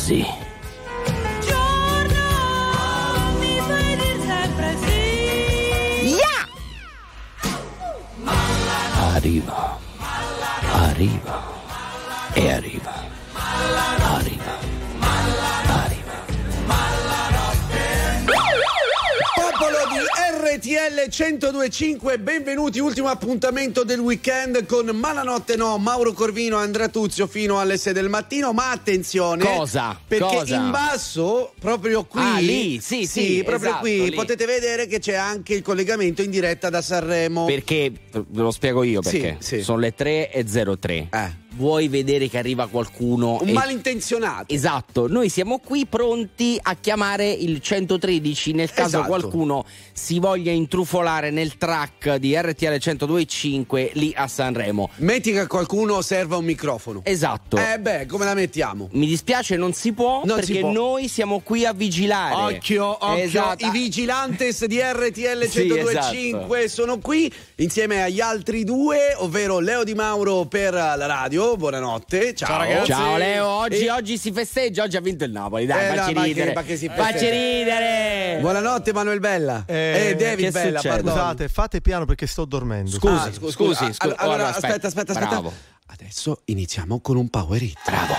sì. Giorno, mi fai dir sempre sì. Yeah! Arriva, arriva e arriva. Arriva, arriva. Popolo di RTL 102.5, benvenuti, ultimo appuntamento del weekend con Malanotte No, Mauro Corvino, Andrea Tuzio fino alle 6 del mattino, ma attenzione. Cosa? Perché Cosa? in basso, proprio qui, lì, sì, proprio esatto, qui, lì. potete vedere che c'è anche il collegamento in diretta da Sanremo. Perché, ve lo spiego io perché, Sì. sono le 3:03. Vuoi vedere che arriva qualcuno? Un malintenzionato. Esatto, noi siamo qui pronti a chiamare il 113 nel caso Esatto. qualcuno si voglia intrufolare nel track di RTL 102.5 lì a Sanremo. Metti che qualcuno serva un microfono. Esatto. Come la mettiamo? Mi dispiace, non si può, Non perché si può. noi siamo qui a vigilare. Occhio, Esatto. i vigilantes di RTL Sì, 102.5 sono qui insieme agli altri due, ovvero Leo Di Mauro per la radio. Buonanotte, ciao ragazzi. Ciao Leo, oggi si festeggia, oggi ha vinto il Napoli, dai, facci no, ma ridere. che si Facci festeggia? ridere. Buonanotte Manuel Bella che David Bella, succede? pardon. Scusate, fate piano perché sto dormendo. Scusi. Allora, aspetta. Bravo. Adesso iniziamo con un power hit. Bravo.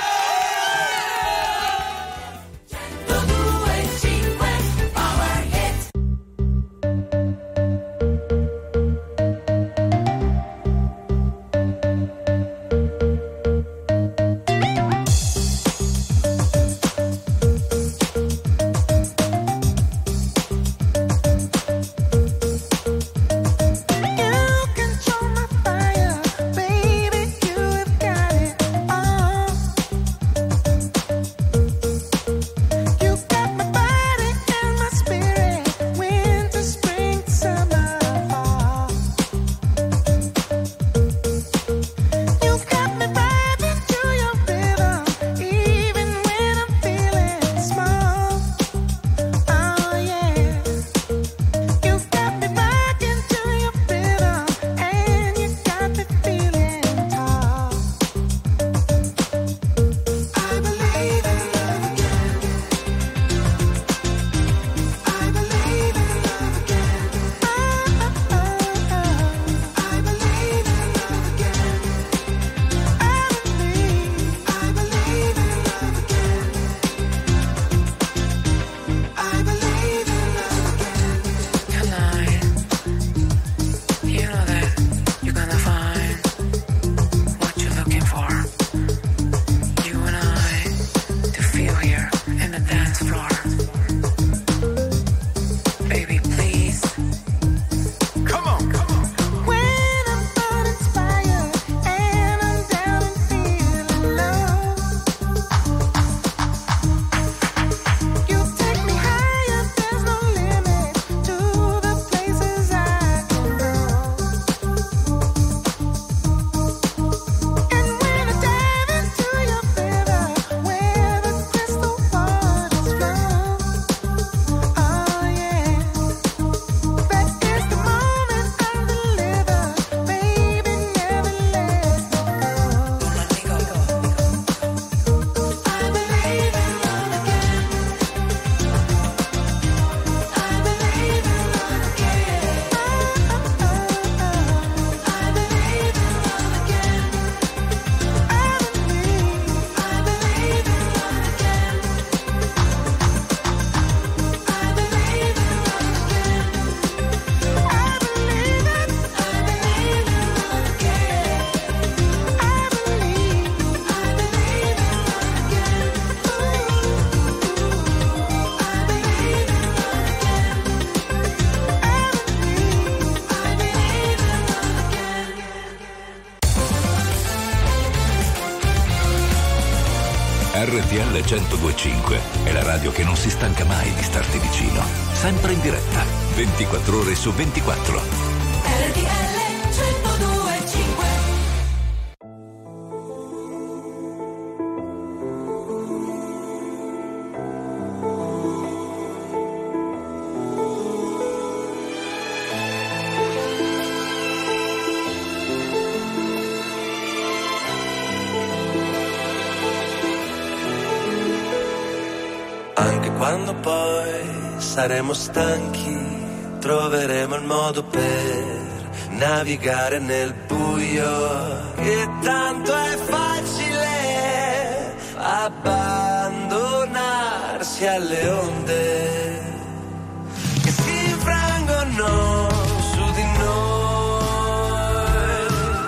RTL 102.5 è la radio che non si stanca mai di starti vicino. Sempre in diretta, 24 ore su 24. RTL 102.5. quando poi saremo stanchi, troveremo il modo per navigare nel buio. E tanto è facile abbandonarsi alle onde che si infrangono su di noi.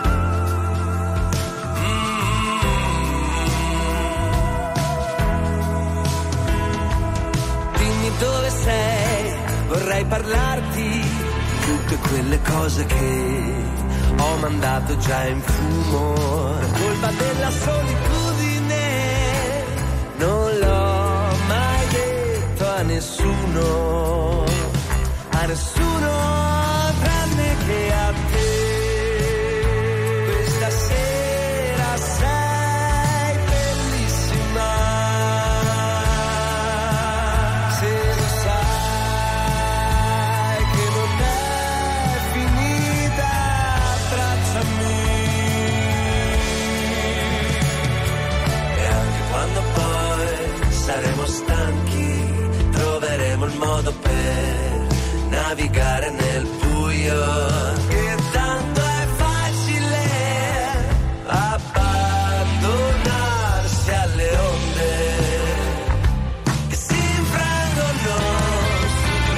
Dimmi dove sei, vorrei parlarti tutte quelle cose che ho mandato già in fumo. Colpa della solitudine, non l'ho mai detto a nessuno tranne che a te. Questa sera sei bellissima, se lo sai che non è finita, abbracciami. E anche quando poi saremo stanchi, troveremo il modo per navigare nel buio. Che tanto è facile abbandonarsi alle onde che si infrangono su di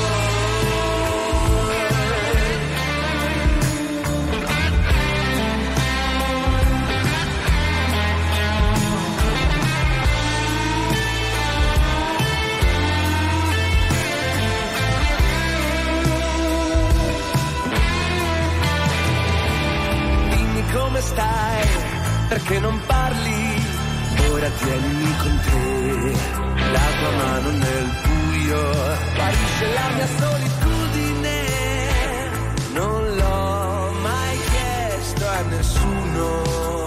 come stai, perché non parli, ora tienimi con te, la tua mano nel buio, guarisce la mia solitudine, non l'ho mai chiesto a nessuno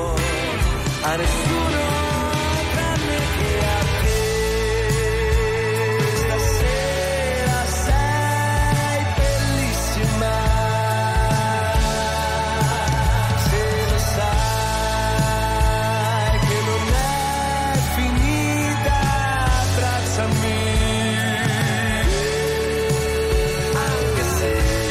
tranne che a te. Stasera sei bellissima, anche se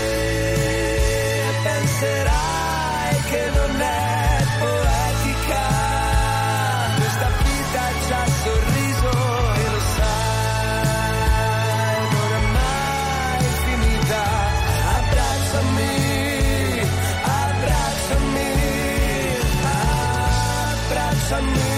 penserai che non è poetica, questa vita ci ha sorriso e lo sai, non è mai finita. Abbracciami, abbracciami, abbracciami.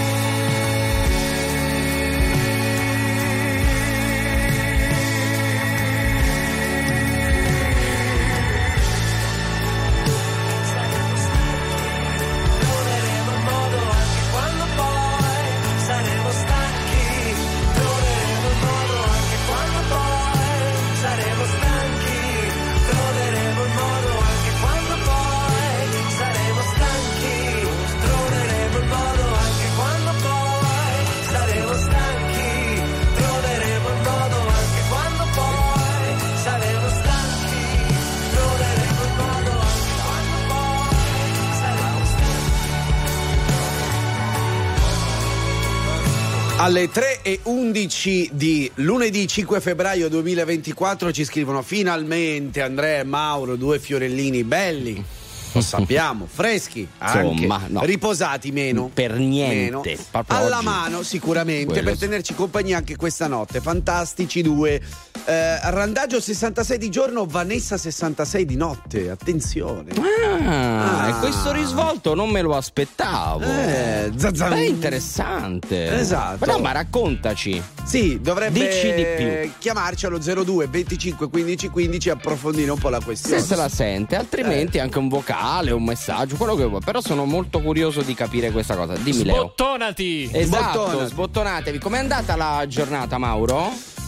Alle 3:11 di lunedì 5 febbraio 2024 ci scrivono: finalmente Andrea e Mauro, due fiorellini belli, lo sappiamo, freschi anche, Insomma, no. Riposati meno, Per niente. meno. Proprio Alla oggi. mano sicuramente, Quello per sì. tenerci compagnia anche questa notte. Fantastici due. Randagio 66 di giorno, Vanessa 66 di notte, attenzione. E questo risvolto non me lo aspettavo. Zazan. È interessante. Esatto. No, ma raccontaci. Sì, dovrebbe Dici di più. chiamarci allo 02 25 15 15 e approfondire un po' la questione. Se la sente, altrimenti anche un vocale, un messaggio, quello che vuoi. Però sono molto curioso di capire questa cosa. Dimmi, Leo. Sbottonati! Esatto, Sbottonati. sbottonatevi. Com'è andata la giornata, Mauro?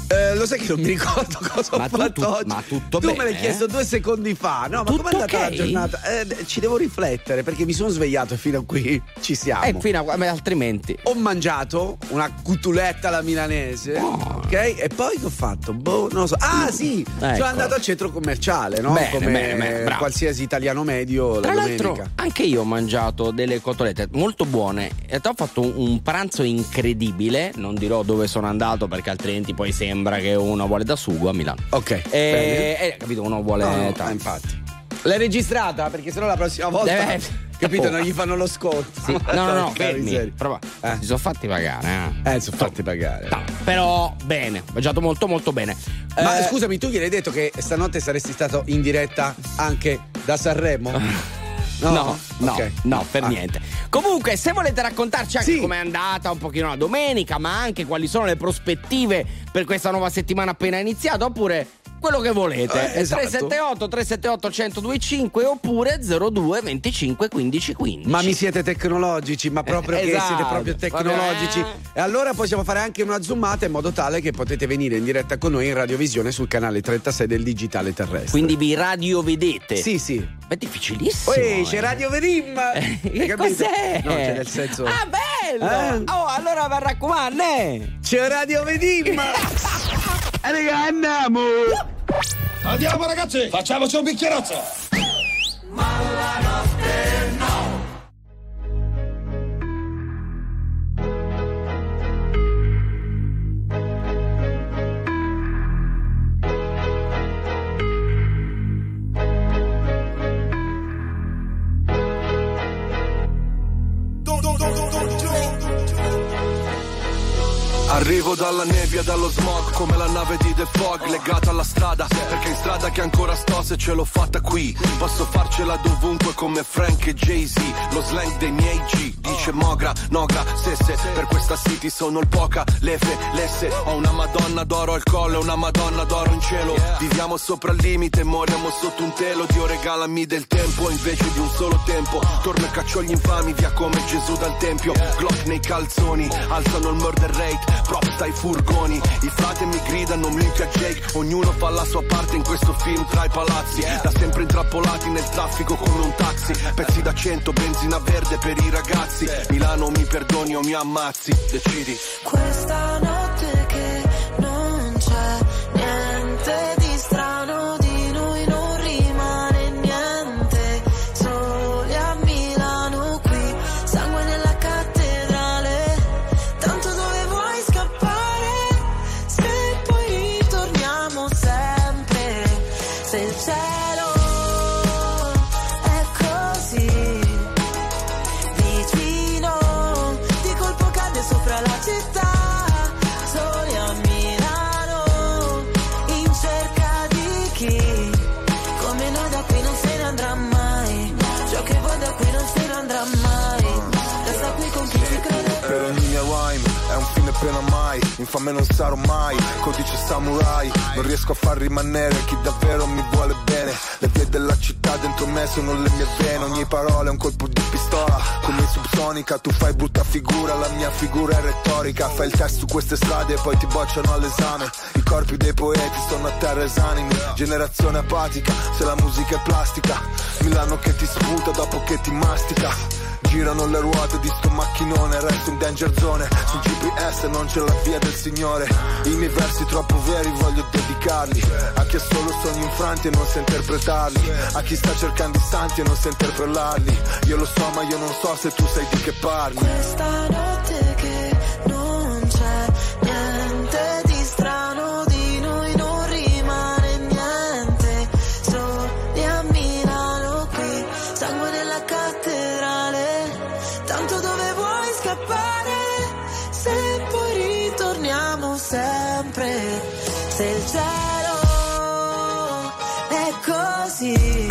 Lo sai che non mi ricordo cosa ho fatto oggi. Ma tutto tu bene? me l'hai chiesto 2 secondi fa. No, ma Tutto com'è andata ok? la giornata? Ci devo riflettere perché mi sono svegliato e fino a qui ci siamo. Altrimenti. Ho mangiato una cutuletta alla milanese, ok? E poi che ho fatto? Boh, non lo so. Ah, sì! Ecco. Sono andato al centro commerciale, no? Bene, Come bene, bravo. qualsiasi italiano medio Tra la l'altro, domenica. anche io ho mangiato delle cotolette molto buone. E ho fatto un pranzo incredibile. Non dirò dove sono andato perché altrimenti poi sembra che uno vuole da sugo a Milano. Ok. bene. Capito, uno vuole No, tanto. infatti. L'hai registrata? Perché sennò la prossima volta capito, non gli fanno lo sconto. Sì. No, Porca fermi. miseria. Si sono fatti pagare. Sono fatti pagare. No, però bene, ho mangiato molto molto bene. Ma scusami, tu gliel'hai detto che stanotte saresti stato in diretta anche da Sanremo? No, Ok. per niente. Comunque, se volete raccontarci anche Sì. com'è andata un pochino la domenica, ma anche quali sono le prospettive per questa nuova settimana appena iniziata, oppure quello che volete. Esatto. 378 1025 oppure 02 25 15 15. Ma mi siete tecnologici, ma proprio che Esatto. siete proprio tecnologici. Vabbè. E allora possiamo fare anche una zoomata in modo tale che potete venire in diretta con noi in radiovisione sul canale 36 del digitale terrestre. Quindi vi radiovedete. Sì, sì. Ma è difficilissimo. C'è Radio Verim! Hai Che capito? cos'è? No, c'è nel senso. Ah, bello! Oh, allora mi raccomando, C'è Radio Verim! Raga, andiamo! Andiamo ragazzi, facciamoci un bicchierozzo. Arrivo dalla nebbia, dallo smog, come la nave di The Fog, legata alla strada, perché in strada che ancora sto se ce l'ho fatta qui. Posso farcela dovunque come Frank e Jay-Z, lo slang dei miei G, dice Mogra, Nogra, Sesse, per questa city sono il poca, lefe, lesse, ho una madonna d'oro al collo e una madonna d'oro in cielo. Viviamo sopra il limite, moriamo sotto un telo, Dio regalami del tempo invece di un solo tempo. Torno e caccio gli infami via come Gesù dal tempio, Glock nei calzoni, alzano il murder rate, props dai furgoni, i frate mi gridano minchia Jake, ognuno fa la sua parte in questo film tra i palazzi, da sempre intrappolati nel traffico come un taxi, pezzi da 100, benzina verde per i ragazzi, Milano mi perdoni o mi ammazzi, decidi. Questa notte che non c'è niente di strano, di noi non rimane niente, soli a Milano qui, sangue nella cattedrale, tanto dove vuoi scappare, se poi ritorniamo sempre, se il cielo è così vicino, di colpo cade sopra la città, soli a Milano, in cerca di chi, come noi da qui non se ne andrà mai, ciò che vuoi da qui non se ne andrà mai, resta qui con chi ci crede. Per ogni mia rhyme è un fine pena mai, infame non sarò mai, codice samurai, non riesco a far rimanere chi davvero mi vuole bene, le vie della città dentro me sono le mie vene, ogni parola è un colpo di pistola, come subsonica, tu fai brutta figura, la mia figura è retorica, fai il test su queste strade e poi ti bocciano all'esame, i corpi dei poeti sono a terra esanimi, generazione apatica, se la musica è plastica, Milano che ti sputa dopo che ti mastica. Girano le ruote di sto macchinone, resto in danger zone, sul GPS non c'è la via del Signore, i miei versi troppo veri voglio dedicarli, a chi ha solo sogni infranti e non sa interpretarli, a chi sta cercando i santi e non sa interpellarli, io lo so ma io non so se tu sai di che parli. Questa notte che non c'è niente di strano, di noi non rimane niente, soli a Milano qui, sangue nella cattedrale, tanto dove vuoi scappare, se poi ritorniamo sempre, se il cielo è così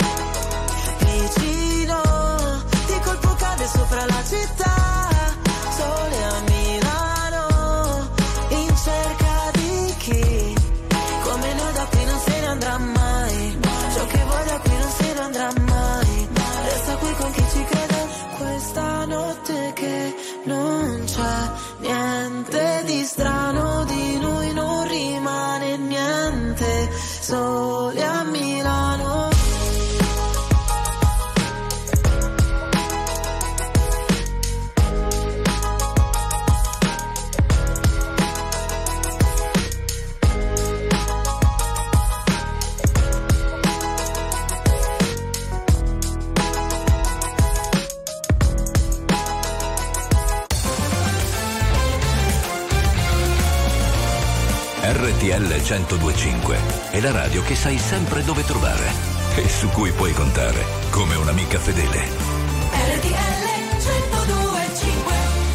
vicino, di colpo cade sopra la città, sole a Milano, in cerca di chi, come noi da qui non se ne andrà mai, ciò che vuoi da qui non se ne andrà mai, resta qui con chi ci crede. Questa notte che non c'è niente di strano, di noi non rimane RTL 102.5 è la radio che sai sempre dove trovare e su cui puoi contare come un'amica fedele. RTL 102.5.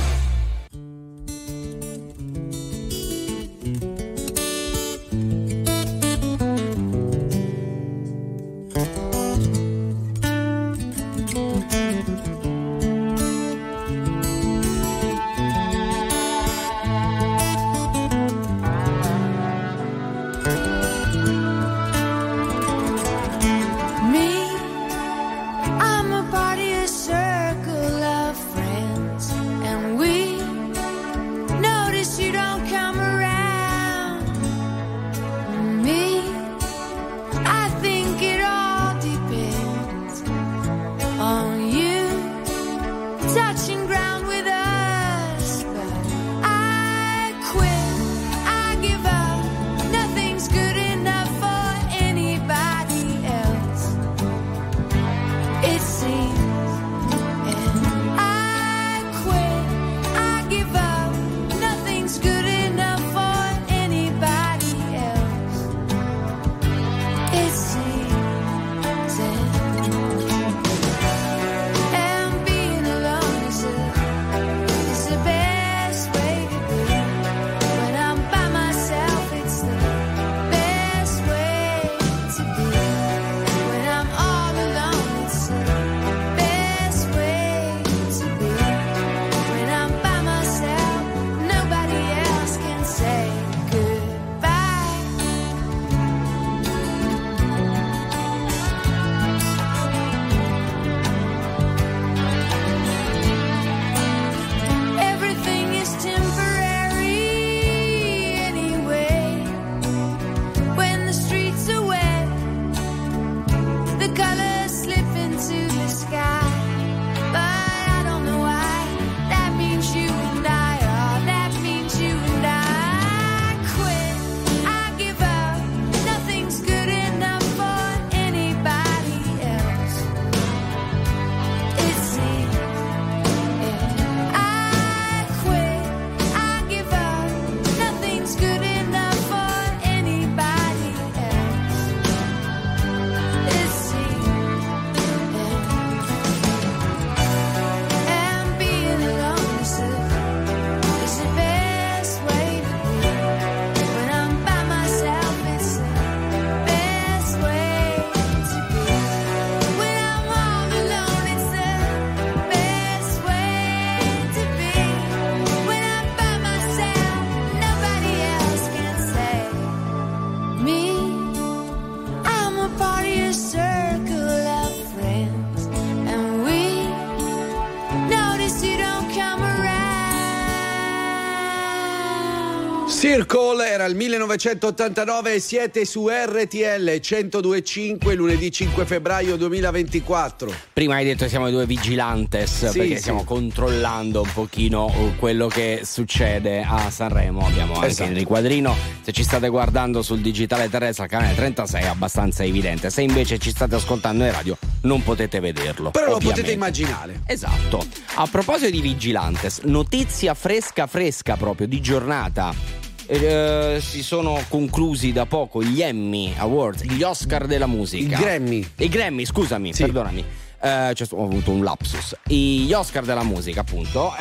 Circle era il 1989 e siete su RTL 102.5 lunedì 5 febbraio 2024. Prima hai detto che siamo i due vigilantes, Sì, perché sì. stiamo controllando un pochino quello che succede a Sanremo. Abbiamo anche Esatto. il riquadrino. Se ci state guardando sul digitale terrestre al canale 36 è abbastanza evidente. Se invece ci state ascoltando in radio non potete vederlo. Però lo ovviamente. potete immaginare. Esatto. A proposito di vigilantes, notizia fresca proprio di giornata. Si sono conclusi da poco gli Emmy Awards, gli Oscar della musica. I Grammy, scusami, Sì. perdonami. Ho avuto un lapsus. Gli Oscar della musica, appunto.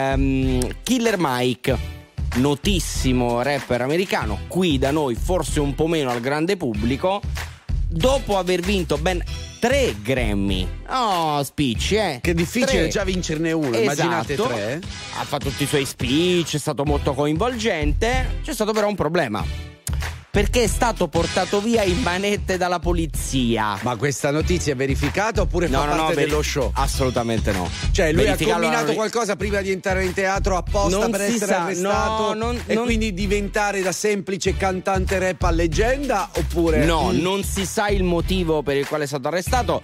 Killer Mike, notissimo rapper americano, qui da noi forse un po' meno al grande pubblico, dopo aver vinto ben 3 Grammy. Oh, spicci, Che difficile 3. già vincerne uno, Esatto. immaginate 3. Ha fatto tutti i suoi speech, è stato molto coinvolgente. C'è stato però un problema, perché è stato portato via in manette dalla polizia. Ma questa notizia è verificata oppure fa parte dello show? Assolutamente no. Cioè lui ha Verificarlo combinato alla- qualcosa prima di entrare in teatro apposta Non per si essere sa, arrestato no, e non- quindi diventare da semplice cantante rap a leggenda oppure No, non si sa il motivo per il quale è stato arrestato.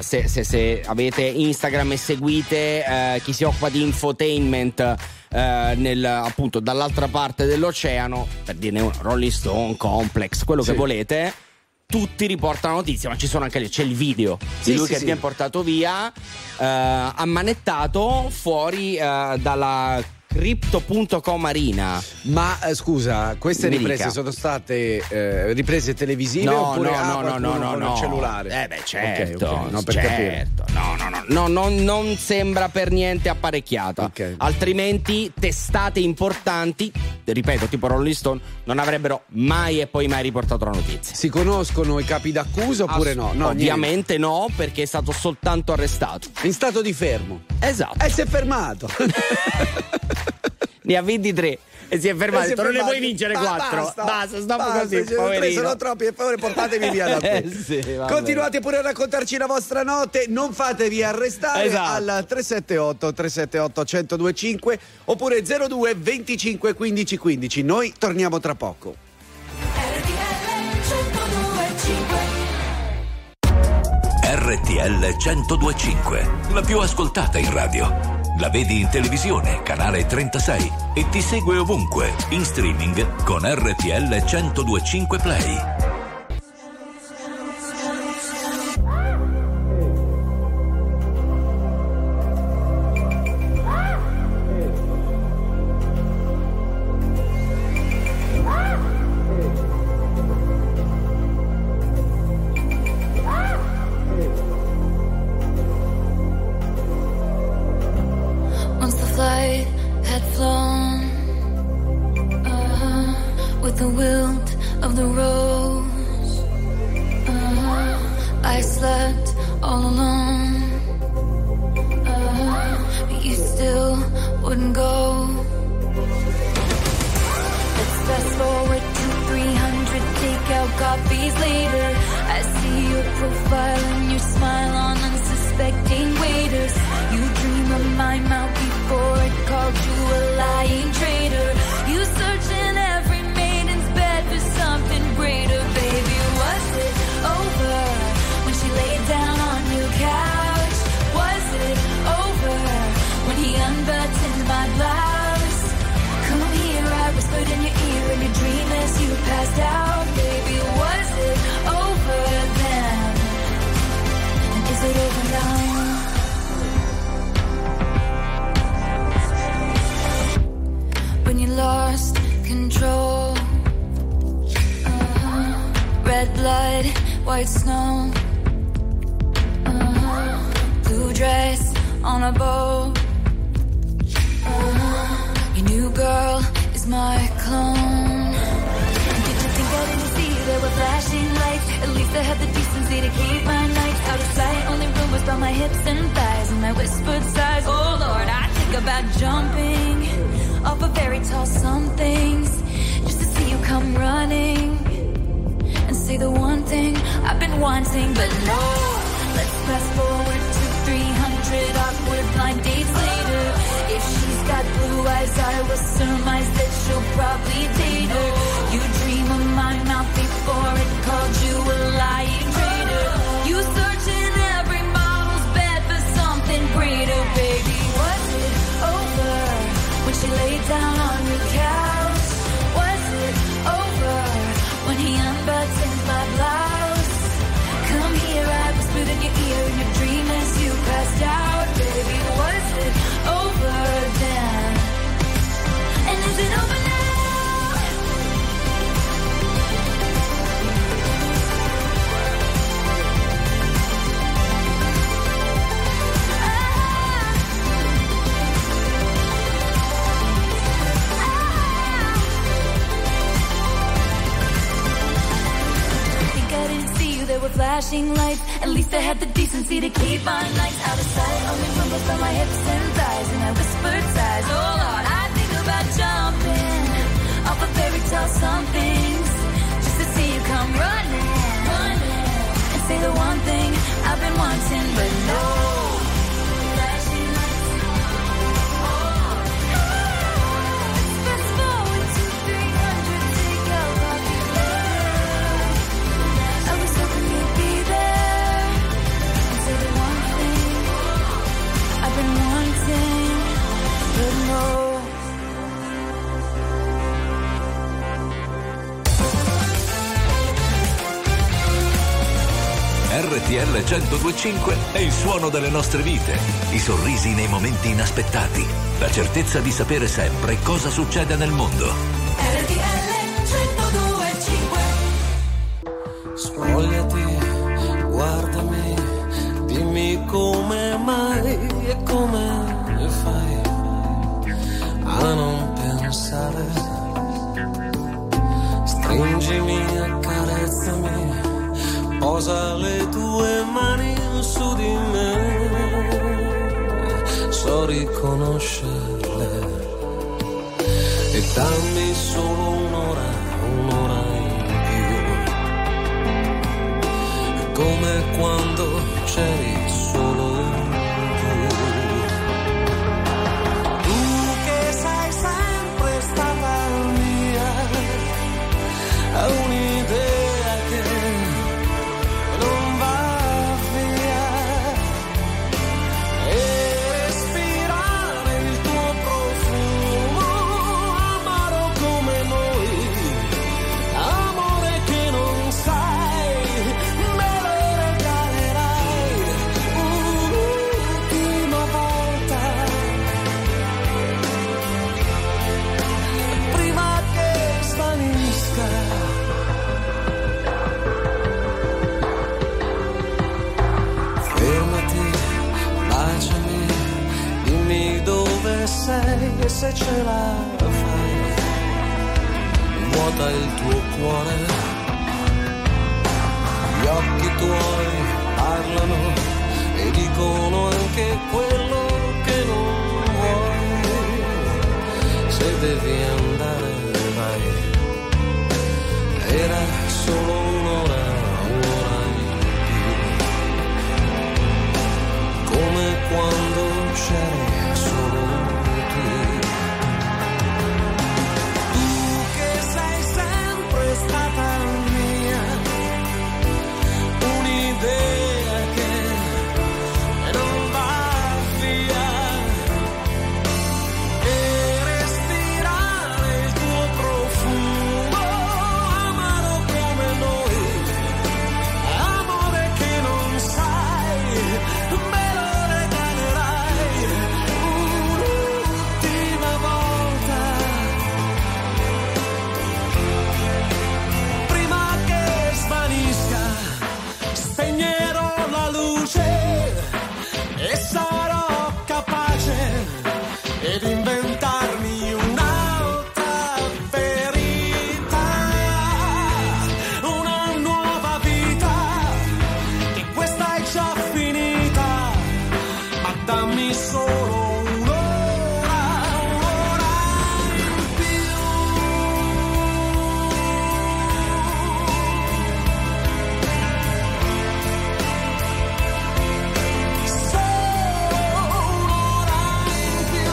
Se avete Instagram e seguite chi si occupa di infotainment appunto dall'altra parte dell'oceano, per dirne uno, Rolling Stone, Complex, quello Sì. che volete, tutti riportano la notizia, ma ci sono anche lì, c'è il video Sì, di lui sì, che sì. viene portato via ammanettato fuori dalla Crypto.com Arena. Ma scusa, queste Mi riprese dica. sono state riprese televisive oppure con il cellulare? Certo, Ok, no, per capire. No, non sembra per niente apparecchiata. Ok. Altrimenti testate importanti, ripeto, tipo Rolling Stone, non avrebbero mai e poi mai riportato la notizia. Si conoscono i capi d'accusa oppure no? No, ovviamente no, perché è stato soltanto arrestato. niente. In stato di fermo. Esatto. E si è fermato. Ne ha vinti 3 e si è fermato. Non ne puoi vincere 4. Basta, stop così, poverino. Sono troppi, per favore portatevi via da qui. Sì, vabbè. Continuate pure a raccontarci la vostra notte, non fatevi arrestare. Esatto. Al 378 1025 oppure 02 25 15 15. Noi torniamo tra poco. RTL 1025, la più ascoltata in radio. La vedi in televisione, canale 36 e ti segue ovunque, in streaming con RTL 1025 Play. Once the flight had flown, with the wilt of the rose, I slept all alone, but you still wouldn't go. Let's fast forward to 300 takeout coffees later. I see your profile and your smile on unsuspecting waiters. You dream of my mouth before it called you a lying traitor. You search in every maiden's bed for something greater. Baby, was it over when she laid down on your couch? Was it over when he unbuttoned my blouse? Come here, I whispered in your ear in your dream as you passed out. Baby, was it over then? And is it over now? When you lost control, red blood, white snow, blue dress on a boat. Your new girl is my clone. Did you think I didn't see there were flashing lights? At least I had the decency to keep my nights out of sight. Only rumors about my hips and thighs and my whispered sighs. Oh Lord, I think about jumping off a very tall somethings just to see you come running and say the one thing I've been wanting. But no, let's fast forward to 300 awkward blind dates later. If she's got blue eyes, I will surmise that she'll probably date her. You dream of my mouth before it called you a lying traitor. You search in every model's bed for something greater. Baby, was it over when she laid down on your couch? Was it over when he unbuttoned my blouse? Come here, I whispered in your ear in your dream as you passed out. Baby, was it over then? And is it over now? There were flashing lights. At least I had the decency to keep my nights out of sight. Only rumbles from my hips and thighs and my whispered sighs. Oh Lord, I think about jumping off a fairy tale somethings just to see you come running and say the one thing I've been wanting, but no. Flashing lights. Fast forward to 300 takeout coffees later. I was hoping you'd be there and say the one thing I've been wanting, but no. RTL 102.5 è il suono delle nostre vite, i sorrisi nei momenti inaspettati, la certezza di sapere sempre cosa succede nel mondo. RTL 102.5. Spogliati, guardami, dimmi come mai e come fai a non pensare. Stringimi, accarezzami, posa le tue mani su di me, so riconoscerle, e dammi solo un'ora in più, come quando c'eri solo tu che sei sempre stata mia, un'idea che non va via, e respirare il tuo profumo, amaro come noi, amore che non sai, me lo regalerai un'ultima volta, prima che svanisca. Fermati, baciami, dimmi dove sei e se ce la fai, vuota il tuo cuore, gli occhi tuoi parlano e dicono anche quello che non vuoi, se devi andare vai, era solo un'ora in più, come quando c'eri solo tu. Tu che sei sempre stata mia, un'idea che non va via, e respirare il tuo profumo, amaro come noi, amore che non sai, me lo regalerai un'ultima volta, prima che svanisca. Spegnerò la luce e sarò capace ed inventarmi un'altra verità, una nuova vita, che questa è già finita, ma dammi solo un'ora in più. Solo un'ora in più.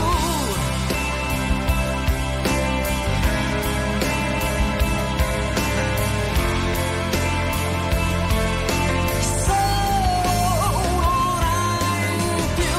Solo un'ora in più.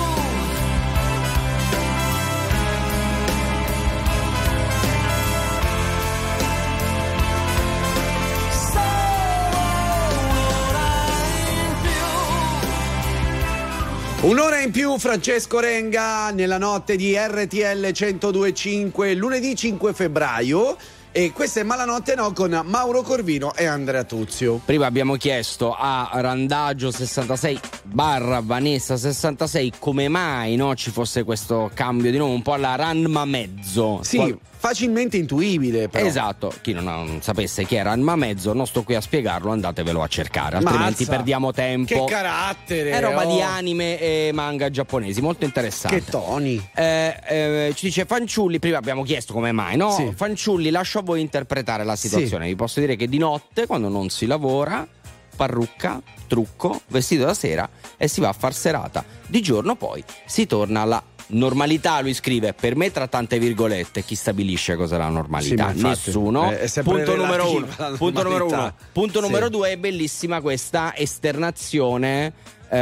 Un'ora in più, Francesco Renga nella notte di RTL 102.5, lunedì 5 febbraio. E questa è Malanotte No con Mauro Corvino e Andrea Tuzio. Prima abbiamo chiesto a Randagio 66 / Vanessa 66 come mai ci fosse questo cambio di nome, un po' alla Ranma Mezzo. Sì, facilmente intuibile però. Esatto, chi non sapesse chi era Ranma Mezzo, non sto qui a spiegarlo, andatevelo a cercare, altrimenti Mazza, perdiamo tempo. Che carattere! È roba di anime e manga giapponesi, molto interessante. Che toni! Ci dice Fanciulli, prima abbiamo chiesto come mai, no? Sì. Fanciulli, lascio a voi interpretare la situazione. Sì. Vi posso dire che di notte, quando non si lavora, parrucca, trucco, vestito da sera e si va a far serata. Di giorno poi si torna alla normalità, lui scrive, per me tra tante virgolette, chi stabilisce cos'è la normalità? Sì, infatti, nessuno. è sempre punto numero uno. relativa la Punto numero normalità. uno. Punto Sì. numero due, è bellissima questa esternazione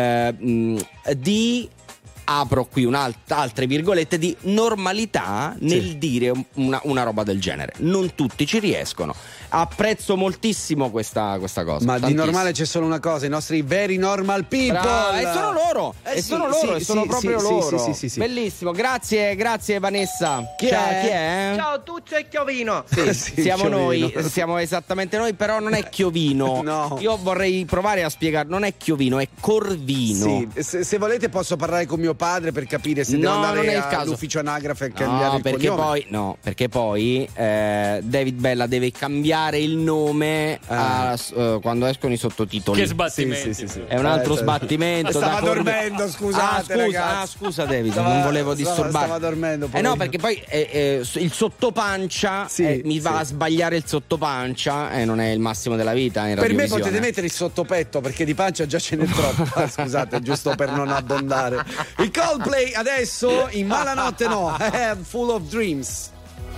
di, apro qui altre virgolette, di normalità nel dire una roba del genere. Non tutti ci riescono apprezzo moltissimo questa cosa. Ma tantissimo. di normale c'è solo una cosa, i nostri very normal people. Brava, e sono loro, sono proprio loro. Sì. Bellissimo, grazie Vanessa. Chi è? Ciao Tuzio e Chiovino. Sì, siamo Chiovino. noi, siamo esattamente noi, però non è Chiovino. No. Io vorrei provare a spiegare, non è Chiovino, è Corvino. Sì, se volete posso parlare con mio padre per capire se devo No, non andare è il caso. all'ufficio anagrafe e cambiare il cognome. Perché poi David Bella deve cambiare il nome quando escono i sottotitoli. Che sbattimento. Sì. È un altro sbattimento. Stava dormendo, scusate, ragazzi. Scusa David, non volevo disturbarti. Stava dormendo. No, perché poi il sottopancia mi va a sbagliare il sottopancia e non è il massimo della vita in Per me radiovisione. potete mettere il sottopetto perché di pancia già ce n'è troppo. Scusate, giusto per non abbondare. Il Coldplay adesso in Malanotte no, Full of Dreams.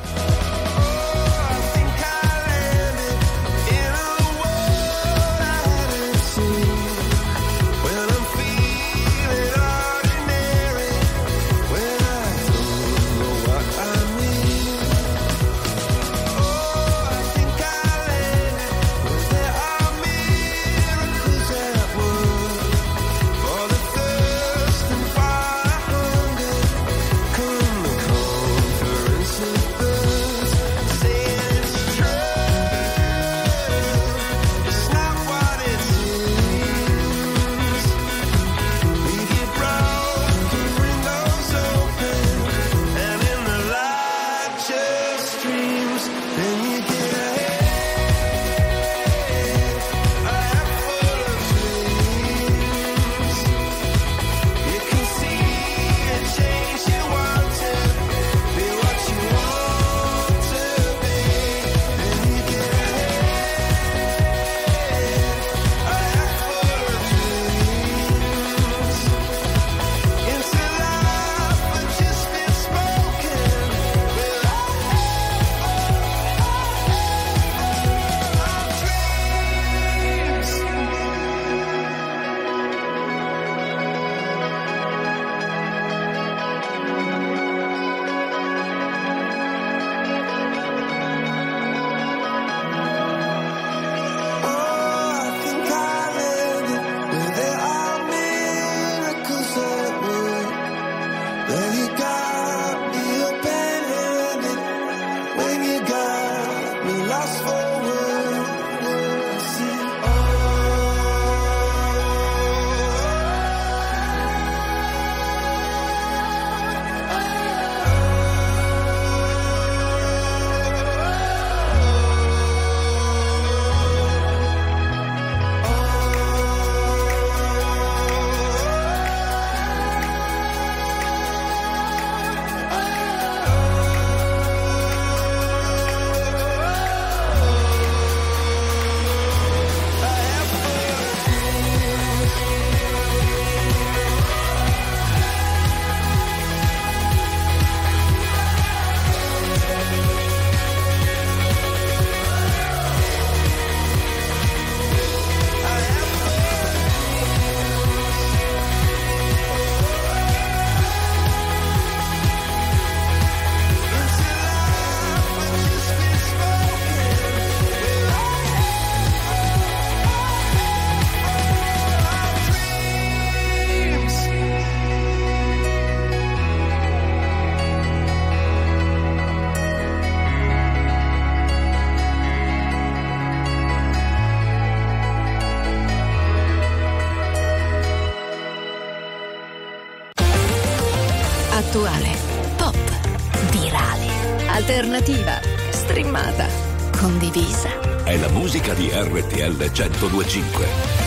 Attuale, pop, virale, alternativa, streamata, condivisa. È la musica di RTL 102.5.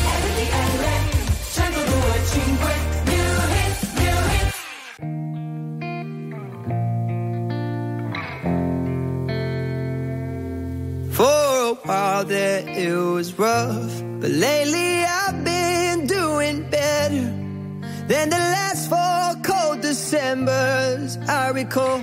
For a while there it was rough, but lately I've been doing better than the last 4 cold Decembers I recall.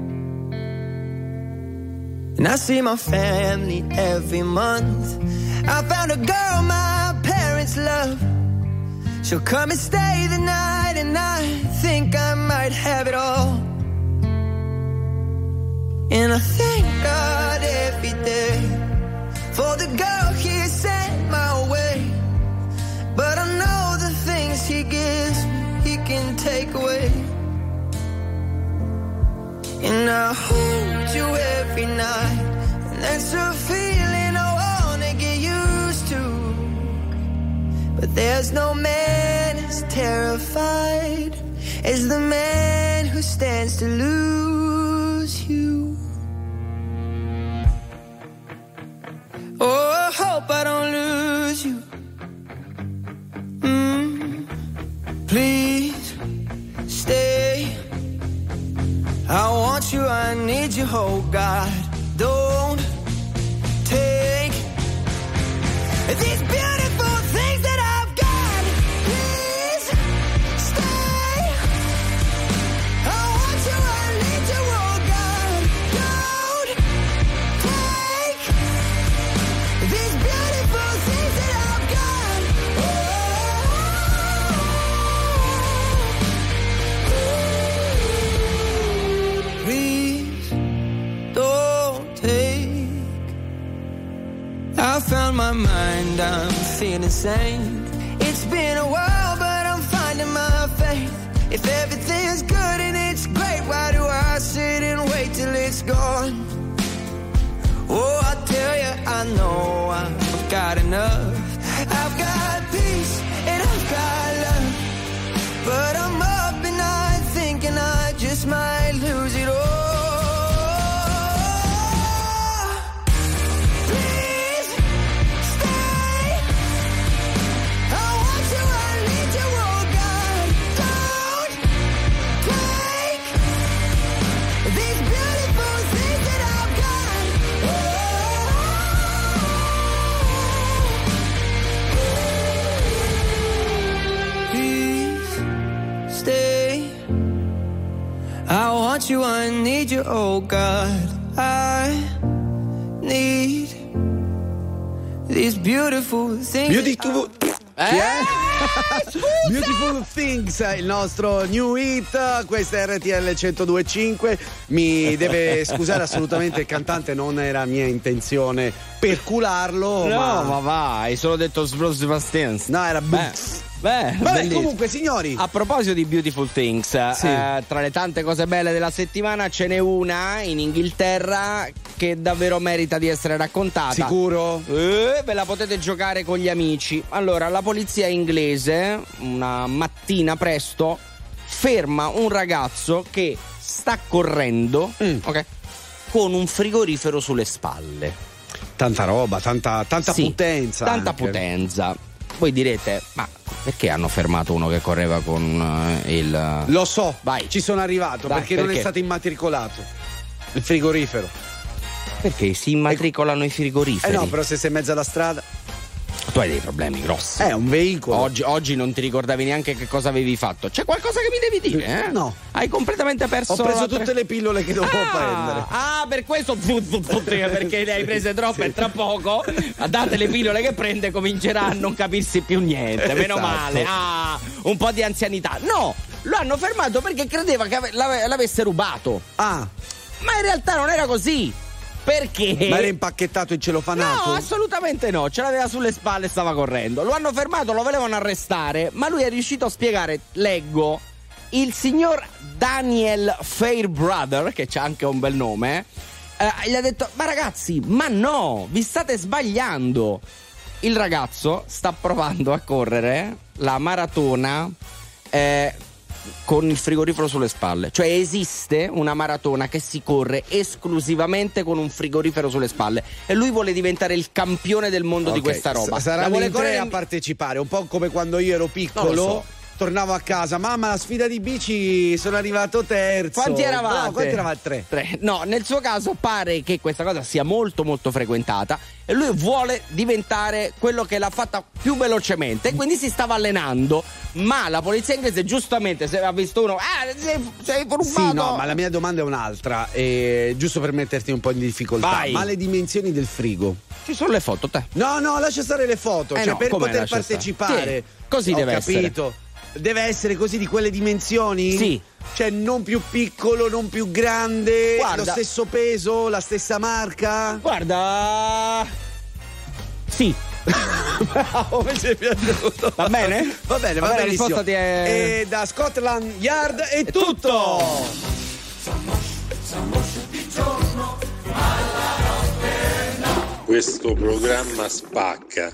And I see my family every month. I found a girl my parents love. She'll come and stay the night, and I think I might have it all. And I thank God every day for the girl he sent my way. But I know the things he gives me, he can take away. And I hold you every night, and that's a feeling I wanna get used to. But there's no man as terrified as the man who stands to lose you. Oh, I hope I don't lose you. Please stay. I want you, I need you, oh God. Don't take these beautiful things that I've got. Please stay. I want you, I need you, oh God. Don't take these beautiful things that I've got. Please don't take. I found my mind, I'm feeling sane. It's been a while, but I'm finding my faith. If everything's good and it's great, why do I sit and wait till it's gone? Oh, I tell you, I know I've got enough. I've got peace and I've got love, but I'm up at night thinking I just might lose it all. Please stay. I want you, I need you, oh God. Don't take these beautiful things that I've got. Please stay. I want you, I need you, oh God. I need these beautiful things. Beautiful Things, il nostro new hit. Questa è RTL 102.5. Mi deve scusare assolutamente il cantante, non era mia intenzione percularlo. No, ma va, hai solo detto Sebastians. No, era Vabbè, comunque, signori, a proposito di Beautiful Things, tra le tante cose belle della settimana ce n'è una in Inghilterra che davvero merita di essere raccontata. Sicuro? Ve la potete giocare con gli amici. Allora, la polizia inglese una mattina presto ferma un ragazzo che sta correndo, ok, con un frigorifero sulle spalle. Tanta roba, tanta potenza. Tanta potenza. Voi direte, ma perché hanno fermato uno che correva con il... Lo so, vai, ci sono arrivato. Perché non è stato immatricolato il frigorifero. Perché si immatricolano i frigoriferi? No, però se sei in mezzo alla strada. Tu hai dei problemi grossi. È un veicolo. Oggi non ti ricordavi neanche che cosa avevi fatto. C'è qualcosa che mi devi dire? No. Hai completamente perso. Ho preso tutte le pillole che dovevo prendere. Ah, per questo perché ne hai prese troppe e tra poco, date le pillole che prende, comincerà a non capirsi più niente. Meno male. Un po' di anzianità. No, lo hanno fermato perché credeva che l'avesse rubato. Ma in realtà non era così. Perché? Ma era impacchettato in celofanato? No, assolutamente no, ce l'aveva sulle spalle e stava correndo. Lo hanno fermato, lo volevano arrestare, ma lui è riuscito a spiegare, leggo, il signor Daniel Fairbrother, che c'ha anche un bel nome, gli ha detto, ma ragazzi, ma no, vi state sbagliando. Il ragazzo sta provando a correre la maratona con il frigorifero sulle spalle. Cioè esiste una maratona che si corre esclusivamente con un frigorifero sulle spalle e lui vuole diventare il campione del mondo di questa roba. Saranno in tre a partecipare, un po' come quando io ero piccolo. Tornavo a casa, mamma, la sfida di bici, sono arrivato terzo. Quanti eravate? No, quanti eravate? Tre. No, nel suo caso pare che questa cosa sia molto molto frequentata e lui vuole diventare quello che l'ha fatta più velocemente e quindi si stava allenando. Ma la polizia inglese giustamente, se ha visto uno, sei rubato. Sì, no, ma la mia domanda è un'altra, giusto per metterti un po' in difficoltà. Vai. Ma le dimensioni del frigo? Ci sono le foto, te? No, lascia stare le foto, cioè no, per poter partecipare. Sì, così deve capito. essere. Deve essere così, di quelle dimensioni? Sì. Cioè non più piccolo, non più grande. Guarda, lo stesso peso, la stessa marca? Guarda, Sì. Bravo, mi sei piaciuto. Va bene? Va bene, va la benissimo. risposta ti è... E da Scotland Yard è tutto. Questo programma spacca.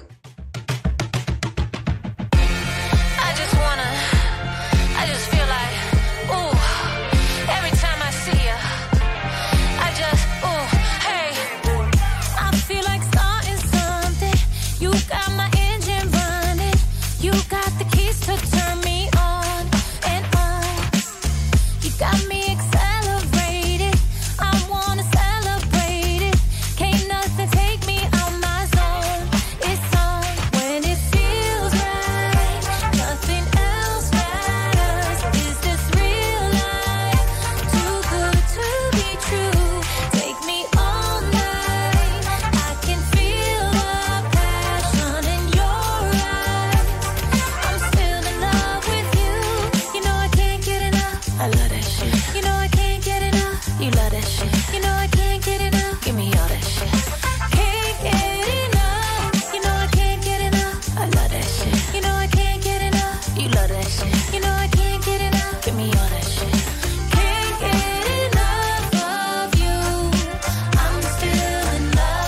I just feel like, ooh, every time I see you, I just, ooh, hey, I feel like starting something. You got my engine running. You got the keys to turn me on and on. You got me accelerated. I wanna celebrate it. Can't nothing take me out my zone. It's on when it feels right. Nothing else matters. Is this real life? Too good to be true. Take me all night. I can feel the passion in your eyes. I'm still in love with you. You know I can't get enough. I love that shit. You know I can't get enough. You love that shit. You know I can't get enough. Give me all that shit. Can't get enough. You know I can't get enough. I love that shit. You know I can't get enough. You love that shit. You know I can't get enough. Give me all that shit. Can't get enough of you. I'm still in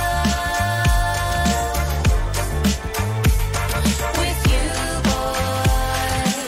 love with you, boy.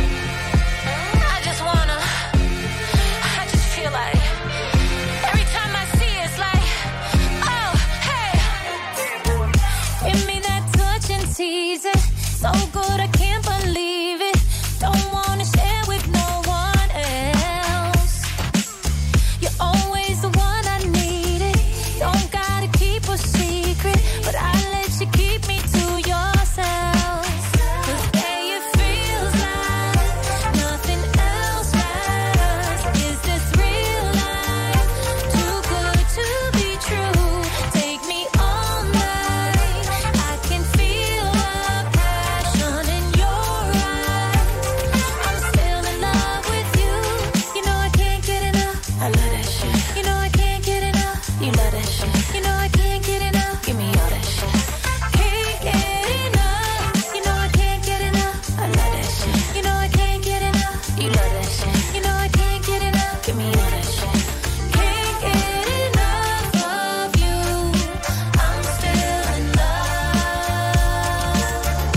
I just feel like every time I see it, it's like, oh, hey. Give me that touch and tease it. So good I can't believe it. Don't wanna share with no one else. You're always the one I needed. Don't gotta keep a secret, but I let you keep me to yourself. 'Cause hey, it feels like nothing else matters. Is this real life? Too good to be true. Take me all night. I can feel the passion in your eyes. I'm still in love with you. You know I can't get enough. I love that shit. You know I can't get enough. You love that shit. You know I can't get enough. Give me all that shit. Can't get enough. You know I can't get enough. I love that shit. You know I can't get enough. You love that shit. You know I can't get enough. Give me all that shit. Can't get enough of you. I'm still in love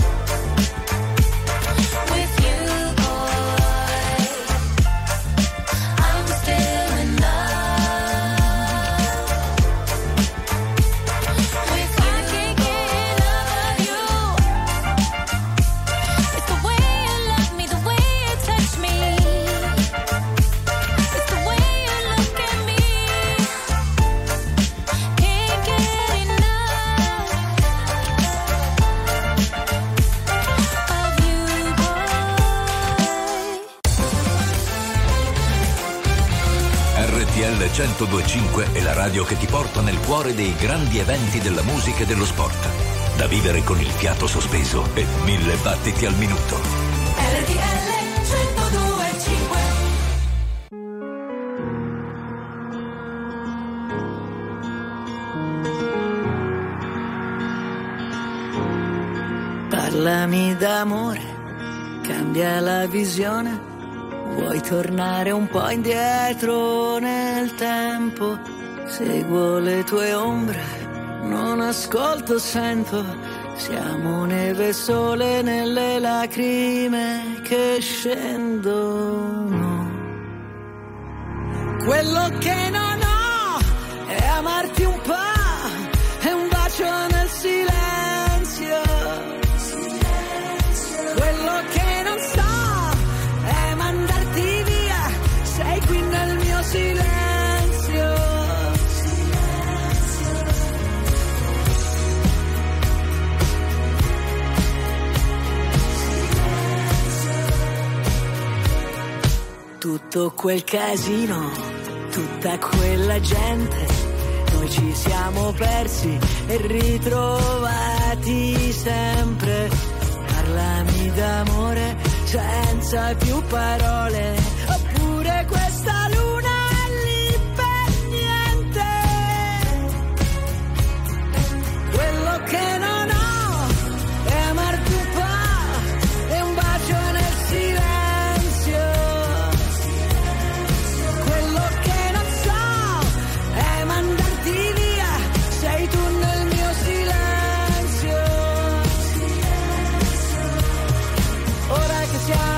with you, boy. I'm still in love with you. I can't get enough of you. It's the way you love me, the way you touch me. It's the way you look at me. Can't get enough of you, boy. RTL 102.5 è la radio che ti porta nel cuore dei grandi eventi della musica e dello sport. Da vivere con il fiato sospeso e 1000 battiti al minuto. RTL 102.5. Parlami d'amore, cambia la visione. Vuoi tornare un po' indietro nel tempo? Seguo le tue ombre, non ascolto, sento. Siamo neve e sole nelle lacrime che scendono. Quello che non ho è amarti un po', è un bacio nel silenzio. Quello che non so è mandarti via, sei qui nel mio silenzio. Tutto quel casino, tutta quella gente, noi ci siamo persi e ritrovati sempre. Parlami d'amore senza più parole, oppure questa luna è lì per niente. Quello che non ho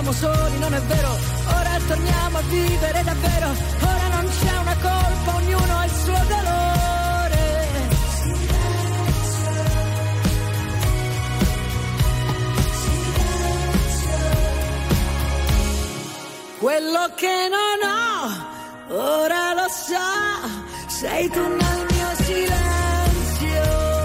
siamo soli, non è vero, ora torniamo a vivere davvero, ora non c'è una colpa, ognuno ha il suo dolore. Quello che non ho, ora lo so, sei tu nel mio silenzio.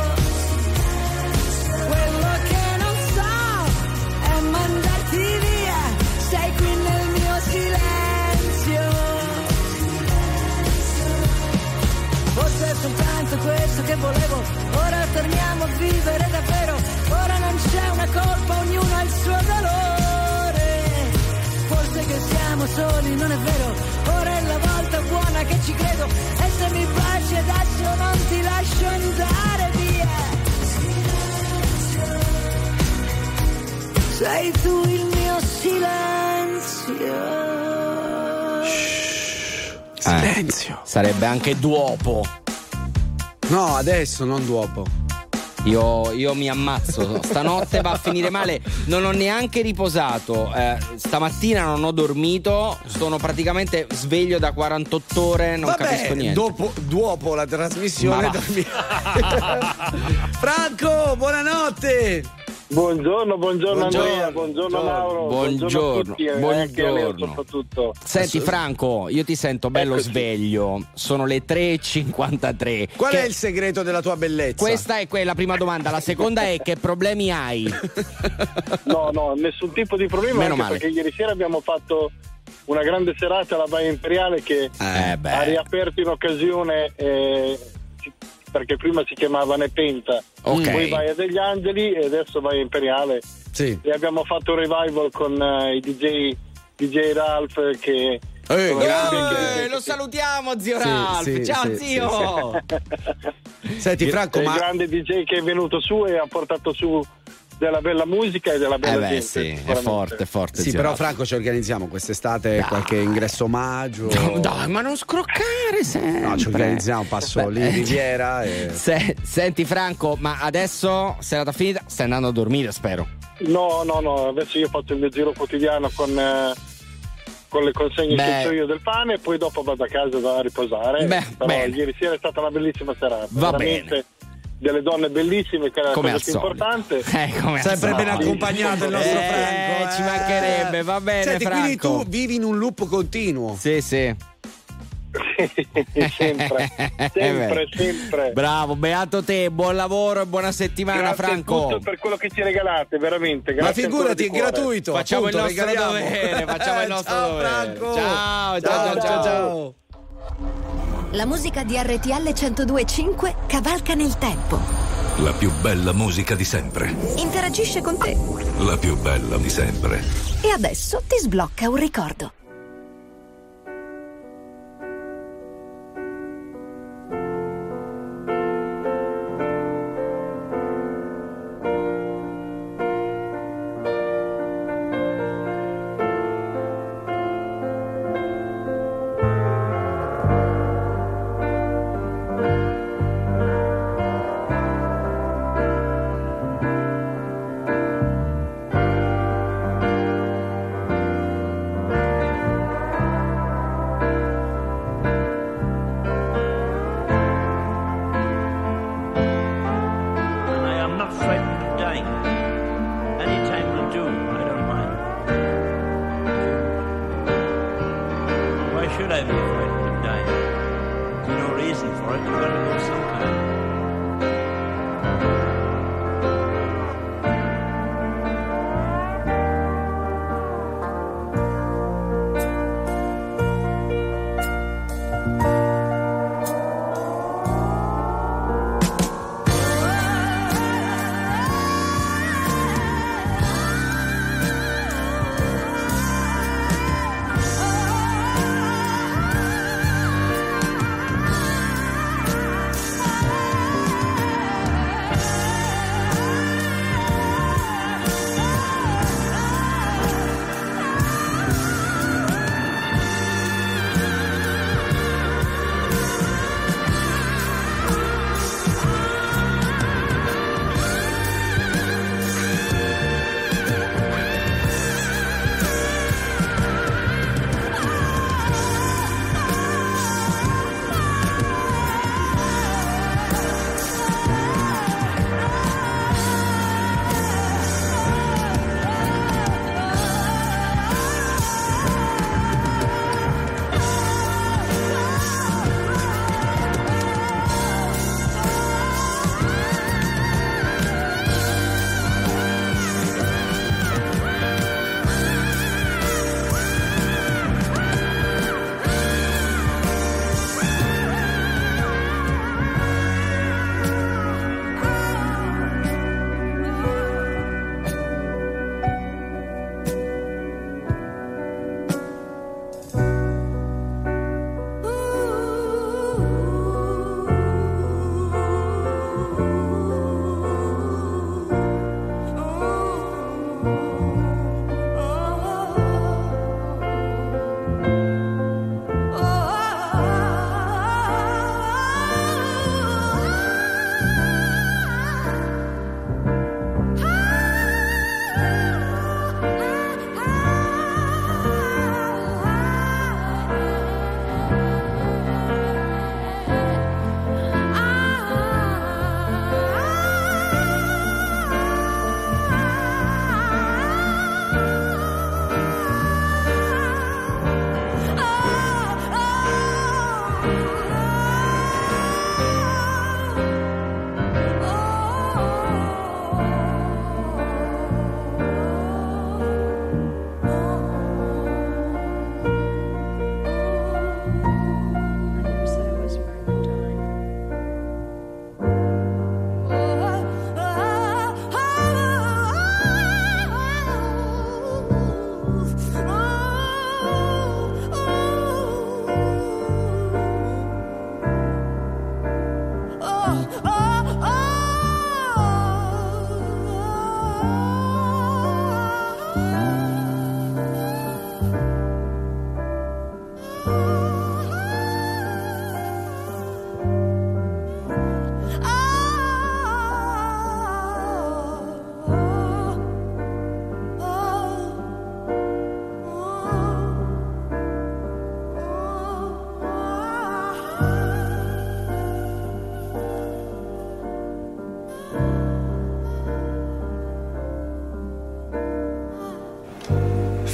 Quello che non so è mandarti via, sei qui nel mio silenzio. Forse è soltanto questo che volevo, ora torniamo a vivere davvero, ora non c'è una colpa, ognuno ha il suo dolore. Forse che siamo soli, non è vero, ora è la volta buona che ci credo, e se mi baci adesso non ti lascio andare via. Sei tu il mio silenzio. Silenzio. Sarebbe anche duopo. No, adesso, non dopo. Io mi ammazzo, stanotte va a finire male, non ho neanche riposato, stamattina non ho dormito, sono praticamente sveglio da 48 ore, non capisco niente. Dopo la trasmissione Franco, buonanotte. Buongiorno Andrea, buongiorno Mauro, buongiorno a tutti, buongiorno. Soprattutto. Senti Franco, io ti sento bello sveglio, sono le 3:53. Qual è il segreto della tua bellezza? Questa è la prima domanda, la seconda è che problemi hai? No, nessun tipo di problema. Meno anche male. Perché ieri sera abbiamo fatto una grande serata alla Baia Imperiale che ha riaperto in occasione perché prima si chiamava Nepenta, poi Baia degli Angeli e adesso Baia Imperiale. Sì. E abbiamo fatto un revival con i DJ Ralph che lo salutiamo zio Ralph, ciao zio. Senti Franco, il grande DJ che è venuto su e ha portato su della bella musica e della bella gente. Sì, è forte. Sì, però Franco ci organizziamo quest'estate qualche ingresso omaggio. Dai, ma non scroccare sempre. No, ci organizziamo, passo lì in Riviera e... Senti Franco, ma adesso serata finita, stai andando a dormire, spero. No, adesso io faccio il mio giro quotidiano con le consegne che ho io del pane e poi dopo vado a casa da riposare. Però ieri sera è stata una bellissima serata. Va veramente bene. Delle donne bellissime, che era la come cosa più importante. Sempre ben accompagnato il nostro Franco. Ci mancherebbe, va bene. Senti, Franco. quindi tu vivi in un loop continuo. Sì. sempre. Bravo, beato te, buon lavoro e buona settimana. Grazie Franco. Tutto per quello che ci regalate, veramente. Ma figurati, è gratuito. Facciamo appunto, il nostro dovere. Facciamo il nostro dovere. Franco. Ciao. La musica di RTL 102.5 cavalca nel tempo. La più bella musica di sempre. Interagisce con te. La più bella di sempre. E adesso ti sblocca un ricordo.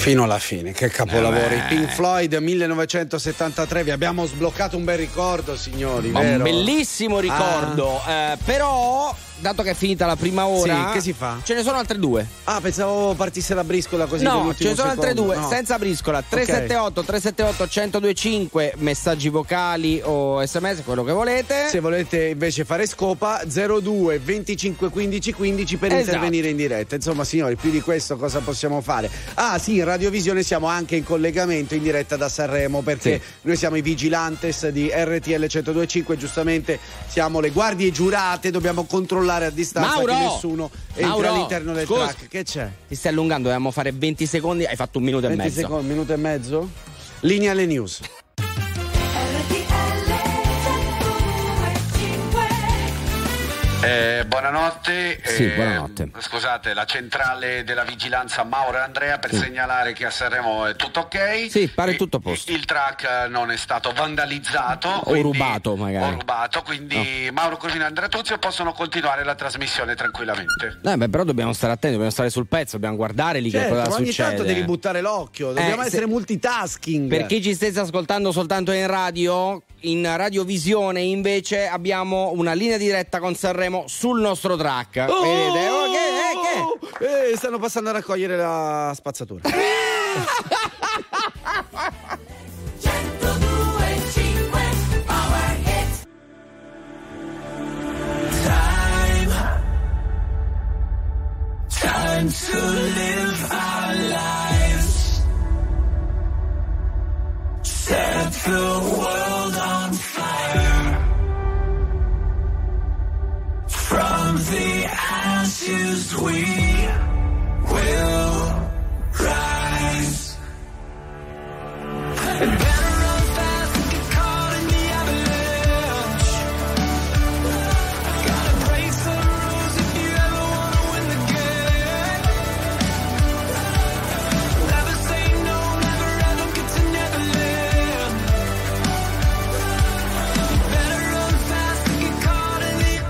Fino alla fine, che capolavori. Pink Floyd 1973, vi abbiamo sbloccato un bel ricordo, signori, vero? Un bellissimo ricordo, però dato che è finita la prima ora, sì, che si fa? Ce ne sono altre due. Ah, pensavo partisse la briscola così. No, ce ne sono altre due, no. senza briscola. 378 378 1025, messaggi vocali o sms, quello che volete. Se volete invece fare scopa, 02 25 15 15 per intervenire in diretta. Insomma, signori, più di questo cosa possiamo fare? Ah sì, in Radiovisione siamo anche in collegamento in diretta da Sanremo, perché noi siamo i vigilantes di RTL 102.5, giustamente siamo le guardie giurate, dobbiamo controllare a distanza che nessuno entra all'interno del track. Che c'è? Ti stai allungando, dovevamo fare 20 secondi, hai fatto un minuto e mezzo. 20 secondi, minuto e mezzo? Linea alle news. Buonanotte. Sì, buonanotte. Scusate, la centrale della vigilanza Mauro e Andrea per segnalare che a Sanremo è tutto ok. Sì, pare tutto a posto. Il track non è stato vandalizzato o rubato, magari. O rubato, quindi Mauro Corvino e Andrea Tuzio possono continuare la trasmissione tranquillamente. Però dobbiamo stare attenti, dobbiamo stare sul pezzo, dobbiamo guardare lì che cosa ogni succede. Tanto devi buttare l'occhio, dobbiamo essere multitasking. Per chi ci stesse ascoltando soltanto in radio, in Radiovisione invece abbiamo una linea diretta con Sanremo sul nostro track. Vedete? Che? Stanno passando a raccogliere la spazzatura. 102.5 Power Hit. Time to live our lives. Set the world on fire. From the ashes we will rise. And better run fast and get caught in the avalanche. Gotta break some rules if you ever wanna win the game. Never say no, never ever get to Neverland. Better run fast and get caught in the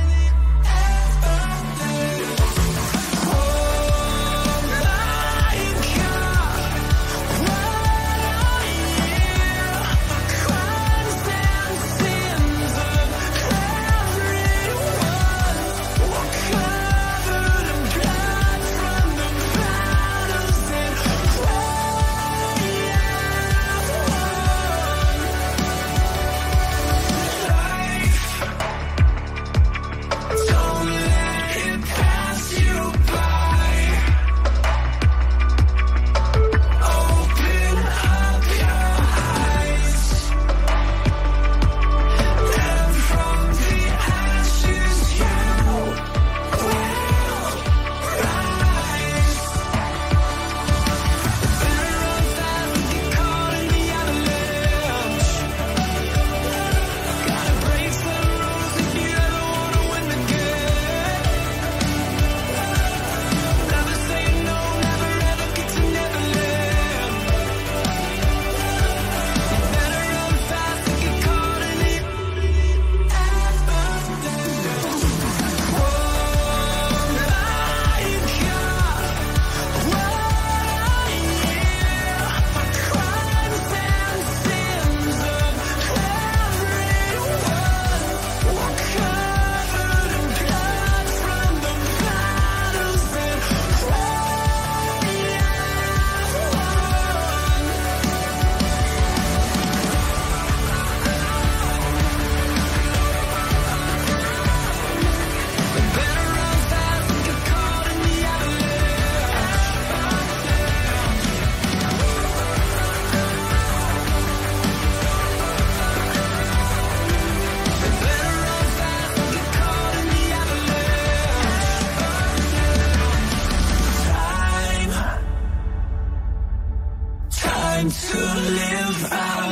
time to live our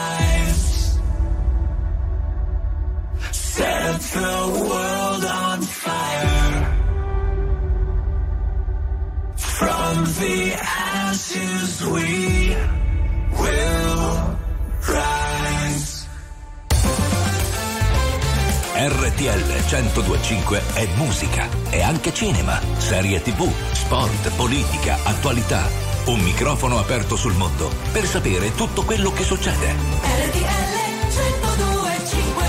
lives. Set the world on fire. From the ashes we will rise. RTL 102.5 è musica, è anche cinema, serie TV, sport, politica, attualità. Un microfono aperto sul mondo per sapere tutto quello che succede. RTL 102.5.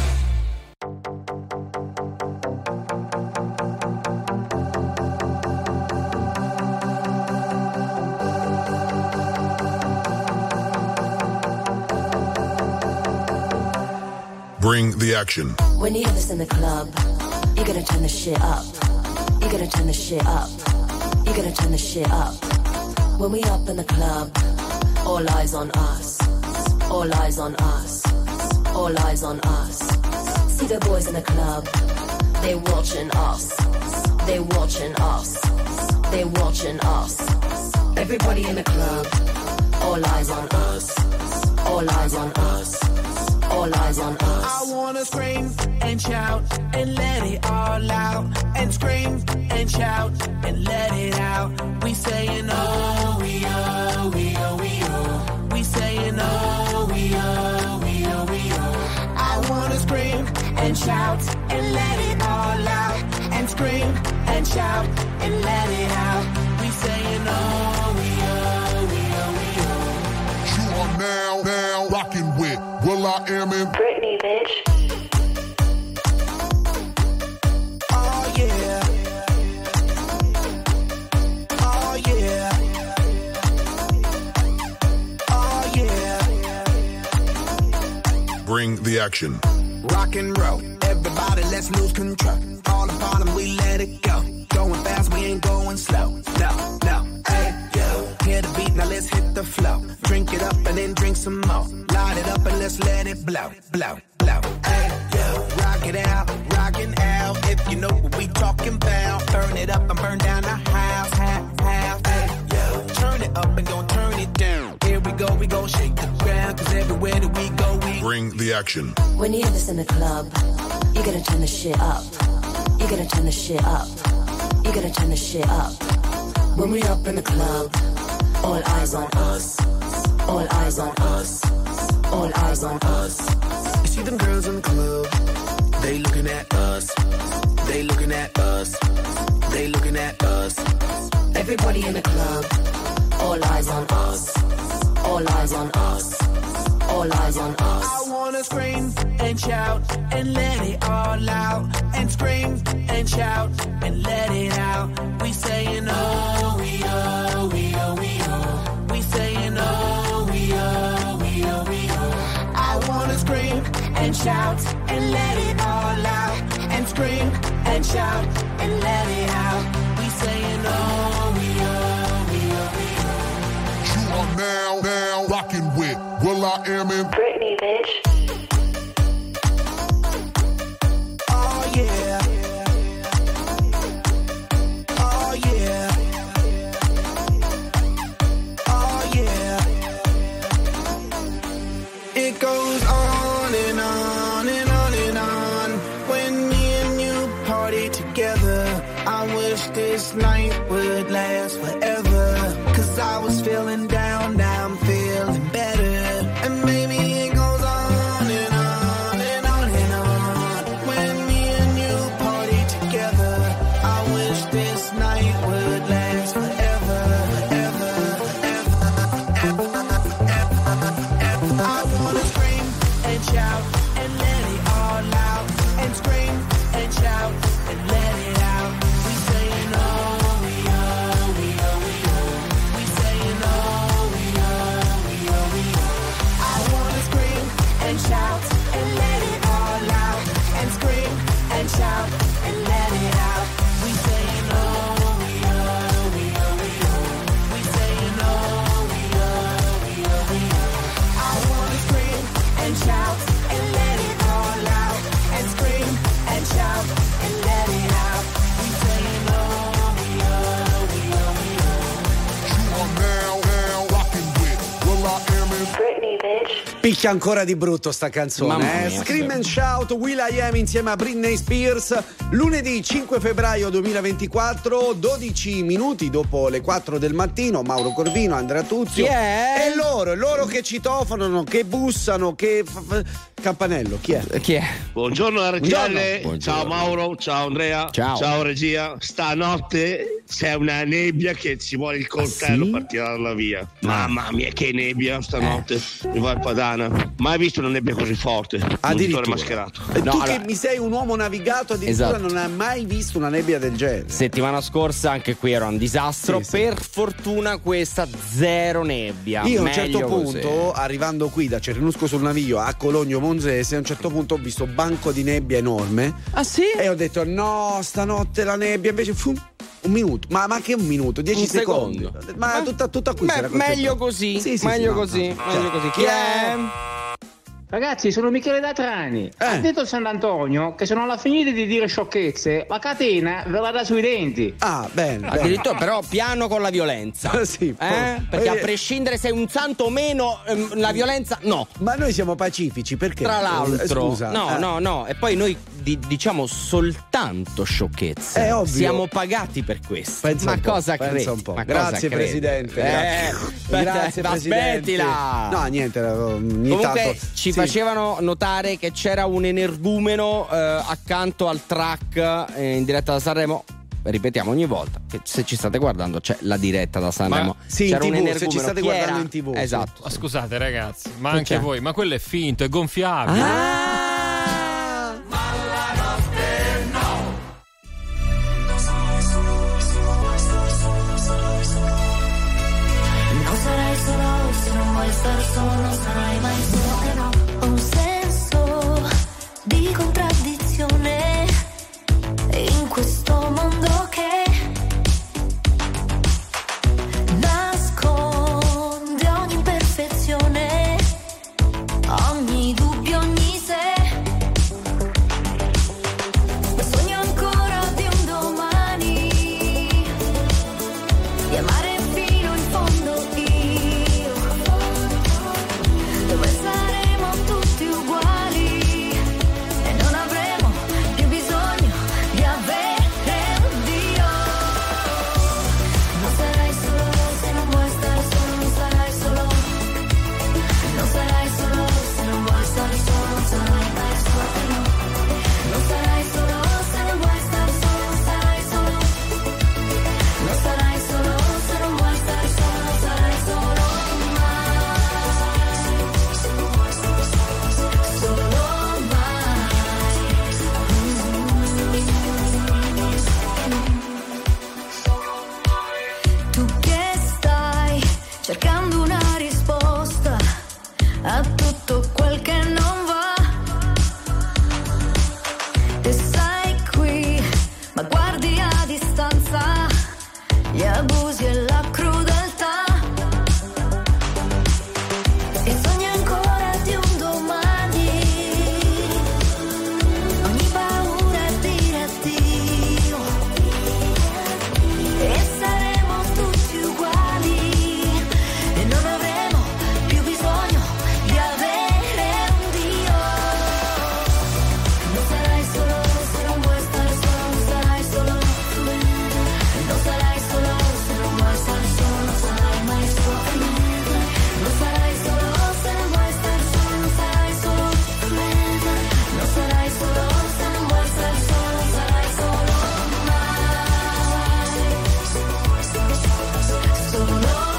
Bring the action. When you hear this in the club, you gotta turn the shit up. You gotta turn the shit up. You gotta turn the shit up. When we up in the club, all eyes on us. All eyes on us. All eyes on us. See the boys in the club, they watching us. They watching us. They watching us. Everybody in the club, all eyes on us. All eyes on us. All eyes on us. I wanna scream and shout and let it all out. And scream and shout and let it out. We saying oh, we oh, we oh, we oh. We saying oh, we oh, we oh, we oh. I wanna scream and shout and let it all out. And scream and shout and let it out. We saying oh, we oh, we oh, we oh. You are now rocking with will.i.am in Britney, bitch. Oh yeah. Oh yeah. Oh yeah. Bring the action. Rock and roll, everybody let's lose control. All the bottom we let it go. Going fast, we ain't going slow. No, no, hey, yo. Hear the beat, now let's hit the flow. Drink it up and then drink some more. Light it up and let's let it blow, blow, blow. Hey, yo. Rock it out, rockin' out. If you know what we talking about. Burn it up and burn down the house, half. Hey, yo. Turn it up and don't turn it down. Here we go shake the ground. Cause everywhere that we go, we bring the action. When you hear this in the club, you gotta turn the shit up. You gotta turn the shit up. You gotta turn the shit up. When we up in the club, all eyes on us. All eyes on us. All eyes on us. You see them girls in the club, they looking at us. They looking at us. They looking at us. Everybody in the club, all eyes on us. All eyes on us. All eyes on us. I wanna scream and shout and let it all out. And scream and shout and let it out. We saying oh, we oh, we oh, we oh. We saying oh, we oh, we oh, we oh. I wanna scream and shout and let it all out. And scream and shout and let it out. We saying oh, we oh, we oh, we oh. You are now rocking with will.i.am in Britney, bitch. Oh yeah. Oh yeah. Oh yeah. It goes on and on and on and on. When me and you party together, I wish this night would last forever. Cause I was feeling down, now I'm feeling better. And maybe it goes on and on and on and on. When me and you party together, I wish this night would last forever, forever, forever, forever. I wanna scream and shout and let it all out. And scream and shout and let it out. We saying oh, we oh, we oh, we oh. We saying oh, we oh, we oh, we oh. I wanna scream and shout and let it all out. And scream and shout and let it out. We saying oh, we oh, we oh, we oh. We saying oh, we oh, we oh, we oh. I wanna scream and shout and let it all out. And scream and shout and let it out. We saying oh, we oh, we oh, we oh. You are now rocking with will.i.am in Britney, bitch. Picchia ancora di brutto sta canzone. Mamma mia, Scream and Shout, will.i.am insieme a Britney Spears. Lunedì 5 febbraio 2024, 12 minuti dopo le 4 del mattino. Mauro Corvino, Andrea Tuzio. Chi è? E loro che citofonano, che bussano, che campanello. Chi è? Buongiorno RTL. Buongiorno. Ciao Mauro, ciao Andrea. Ciao regia. Stanotte c'è una nebbia che ci vuole il coltello per tirarla via. Mamma mia, che nebbia stanotte. Mi va il Padana. Mai visto una nebbia così forte. Addirittura mascherato. E tu che mi sei un uomo navigato, addirittura non hai mai visto una nebbia del genere. Settimana scorsa anche qui era un disastro. Per fortuna questa zero nebbia. Io a un certo punto, arrivando qui da Cernusco sul Naviglio a Cologno Monzese, a un certo punto ho visto banco di nebbia enorme. Ah sì? E ho detto no, stanotte la nebbia, invece fu un minuto, ma che un minuto, 10 secondi. Ma tutta qui. Meglio così. Meglio così. Chi è? Ragazzi, sono Michele da Trani. Ha detto Sant'Antonio che se non la finite di dire sciocchezze, la catena ve la dà sui denti. Ah, bene. Addirittura, però piano con la violenza. Sì, perché a prescindere sei un santo o meno, la violenza no. Ma noi siamo pacifici, perché? Tra l'altro, scusa. No. E poi noi diciamo soltanto sciocchezze. È ovvio. Siamo pagati per questo. Pensa credi? un po'. Ma Grazie cosa Presidente. Grazie Presidente. Aspettila. No, niente. Comunque ci facevano notare che c'era un energumeno accanto al track in diretta da Sanremo. Ripetiamo ogni volta che se ci state guardando c'è la diretta da Sanremo. C'era un energumeno. Se ci state guardando in TV. Esatto. Ma scusate ragazzi, ma anche voi, ma quello è finto, è gonfiabile. Star solo, non sarai mai solo e no. Ho un senso di contraddizione in questo mondo che nasconde ogni imperfezione, ogni dubbio, ogni se. Ma sogno ancora di un domani, di amare fino in fondo io, dove saremo tutti uguali e non avremo più bisogno di avere un Dio. Non sarai solo se non vuoi stare solo, non sarai solo. Non sarai solo se non vuoi stare solo, non sarai mai solo, no. Non sarai solo se non vuoi stare solo, non sarai solo. Non sarai solo se non vuoi stare solo, non sarai solo tu che stai cercando una risposta a tutto quel che non va e sei qui ma guardi a distanza gli abusi e la crudeltà e sogni ancora di un domani, ogni paura è dire addio e saremo tutti uguali e non avremo più bisogno di avere un Dio. Non sarai solo se non vuoi stare solo, non sarai solo. Non sarai solo se non vuoi stare solo, non sarai mai solo. Non sarai solo se non vuoi stare solo, non sarai solo. Non sarai solo se non vuoi stare solo, non sarai solo mai. Solo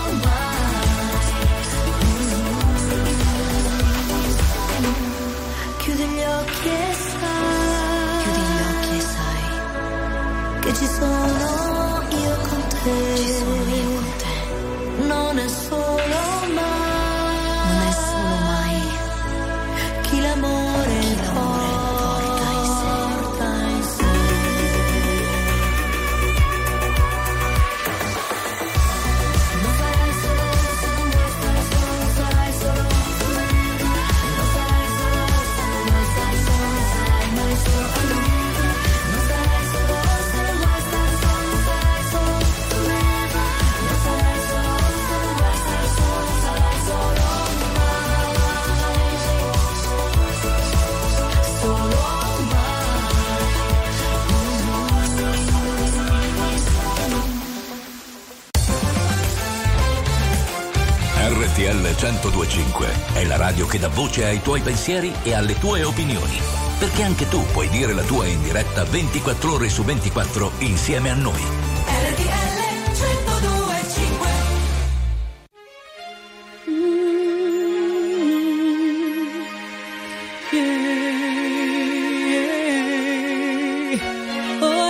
mai. Chiudi gli occhi e sai. Chiudi gli occhi e sai che ci sono io con te. Ci sono io con te. Non è solo mai. Non è solo mai. Chi l'amore porta in sé. Non sarai solo se non vuoi stare solo, non sarai solo. Non sarai solo se non vuoi stare solo, non sarai mai solo. Non sarai solo se non vuoi stare solo, non sarai solo. Non sarai solo se non vuoi stare RTL 102.5 è la radio che dà voce ai tuoi pensieri e alle tue opinioni. Perché anche tu puoi dire la tua in diretta 24 ore su 24 insieme a noi. RTL 102.5. Oh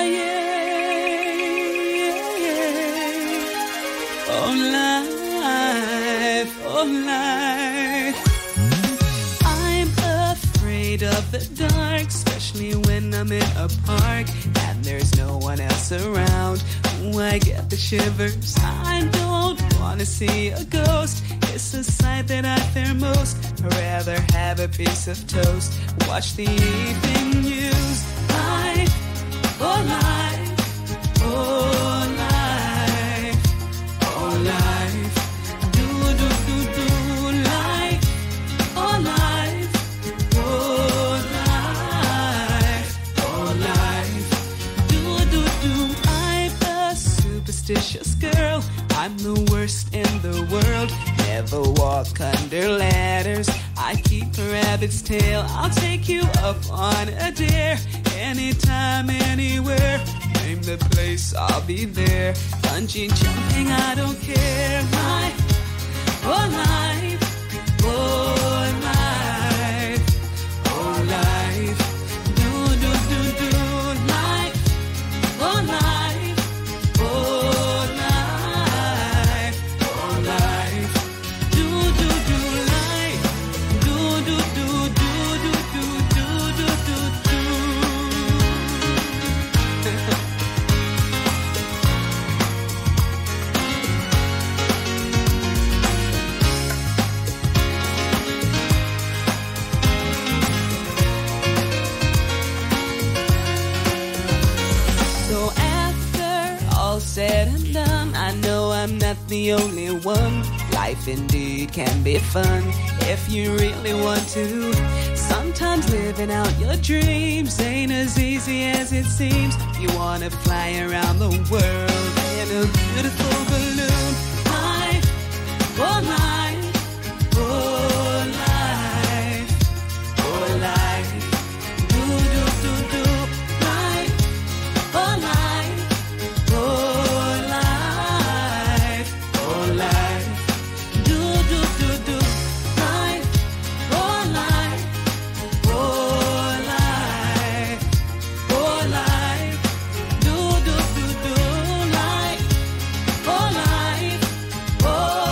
yeah. Oh life, oh life. I'm afraid of the dark, especially when I'm in a park and there's no one else around. Ooh, I get the shivers. I don't wanna see a ghost. It's a sight that I fear most. I'd rather have a piece of toast. Watch the evening news. Life, oh life, oh life, oh life. Do do do do life, oh life, oh life, oh life. Do do do. I'm a superstitious girl. I'm the worst in the world. Never walk under ladders. I keep a rabbit's tail. I'll take you up on a dare. Anytime, anywhere. Name the place, I'll be there. Bungee jumping, I don't care. Life, oh life, oh life, oh life. Do do do do life, oh life, oh life, oh life. Do do do life, do do do do do do do do do do. So after all said and done, I know I'm not the only one. Life indeed can be fun if you really want to. Sometimes living out your dreams ain't as easy as it seems. You wanna fly around the world in a beautiful balloon. Life, oh life, oh life, oh life. Do do do do life, oh life, oh life, oh life. Do do do do life, oh life, oh life, oh life. Do do do do life, oh life, oh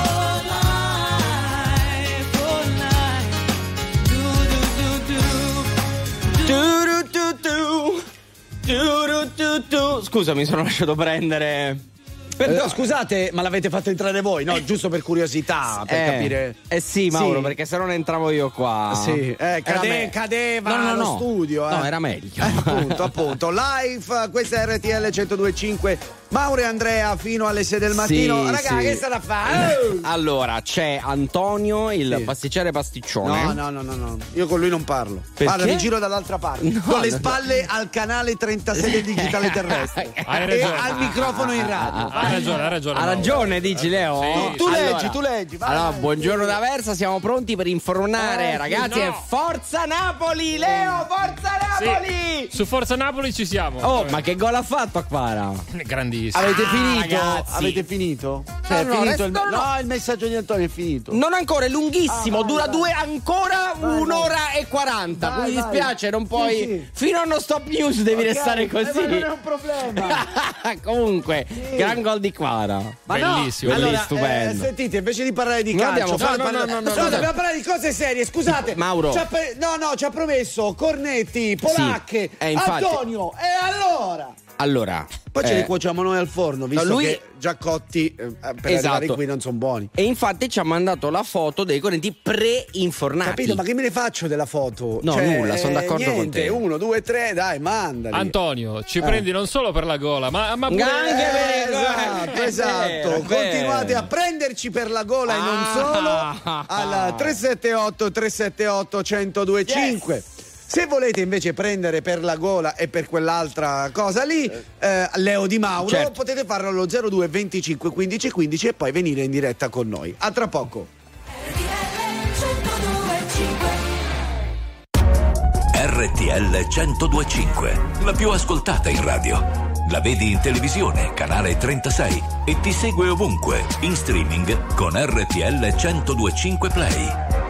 life, oh life. Do do do do. Scusa, mi sono lasciato prendere. No, scusate, ma l'avete fatto entrare voi? No, giusto per curiosità, per capire. Sì, Mauro, Sì. perché se non entravo io qua. Sì, cadeva lo studio. No, era meglio. Appunto. Live, questa è RTL 102.5. Mauro e Andrea fino alle 6 del mattino. Sì, Raga, sì. che state a fare? Allora, c'è Antonio, il Sì. pasticcere pasticcione. No. Io con lui non parlo. Perché? Guarda, mi giro dall'altra parte. No, con le no. spalle al canale 36 del digitale terrestre. Hai E ragione. al microfono in radio. Ha ragione. Ha ragione, dici Leo? Sì. Tu Allora, leggi. Vai. Allora, buongiorno da Versa, siamo pronti per infornare, ragazzi. no. E Forza Napoli, Leo, Forza Napoli! Su Forza Napoli ci siamo. Oh, ma che gol ha fatto Acquara? Grandissimo. Avete finito? ragazzi. Avete finito? Cioè, No, è finito resto- no, il messaggio di Antonio è finito. Non ancora, è lunghissimo, vai, dura vai. ancora Vai, un'ora e 40. Vai, mi vai. dispiace, non puoi. Sì. Fino a non stop news devi Ok, restare così. ma non è un problema. Comunque, gran gol di Quara. Ma no, Bellissimo. allora, stupendo. sentite, invece di parlare di Noi calcio, abbiamo fatto- no, dobbiamo parlare di cose serie. Scusate, Mauro. ci ha promesso Cornetti, Polacche, infatti. Antonio. E Allora, poi ce li cuociamo noi al forno, visto lui- che già cotti per arrivare Esatto. qui non sono buoni. E infatti ci ha mandato la foto dei corneti pre-infornati. Capito? Ma che me ne faccio della foto? No, nulla, sono d'accordo con niente, te. 1, 2, 3, dai, mandali. Antonio, ci prendi non solo per la gola, ma pure Anche per il Esatto, È esatto. vero, è Continuate vero. a prenderci per la gola e non solo al 378 378 1025. Se volete invece prendere per la gola e per quell'altra cosa lì, Leo Di Mauro, Certo. potete farlo allo 02 25 15 15 e poi venire in diretta con noi. A tra poco. RTL 102.5, la più ascoltata in radio. La vedi in televisione, canale 36, e ti segue ovunque, in streaming con RTL 102.5 Play.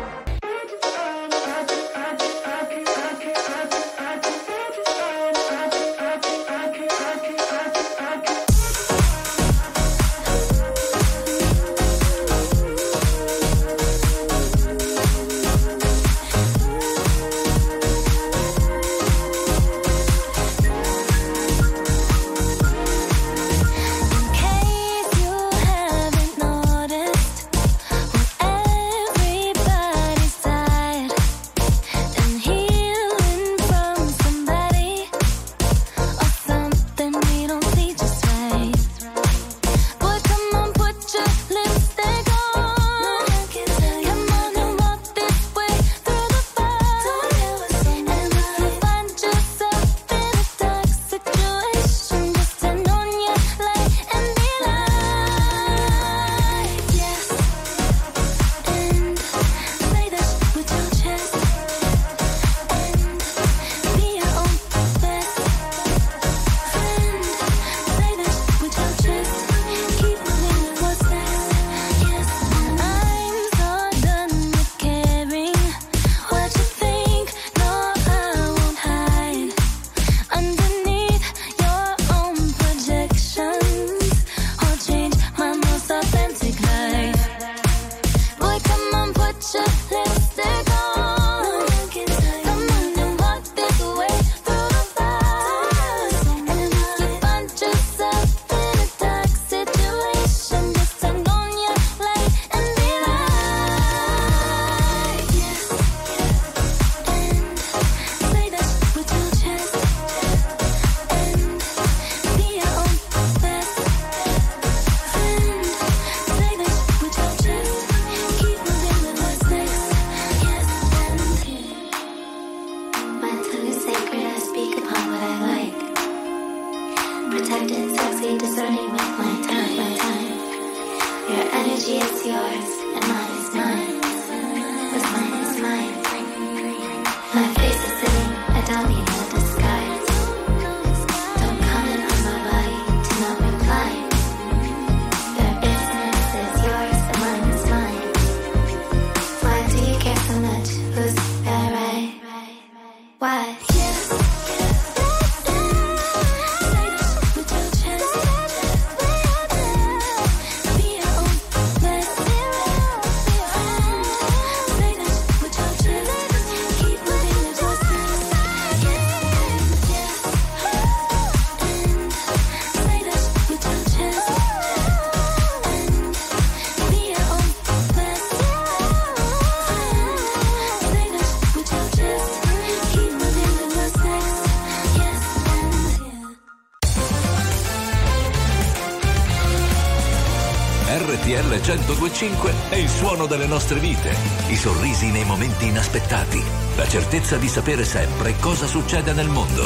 RTL 102.5 è il suono delle nostre vite, i sorrisi nei momenti inaspettati, la certezza di sapere sempre cosa succede nel mondo.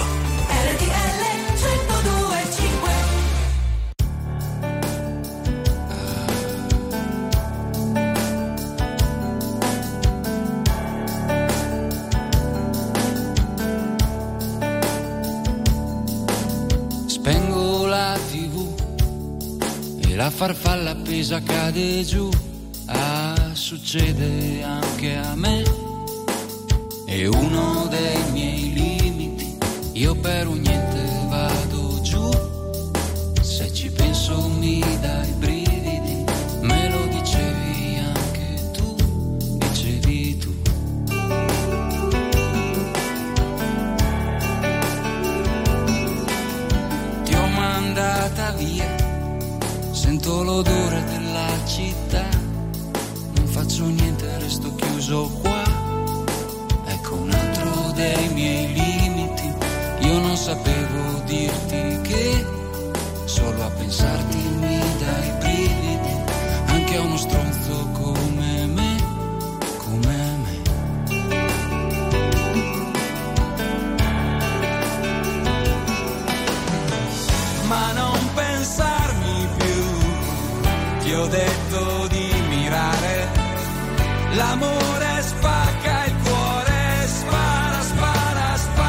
RTL 102.5. Spengo la TV e la farfalla appesa cade giù. Ah, succede anche a me. È uno dei miei limiti. Io per un niente vado giù. Se ci penso mi dai brividi. Me lo dicevi anche tu. Dicevi tu. Ti ho mandata via. Sento l'odore della città. Non faccio niente, resto chiuso qua. Ecco un altro dei miei limiti. Io non sapevo dirti che solo a pensarti mi dai brividi. Anche a uno stronzo come me, come me. Ma non pensarmi più. Ti ho detto di mirare. L'amore spacca il cuore. Spara, spara, spara.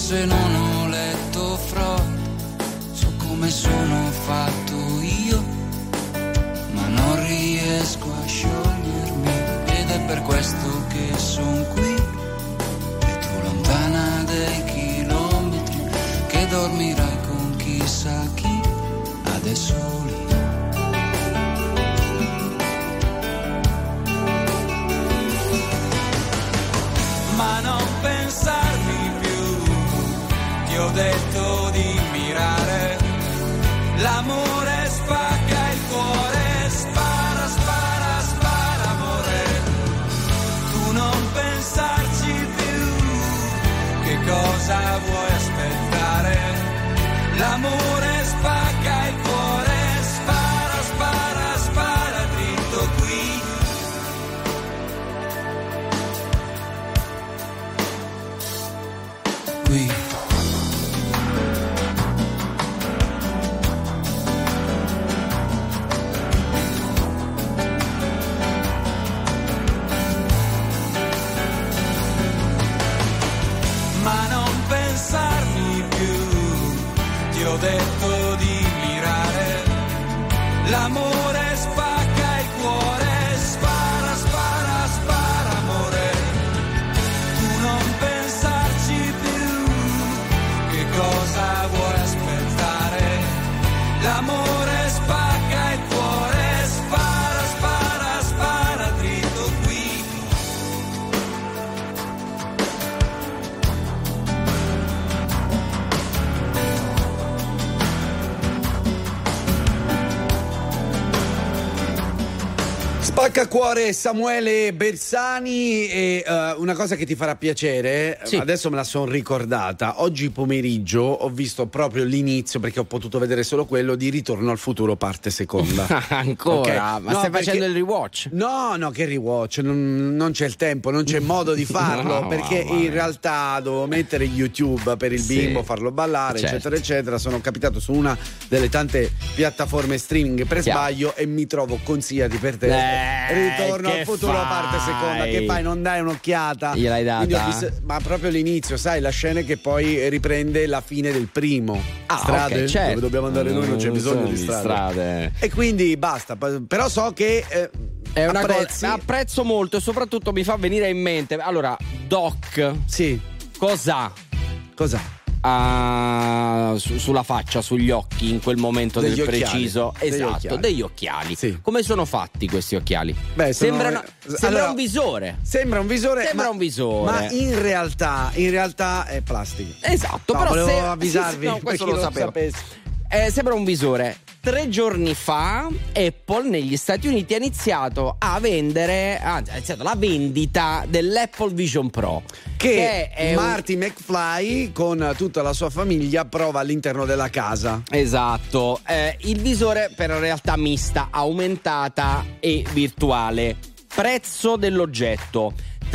forse non ho letto Freud, so come sono fatto io, ma non riesco a sciogliermi, ed è per questo che son qui, e tu lontana dei chilometri, che dormirai con chissà chi, adesso lì. Ma non pensarmi più, ti ho detto di mirare, l'amore spacca il cuore, spara, spara, spara amore, tu non pensarci più, che cosa vuoi aspettare, l'amore spacca il cuore, spara, spara, spara dritto qui. Qui. Ma non pensarmi più, ti ho detto di mirare, l'amore spacca il cuore, spara, spara, spara amore, tu non pensarci più, che cosa vuoi aspettare, l'amore spacca il cuore, spara, spara, spara dritto qui. Spacca cuore Samuele Bersani e una cosa che ti farà piacere, Sì. adesso me la sono ricordata, oggi pomeriggio ho visto proprio l'inizio, perché ho potuto vedere solo quello, di Ritorno al futuro parte seconda. Ancora? Ok? Ma No, stai perché- facendo il rewatch? No, che rewatch, non c'è il tempo, non c'è modo di farlo, No, perché mamma in mia. realtà dovevo mettere YouTube per il Sì. bimbo, farlo ballare, Certo. eccetera, eccetera. Sono capitato su una delle tante piattaforme streaming per Chiaro. sbaglio e mi trovo consigliati per te. Ritorno che al futuro parte seconda. fai? Che fai? Non dai un'occhiata? Gliel'hai data? Quindi ho visto- ma proprio l'inizio, sai, la scena che poi riprende la fine del primo. Ah, Strade, ok, certo. dove dobbiamo andare noi, non c'è bisogno sono di strade. E quindi basta. Però so che È una apprezzi. cosa, apprezzo molto e soprattutto mi fa venire in mente. Allora, Doc, sì, cosa ha sulla faccia, sugli occhi in quel momento Degli del occhiali. preciso? Degli Esatto, occhiali. degli occhiali. Sì. Come sono fatti questi occhiali? Beh, sono- sembra allora, un visore. Sembra un visore, Sembra un visore. ma in realtà è plastica. Esatto, No, però volevo avvisarvi, sì, no, per questo chi lo non sapevo. sapesse. Sembra un visore. 3 giorni fa Apple negli Stati Uniti ha iniziato a vendere, anzi ha iniziato la vendita dell'Apple Vision Pro, Che è Marty McFly con tutta la sua famiglia prova all'interno della casa. Esatto, il visore per realtà mista, aumentata e virtuale. Prezzo dell'oggetto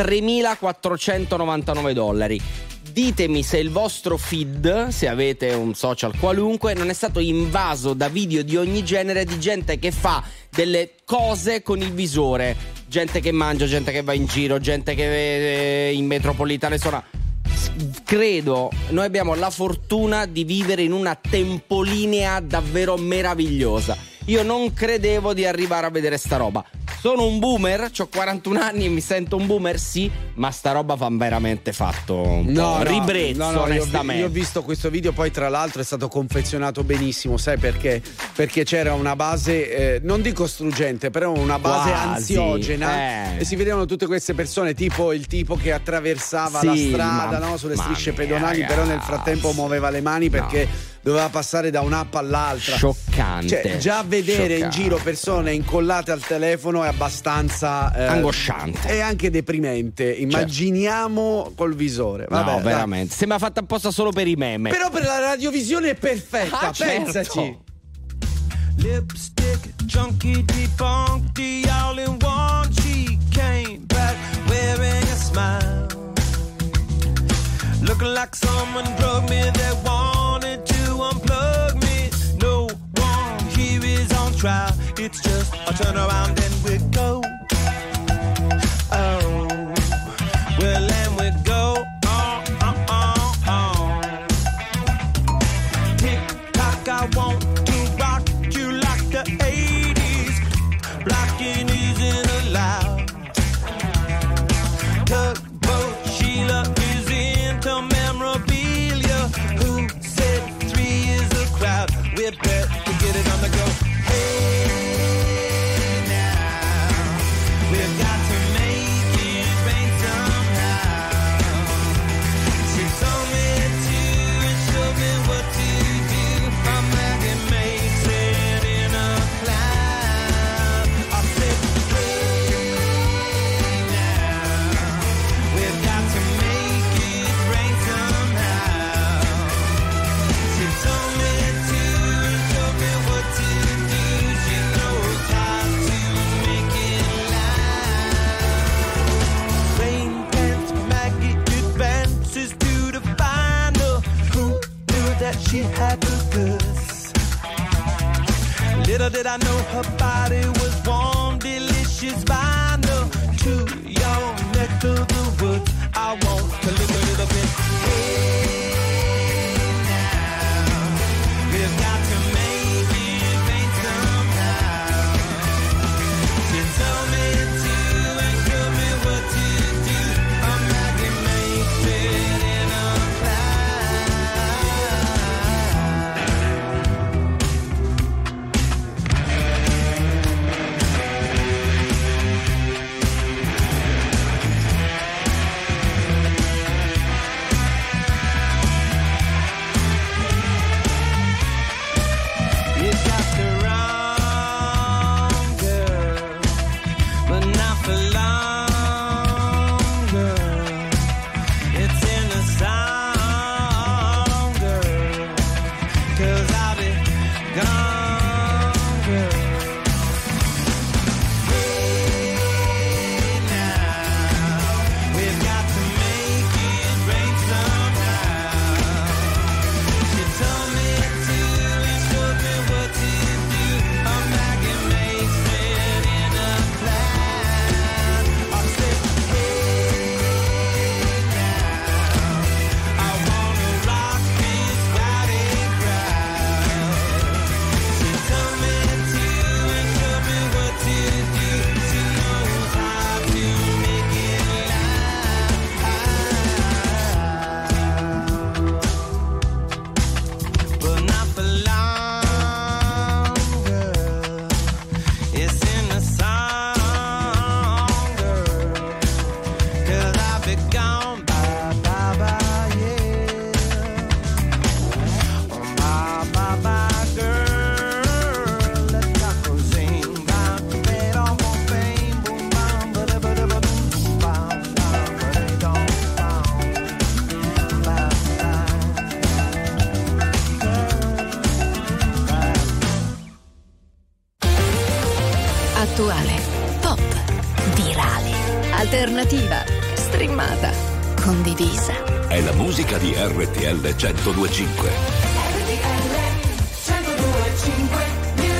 $3.499. Ditemi se il vostro feed, se avete un social qualunque, non è stato invaso da video di ogni genere di gente che fa delle cose con il visore. Gente che mangia, gente che va in giro, gente che in metropolitane suona. Credo, noi abbiamo la fortuna di vivere in una tempolinea davvero meravigliosa. Io non credevo di arrivare a vedere sta roba. Sono un boomer, ho 41 anni e mi sento un boomer, sì, ma sta roba fa veramente fatto un po' ribrezzo, onestamente. Io ho visto questo video, poi tra l'altro è stato confezionato benissimo, sai perché? Perché c'era una base, non dico struggente, però una base Quasi, ansiogena e si vedevano tutte queste persone, tipo il tipo che attraversava Sì, la strada, ma- no, sulle mamma strisce mia, pedonali, ragazzi. però nel frattempo muoveva le mani perché doveva passare da un'app all'altra. Scioccante. Cioè, già vedere in Scioccante. giro persone incollate al telefono è abbastanza Angosciante. e anche deprimente. Immaginiamo col visore. Vabbè, no, dai. veramente. Sembra fatta apposta solo per i meme. Però per la radiovisione è perfetta, Ah, certo. pensaci. Lipstick, junkie, defunky, all in one. She came back wearing a smile, looking like someone drugged me that wanted to unplug me. No one here is on trial. It's just a turn around and we go. Oh, well, and we go. Oh, oh, oh, oh. that she had the goods. Little did I know her body was warm, delicious vinyl to your neck of the woods. I want to live a little bit. Hey, now we've got to make it rain somehow. She told me to and showed me what to do. I'm like it makes it in a Attuale, pop, virale, alternativa, streamata, condivisa. È la musica di RTL 102.5. RTL 102.5.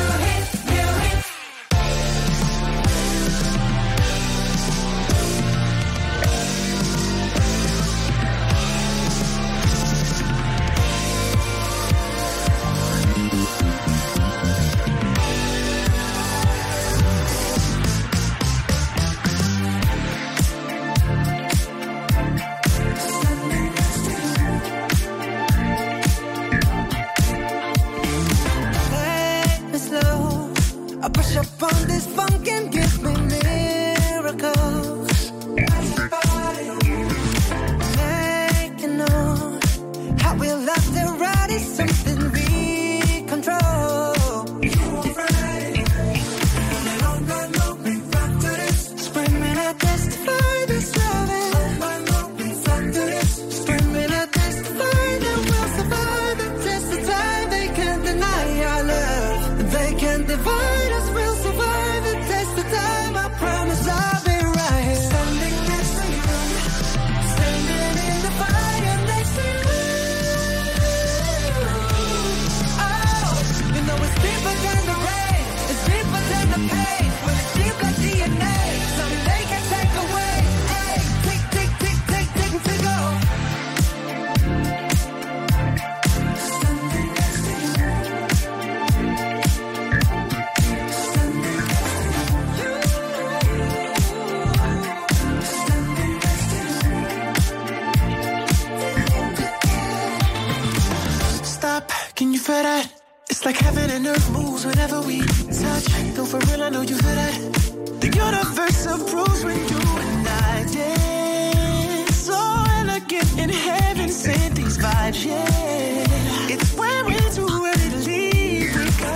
It's like heaven and earth moves whenever we touch. No, for real, I know you feel that. The universe approves when you and I dance. So elegant in heaven, sent these vibes, yeah. It's when we're too ready to leave, we go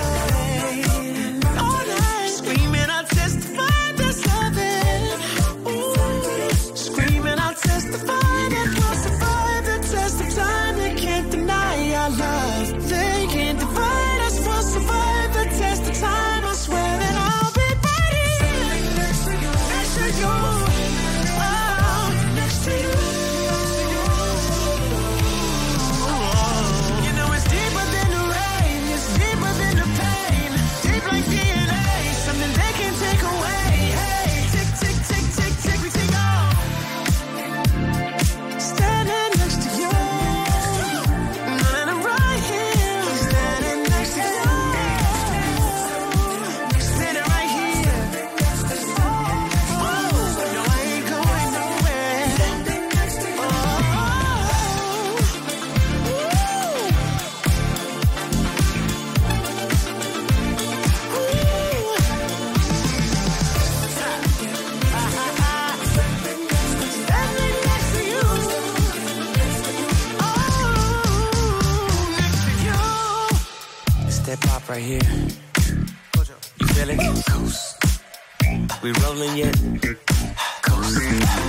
all night, screaming, I'll testify that's loving. Ooh, screaming, I'll testify that we'll survive the test of time. They can't deny our love. They can't divide us. We'll survive the test of time. I swear that I'll be right here next to you, next to you. Oh, next to you. it pop right here. You feel it? Coast. We rolling yet? Coast.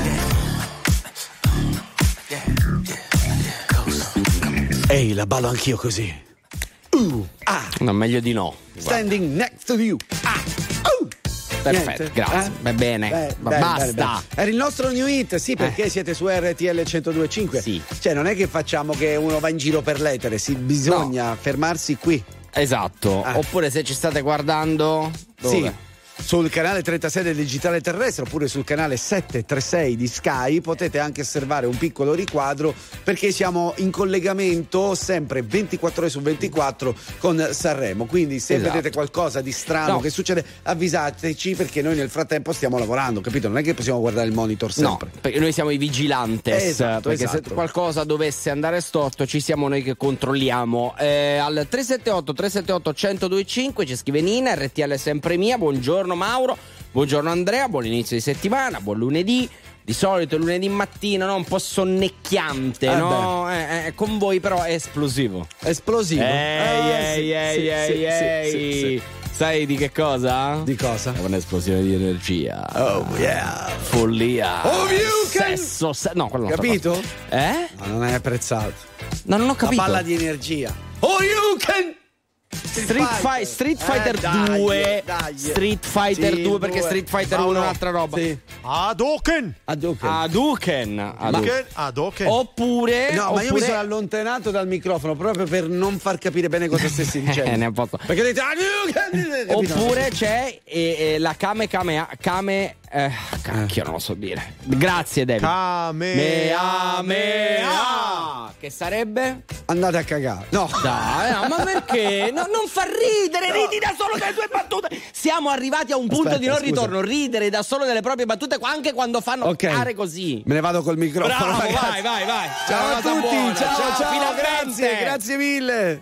Ehi, la ballo anch'io così. No, meglio di no. Standing next to you. Perfetto, Niente? grazie. Va bene, basta. Bene. Era il nostro new hit, sì, perché siete su RTL 102.5. Sì. Cioè, non è che facciamo che uno va in giro per l'etere, bisogna fermarsi qui. Esatto. Oppure se ci state guardando, dove? Sì. Sul canale 36 del digitale terrestre oppure sul canale 736 di Sky potete anche osservare un piccolo riquadro, perché siamo in collegamento sempre 24 ore su 24 con Sanremo, quindi se vedete qualcosa di strano che succede avvisateci, perché noi nel frattempo stiamo lavorando, capito? Non è che possiamo guardare il monitor sempre. No, perché noi siamo i vigilantes, perché se qualcosa dovesse andare storto ci siamo noi che controlliamo. Al 378-378-1025 ci scrive Nina, RTL sempre mia, buongiorno Mauro, buongiorno Andrea, buon inizio di settimana, buon lunedì. Di solito il lunedì mattina, no? Un po' sonnecchiante, no? Con voi però è esplosivo. Esplosivo? Ehi. Sai di che cosa? Di cosa? È un'esplosione di energia. Oh yeah. Follia. Oh, you can... Sesso. No, quello non capito? No, non hai apprezzato. No, non ho capito. La palla di energia. Oh, you can... Street Fighter 2. Street Fighter 2, perché Street Fighter 1 è un'altra roba. Sì. Hadouken. Oppure ma io mi sono allontanato dal microfono proprio per non far capire bene cosa stessi dicendo. Ne ho fatto. Perché dite oppure c'è la cacchio, non lo so dire. Grazie David. Kamehameha. Che sarebbe? Andate a cagare. No. Dai, no, ma perché? No, non fa ridere, ridi da solo delle tue battute. Siamo arrivati a un punto di non ritorno, ridere da solo delle proprie battute anche quando fanno fare così. Me ne vado col microfono. Bravo, vai. Ciao a tutti, buona. ciao, grazie mille.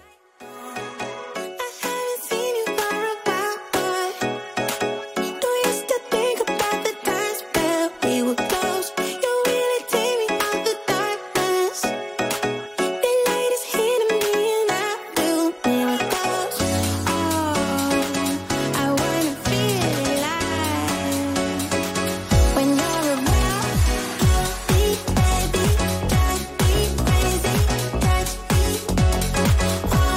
Touch me.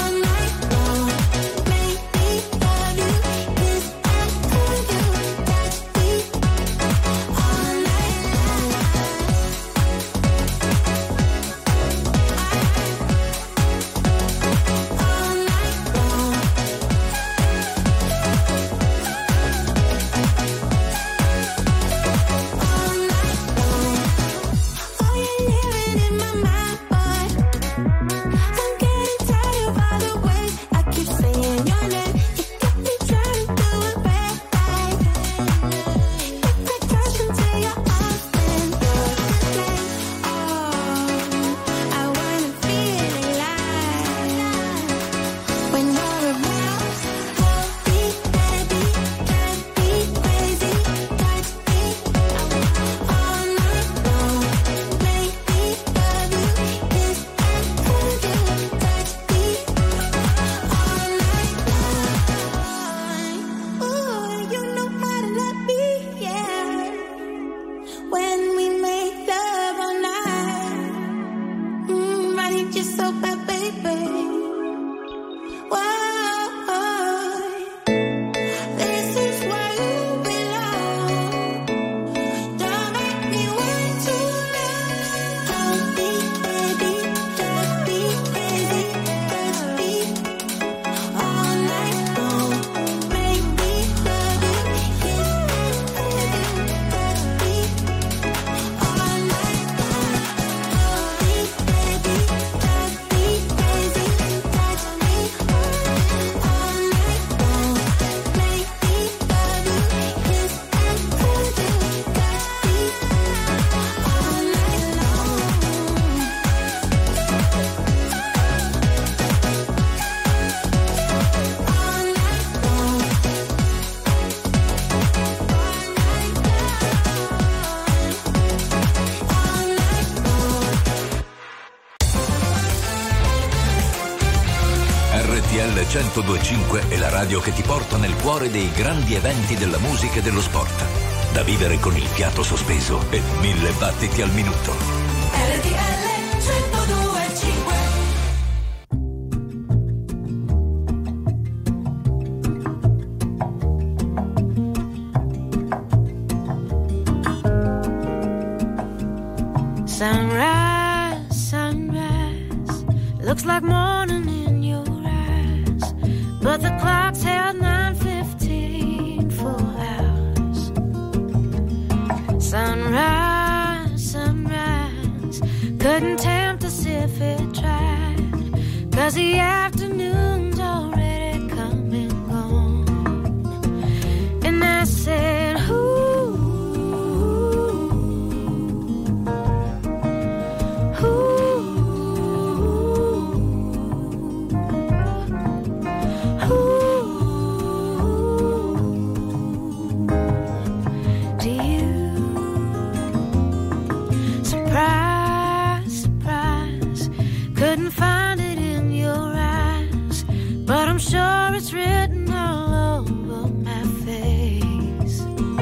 RTL 102.5 è la radio che ti porta nel cuore dei grandi eventi della musica e dello sport. Da vivere con il fiato sospeso e 1000 battiti al minuto. RTL 102.5. Sunrise, sunrise, looks like morning in your eyes, but the clock's held 9:15 for hours. Sunrise, sunrise, couldn't tempt us if it tried, 'cause the afternoon's already come and gone. And I said, sure it's written all over my face.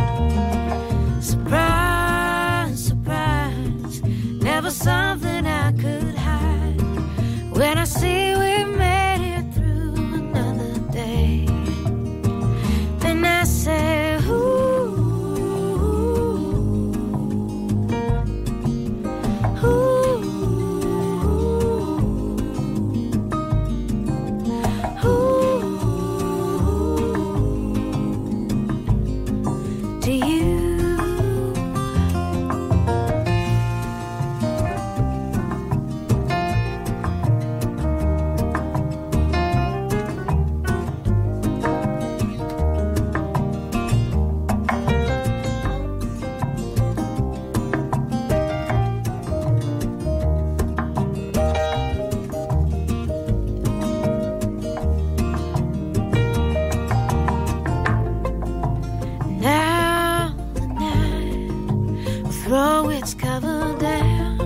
Surprise, surprise, never something I could hide. When I see we made it through another day, then I say, ooh, ooh. Throw its cover down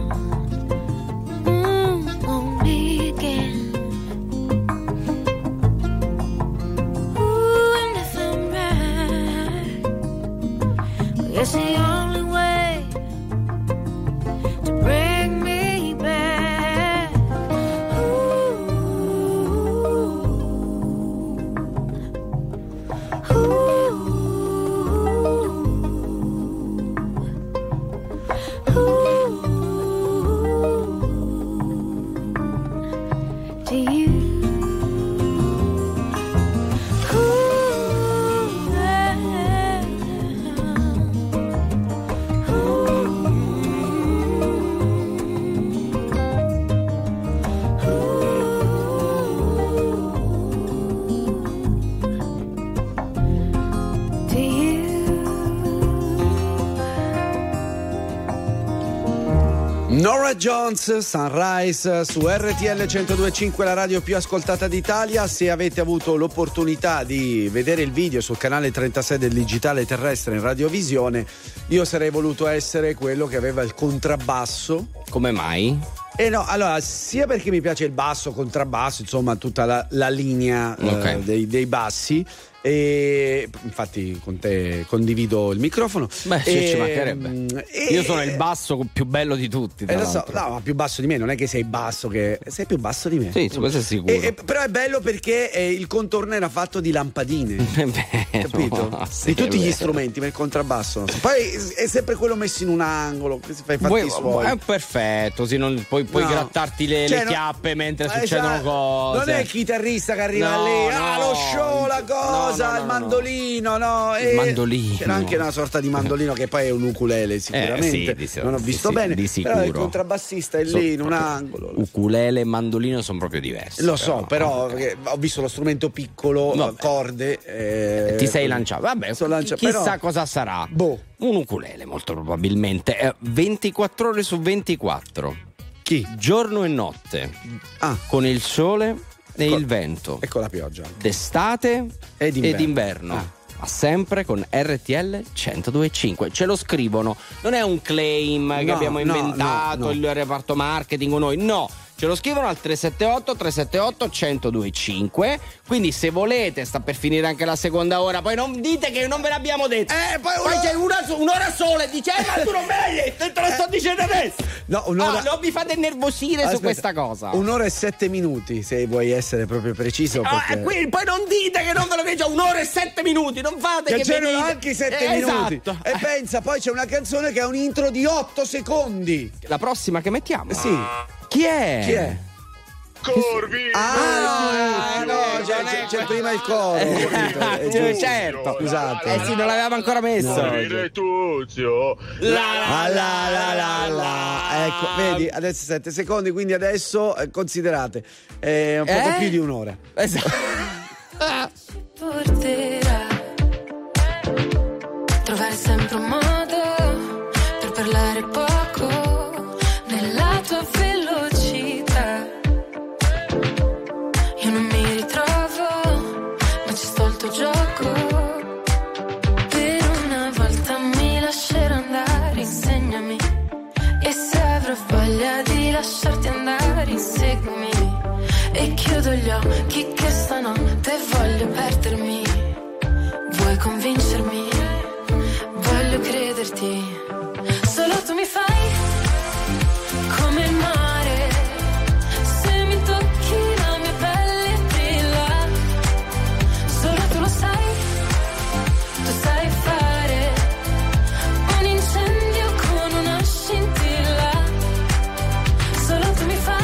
on me again. Ooh, and if I'm right, it's the only way to bring me back. Ooh, ooh. Norah Jones, Sunrise su RTL 102.5, la radio più ascoltata d'Italia. Se avete avuto l'opportunità di vedere il video sul canale 36 del digitale terrestre in radiovisione, io sarei voluto essere quello che aveva il contrabbasso. Come mai? No, allora, sia perché mi piace il basso, contrabbasso, insomma tutta la linea dei bassi. E infatti con te condivido il microfono. Beh, ci mancherebbe. Io sono il basso più bello di tutti. Lo so, no, ma più basso di me, non è che sei basso, che sei più basso di me. Sì, questo è sicuro. Però è bello perché il contorno era fatto di lampadine. Capito? No, di tutti gli strumenti, ma il contrabbasso. Poi è sempre quello messo in un angolo, che si fa i fatti suoi. È perfetto, sì, non puoi grattarti le chiappe mentre succedono cose. Non è il chitarrista che arriva lì, lo show, la cosa. Il mandolino, il mandolino. C'era anche una sorta di mandolino che poi è un ukulele sicuramente. Non ho visto bene. Di sicuro. Però il contrabbassista è lì in un angolo. Ukulele e mandolino sono proprio diversi. Lo so, però ho visto lo strumento piccolo, corde. Ti sei lanciato. Vabbè, chissà cosa sarà. Un ukulele molto probabilmente. 24 ore su 24. Chi? Giorno e notte. Con il sole e il vento. E con la pioggia. D'estate ed inverno. Ma sempre con RTL 102.5. Ce lo scrivono. Non è un claim che abbiamo inventato il reparto marketing o noi. No, Ce lo scrivono al 378-378-1025. Quindi se volete, sta per finire anche la seconda ora, poi non dite che non ve l'abbiamo detto. Poi c'è un'ora sola e dice ma tu non me l'hai detto, te lo sto dicendo adesso. No, un'ora... non mi fate nervosire. Aspetta, su questa cosa. 1 ora e 7 minuti, se vuoi essere proprio preciso. Perché... Quindi poi non dite che non ve lo dico, 1 ora e 7 minuti, non fate che c'erano anche i 7 minuti. Esatto. E pensa, poi c'è una canzone che ha un intro di 8 secondi. La prossima che mettiamo? Sì. Chi è? Chi è? Corvino! No, c'è prima il coro. Certo. Scusate. Sì, non l'avevamo ancora messo. Tuzio. La. Ecco, vedi, adesso 7 secondi, quindi adesso considerate un poco più di un'ora. Esatto. Porterà trovare sempre un modo per parlare poco nella tua velocità. Io non mi ritrovo, ma ci sto al tuo gioco. Per una volta mi lascerò andare, insegnami. E se avrò voglia di lasciarti andare, inseguimi. E chiudo gli occhi che stanotte voglio perdermi. Vuoi convincermi? Voglio crederti. Solo tu mi fai come il mare. Se mi tocchi la mia pelle brilla. Solo tu lo sai. Tu sai fare un incendio con una scintilla. Solo tu mi fai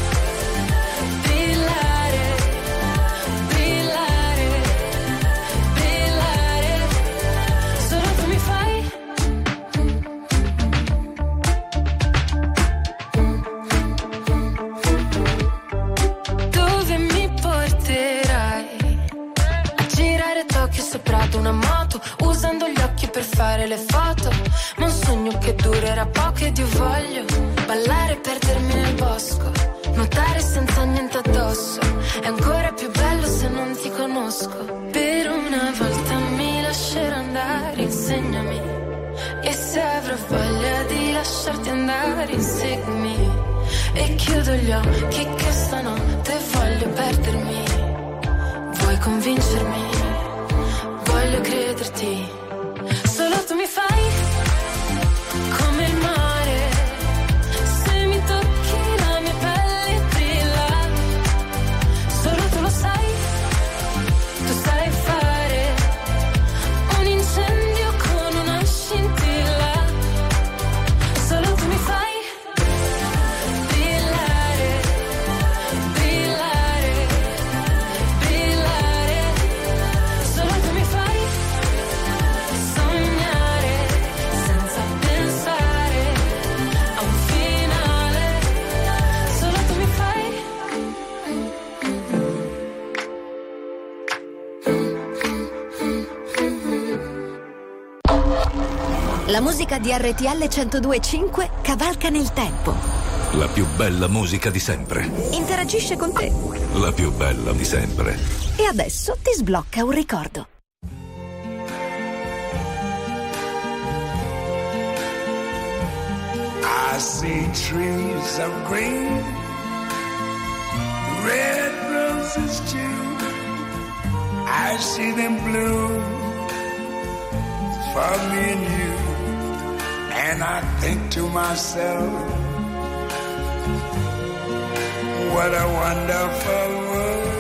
una moto, usando gli occhi per fare le foto. Ma un sogno che durerà poco ed io voglio ballare e perdermi nel bosco, nuotare senza niente addosso. È ancora più bello se non ti conosco. Per una volta mi lascerò andare, insegnami. E se avrò voglia di lasciarti andare, inseguimi. E chiudo gli occhi che stanotte voglio perdermi. Vuoi convincermi? Voglio crederti. Solo tu mi fai come il mare. Se mi tocchi la mia pelle brilla. Solo tu lo sai. Tu sai fare un incendio con una scintilla. Solo tu mi fai brillare, brillare, brillare. Solo tu mi fai sognare senza pensare a un finale. Solo tu mi fai. La musica di RTL 102.5 cavalca nel tempo. La più bella musica di sempre. Interagisce con te. La più bella di sempre. E adesso ti sblocca un ricordo. I see trees of green, red roses too. I see them bloom for me and you. And I think to myself, what a wonderful world.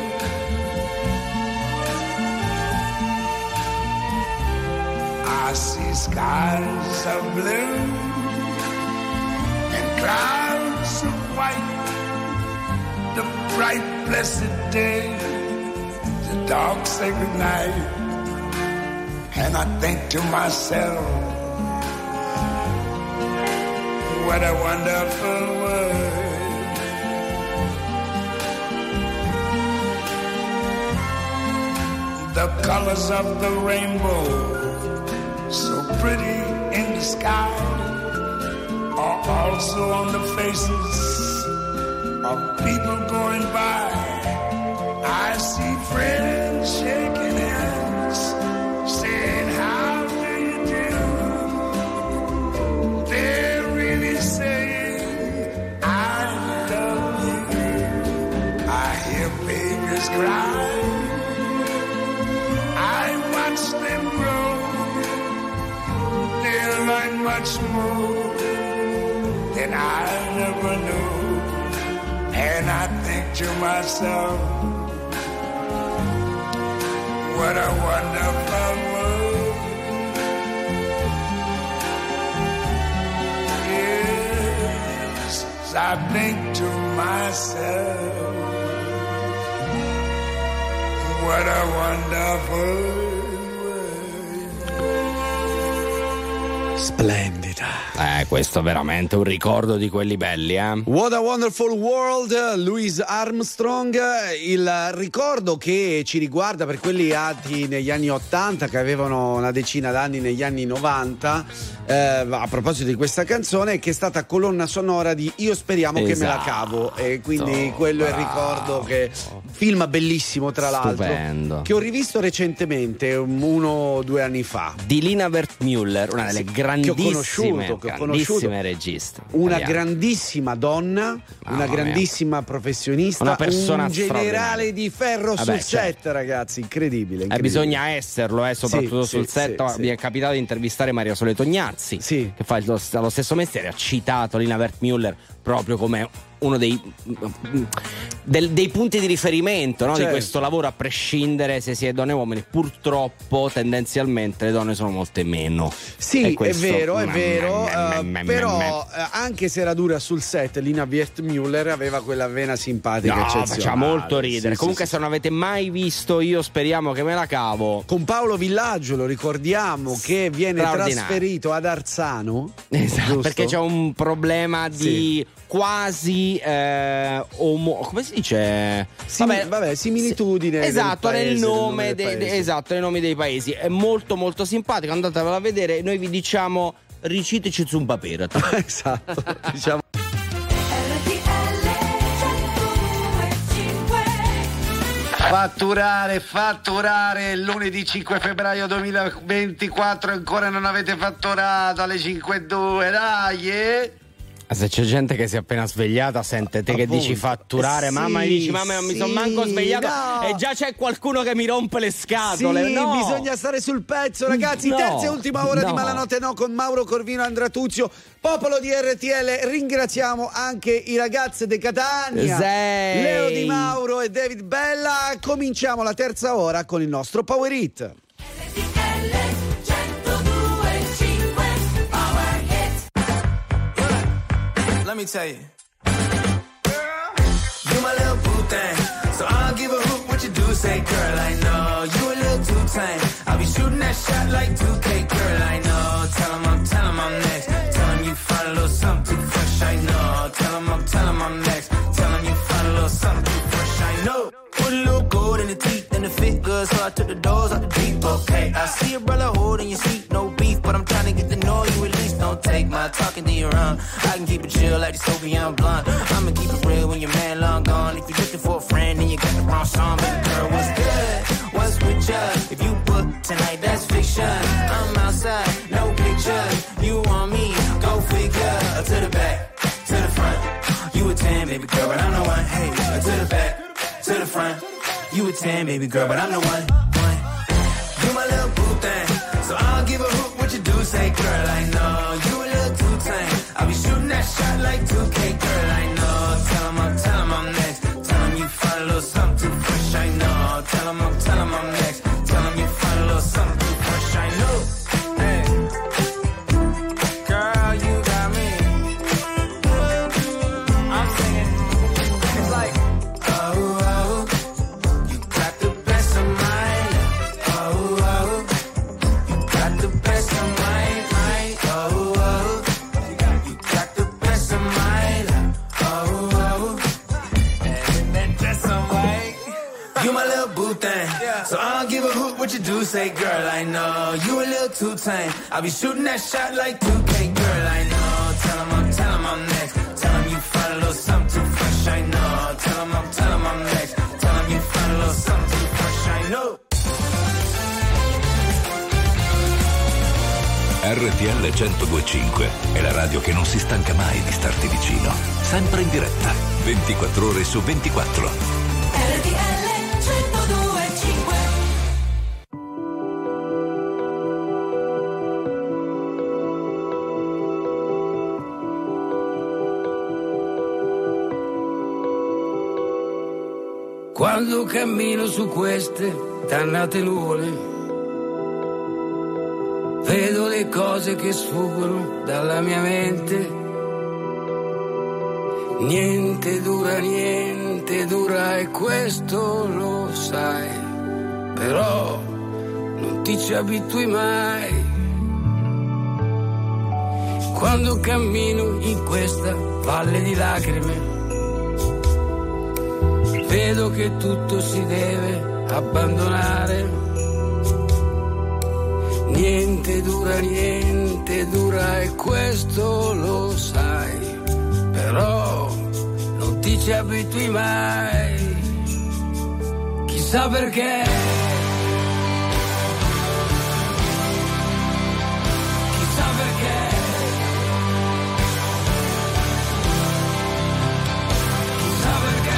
I see skies of blue and clouds of white, the bright blessed day, the dark sacred night. And I think to myself, what a wonderful world. The colors of the rainbow, so pretty in the sky, are also on the faces of people going by. I see friends shaking hands, saying, how do you do? They're really saying, I love hear babies cry. I watch them grow. They'll learn much more than I never knew. And I think to myself, what a wonderful world. Yes, I think to myself, what a wonderful world. Splendida. Questo è veramente un ricordo di quelli belli, eh? What a Wonderful World, Louis Armstrong, il ricordo che ci riguarda per quelli nati negli anni 80, che avevano una decina d'anni negli anni 90, a proposito di questa canzone, che è stata colonna sonora di Io speriamo che me la cavo, e quindi quello è il ricordo che... Film bellissimo, tra l'altro, che ho rivisto recentemente, 1 o 2 anni fa, di Lina Wertmüller, una delle grandissime registe, una grandissima donna, una grandissima professionista, una persona un generale di ferro sul set, ragazzi, incredibile. Bisogna esserlo, soprattutto sul set. Mi è capitato di intervistare Maria Sole Tognazzi, che fa lo stesso mestiere, ha citato Lina Wertmüller proprio come uno dei punti di riferimento, no? Di questo lavoro, a prescindere se si è donne o uomini. Purtroppo tendenzialmente le donne sono molte meno. Sì, è vero, però anche se era dura sul set, Lina Wertmüller aveva quella vena simpatica eccezionale. Faceva molto ridere. Comunque se non avete mai visto Io speriamo che me la cavo, con Paolo Villaggio, lo ricordiamo, che viene trasferito ad Arzano, perché c'è un problema di quasi come si dice? Similitudine. Esatto, nel nome nei nomi dei paesi. È molto molto simpatico, andatevelo a vedere. Noi vi diciamo riciteci su un papero. Esatto, diciamo. Fatturare lunedì 5 febbraio 2024, ancora non avete fatturato alle 5:02, dai! Se c'è gente che si è appena svegliata, sente te che dici fatturare, mamma non mi sono manco svegliato, e già c'è qualcuno che mi rompe le scatole. Bisogna stare sul pezzo, ragazzi. Terza e ultima ora di Malanotte No con Mauro Corvino e Andrea Tuzio. Popolo di RTL, ringraziamo anche i ragazzi di Catania, Leo Di Mauro e David Bella. Cominciamo la terza ora con il nostro Power Hit. Let me tell you, you my little boo thing, so I'll give a hoot what you do. Say, girl, I know you a little too tame. I'll be shooting that shot like 2K, girl, I know. Tell 'em I'm next. Tell 'em you find a little something too fresh, I know. Tell 'em I'm next. Tell 'em you find a little something too fresh, I know. Put a little gold in the teeth and the fit good, so I took the doors out the deep. Okay, I see a brother holding your seat, no beef, but I'm trying to get to know you at least. Don't take my talking to your own. I can keep it chill like the Soviet blonde. I'ma keep it real when your man long gone. If you're looking for a friend and you got the wrong song, baby girl, what's good? What's with ya? If you book tonight, that's fiction. I'm outside, no pictures. You want me? Go figure. To the back, to the front. You a 10, baby girl, but I'm the one. Hey, to the back, to the front. You a 10, baby girl, but I'm the one. You my little boo thing, so I'll give a hoot what you do. Say, girl, I know you a little too tame. I'll be shooting that shot like 2K, girl, I know. Tell 'em I'm next. Tell 'em you find a little something too fresh, I know. Tell 'em I'm next. Tell 'em you find a little something too fresh, I know. Hey, girl, you got me. I'm singing. It's like, oh, you got the best of mine. Oh, you got the best of mine. Oh, you got the best of mine. Oh, and that dress on white. You my little boo thing, so I don't give a hoot what you do. Say, girl, I know you a little too tame. I'll be shooting that shot like 2K, girl, I know. Tell 'em I'm next. Tell 'em you find a little something too fresh, I know. Tell 'em I'm next. Tell 'em you find a little something too fresh, I know. RTL 102.5 è la radio che non si stanca mai di starti vicino, sempre in diretta, 24 ore su 24. Quando cammino su queste dannate nuvole, vedo le cose che sfuggono dalla mia mente. Niente dura e questo lo sai, però non ti ci abitui mai. Quando cammino in questa valle di lacrime, vedo che tutto si deve abbandonare. Niente dura e questo lo sai, però non ti ci abitui mai. Chissà perché, chissà perché, chissà perché.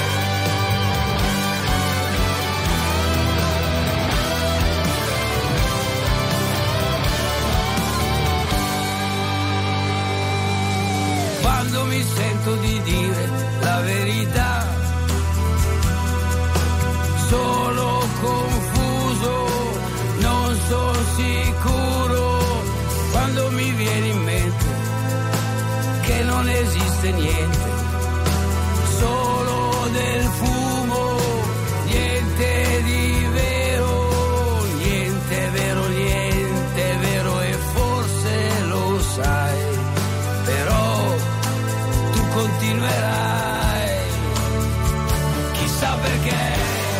Quando mi sento di dire la verità, sono confuso, non sono sicuro. Quando mi viene in mente che non esiste niente, solo del fumo, niente di vero, niente vero e forse lo sai, però tu continuerai, chissà perché.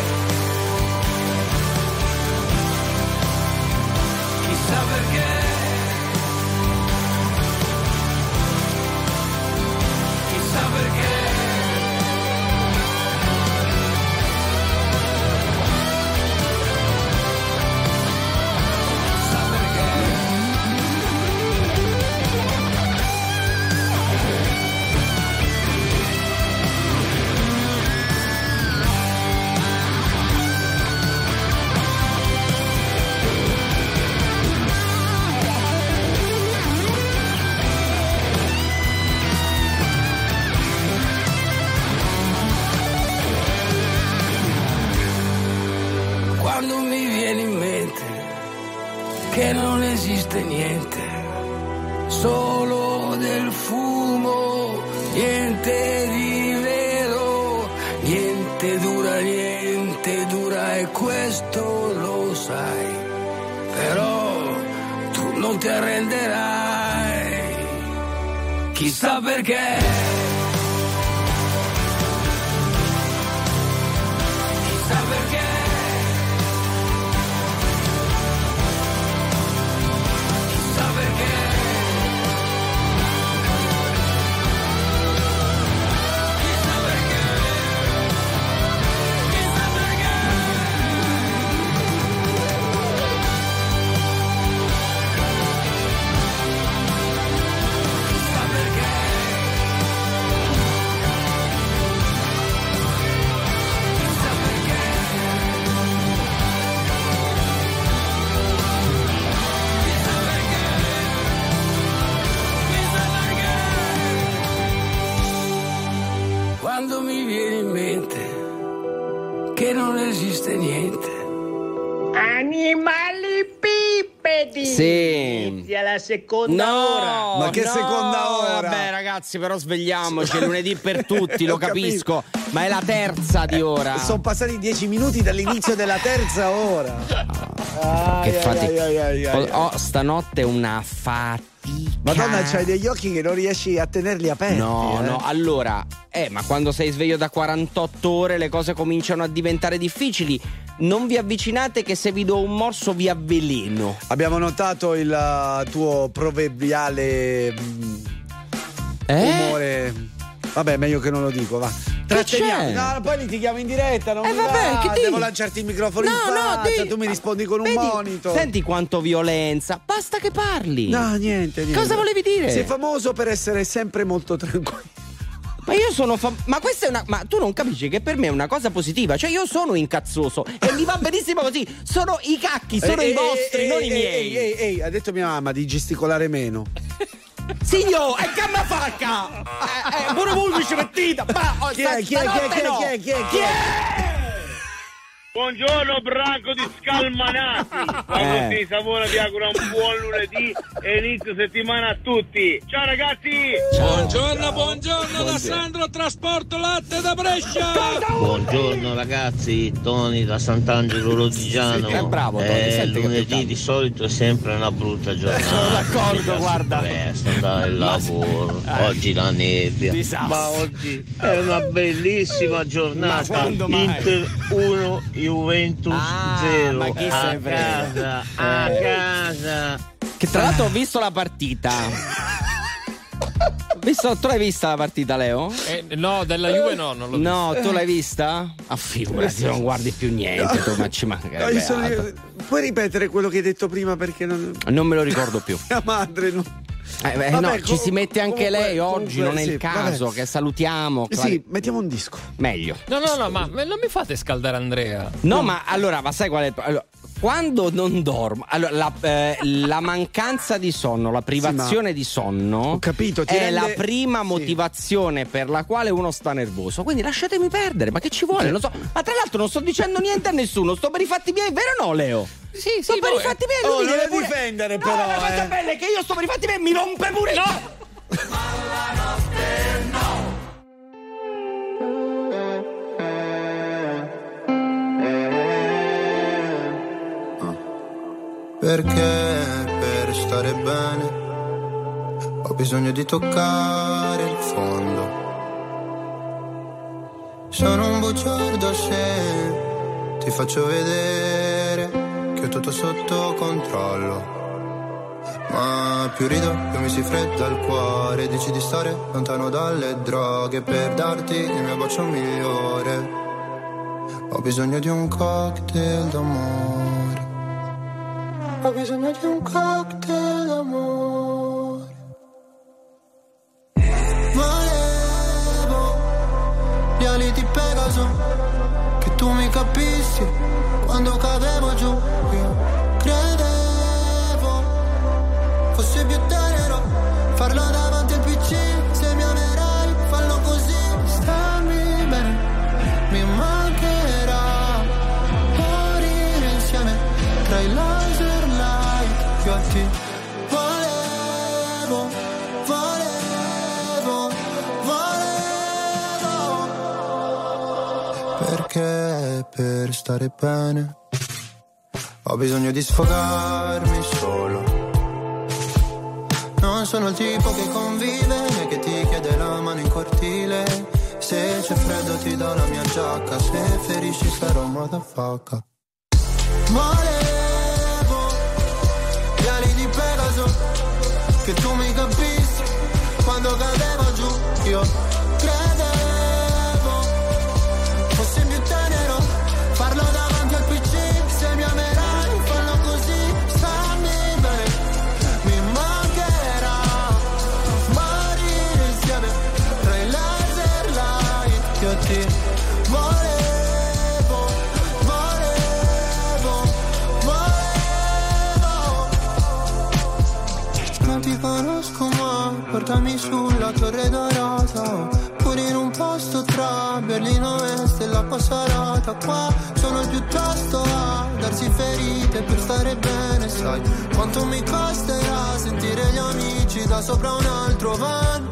Chissà perché, chissà perché, chissà perché. Quando mi viene in mente che non esiste niente, solo del fumo, niente di vero, niente dura e questo lo sai, però tu non ti arrenderai, chissà perché. Chissà perché. Quando mi viene in mente che non esiste niente. Animali pippedi. Sì. Inizia la seconda ora. Ma che seconda ora? Vabbè ragazzi, però svegliamoci, è lunedì per tutti, lo capisco, ma è la terza di ora. Sono passati 10 minuti dall'inizio della terza ora. Che fatica. Stanotte è una fatica. Madonna, c'hai degli occhi che non riesci a tenerli aperti. No, allora, ma quando sei sveglio da 48 ore le cose cominciano a diventare difficili. Non vi avvicinate che se vi do un morso vi avveleno. Abbiamo notato il tuo proverbiale umore. Vabbè, meglio che non lo dico, va. Tratteniamo. No, poi litighiamo in diretta, non vabbè, che devo lanciarti il microfono in faccia, tu mi rispondi con un monitor. Senti quanto violenza, basta che parli. No, niente. Cosa volevi dire? Sei famoso per essere sempre molto tranquillo. Ma io sono ma questa è ma tu non capisci che per me è una cosa positiva. Cioè io sono incazzoso e mi va benissimo così. Sono i cacchi, sono i vostri, non i miei. Ehi, ha detto mia mamma di gesticolare meno. Signor, è canna facca! Pure voi mi ci mettete! Chi è? Buongiorno branco di scalmanati. Agostino Savona vi augura un buon lunedì e inizio settimana a tutti. Ciao ragazzi. Buongiorno da Sandro Trasporto Latte da Brescia. Buongiorno ragazzi, Tony da Sant'Angelo Lodigiano. Sì, bravo Tony, lunedì di solito è sempre una brutta giornata. Sono d'accordo, guarda. Presto andare al lavoro. Oggi la nebbia. Disastro. Ma oggi è una bellissima giornata. Inter 1, Juventus 0. Ma chi a casa. Che tra l'altro ho visto la partita. Tu l'hai vista la partita, Leo? No, della Juve no, non l'ho vista. No, tu l'hai vista? Figurati, non guardi più niente, tu, ma ci mancherebbe altro. Puoi ripetere quello che hai detto prima perché non me lo ricordo più. Mia madre non... Vabbè, no, ci si mette anche lei oggi, non è il caso che salutiamo. Sì, mettiamo un disco. Meglio. No, ma non mi fate scaldare Andrea. No, ma allora, sai qual è? Allora, quando non dormo, allora, la mancanza di sonno, la privazione di sonno, ho capito, è la prima motivazione per la quale uno sta nervoso. Quindi lasciatemi perdere, ma che ci vuole? Non so. Ma tra l'altro non sto dicendo niente a nessuno, sto per i fatti miei, vero o no, Leo? Sì, sto per i fatti miei. Non lo difendere, però. La cosa bella è che io sto per i fatti miei, mi rompe pure. No! Perché per stare bene ho bisogno di toccare il fondo. Sono un bugiardo se ti faccio vedere che ho tutto sotto controllo. Ma più rido, più mi si fredda il cuore. Dici di stare lontano dalle droghe per darti il mio bacio migliore. Ho bisogno di un cocktail d'amore. Ho bisogno di un cocktail d'amore. Volevo gli ali di Pegaso, che tu mi capissi quando cadevo giù. Io credevo fosse più tenero farlo davanti al PC. Se mi amerai, fallo così. Stammi bene, mi mancherà morire insieme tra i laser light. Io a te volevo. Perché per stare bene ho bisogno di sfogarmi solo. Non sono il tipo che convive né che ti chiede la mano in cortile. Se c'è freddo ti do la mia giacca, se ferisci sarò motherfucker. Volevo gli ali di Pegaso, che tu mi capissi quando cadevo giù. Io credevo fosse più tenero farlo davanti al PC. Se mi amerai, fallo così. Stammi bene, mi mancherà morire insieme tra i laser light. Io ti volevo. Non ti conosco ma portami sulla Torre Dorata, pure in un posto tra Berlino Est e la Passarata. Qua sono piuttosto a darsi ferite per stare bene. Sai quanto mi costerà sentire gli amici da sopra un altro van.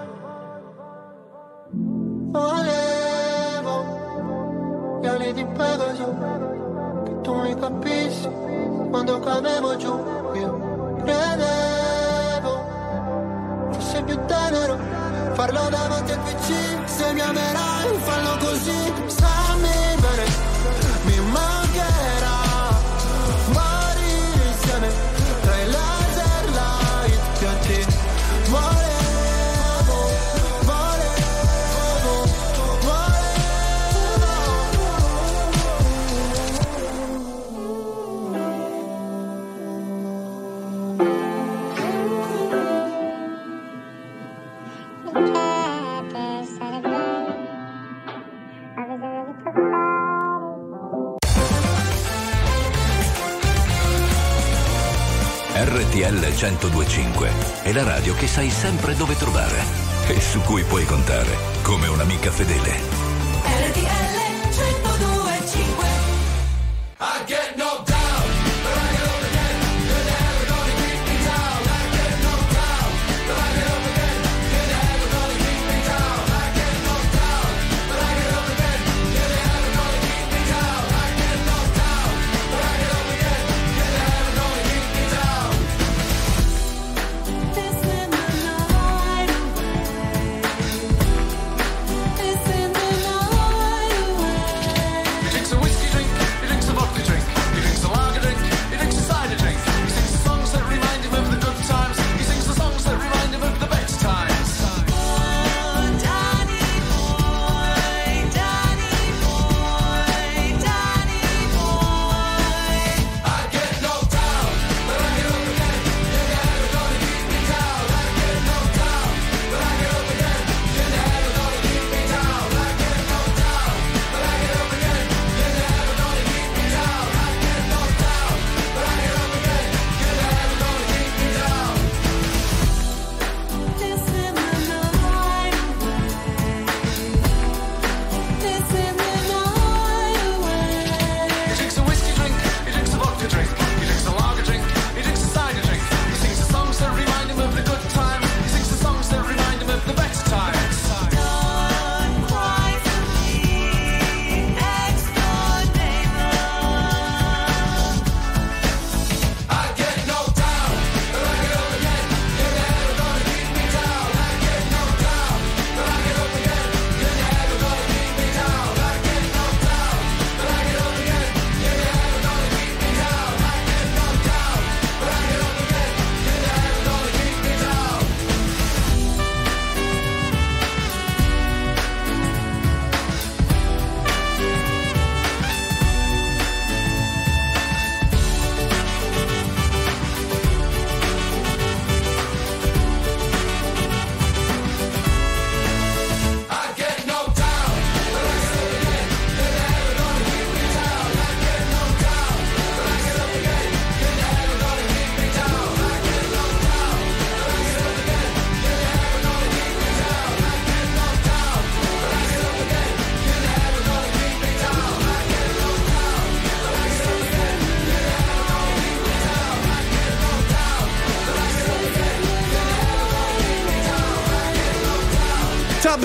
Volevo gli ali di Pegaso, che tu mi capissi quando cadevo giù. Io credevo fosse più tenero farlo davanti al PC. Se mi amerai, fallo così. Stammi bene, mi mancherà morire insieme tra i laser light. Io ti volevo. RTL 102.5 è la radio che sai sempre dove trovare e su cui puoi contare come un'amica fedele. RTL 102.5.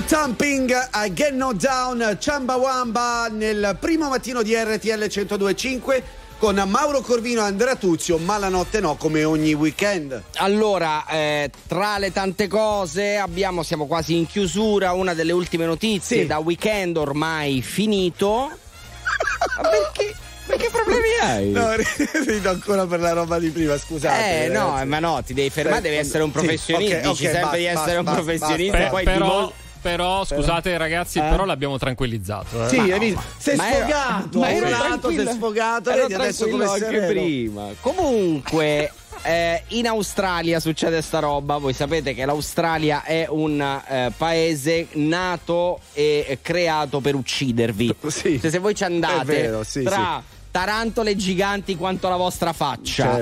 Thumping, I Get No Down, Chumbawamba nel primo mattino di RTL 102.5 con Mauro Corvino e Andrea Tuzio, ma la notte no, come ogni weekend. Allora, tra le tante cose siamo quasi in chiusura, una delle ultime notizie da weekend ormai finito. Ma perché problemi hai? No, rido ancora per la roba di prima, scusate. No, ma no, ti devi fermare, devi essere un professionista, dici sempre di essere un professionista, poi Però scusate ragazzi, però l'abbiamo tranquillizzato. Sì, sei sfogato, sei sfogato, vedi adesso come anche prima. Comunque in Australia succede sta roba. Voi sapete che l'Australia è un paese nato e creato per uccidervi. Sì. Cioè, se voi ci andate, è vero, tra tarantole giganti quanto la vostra faccia,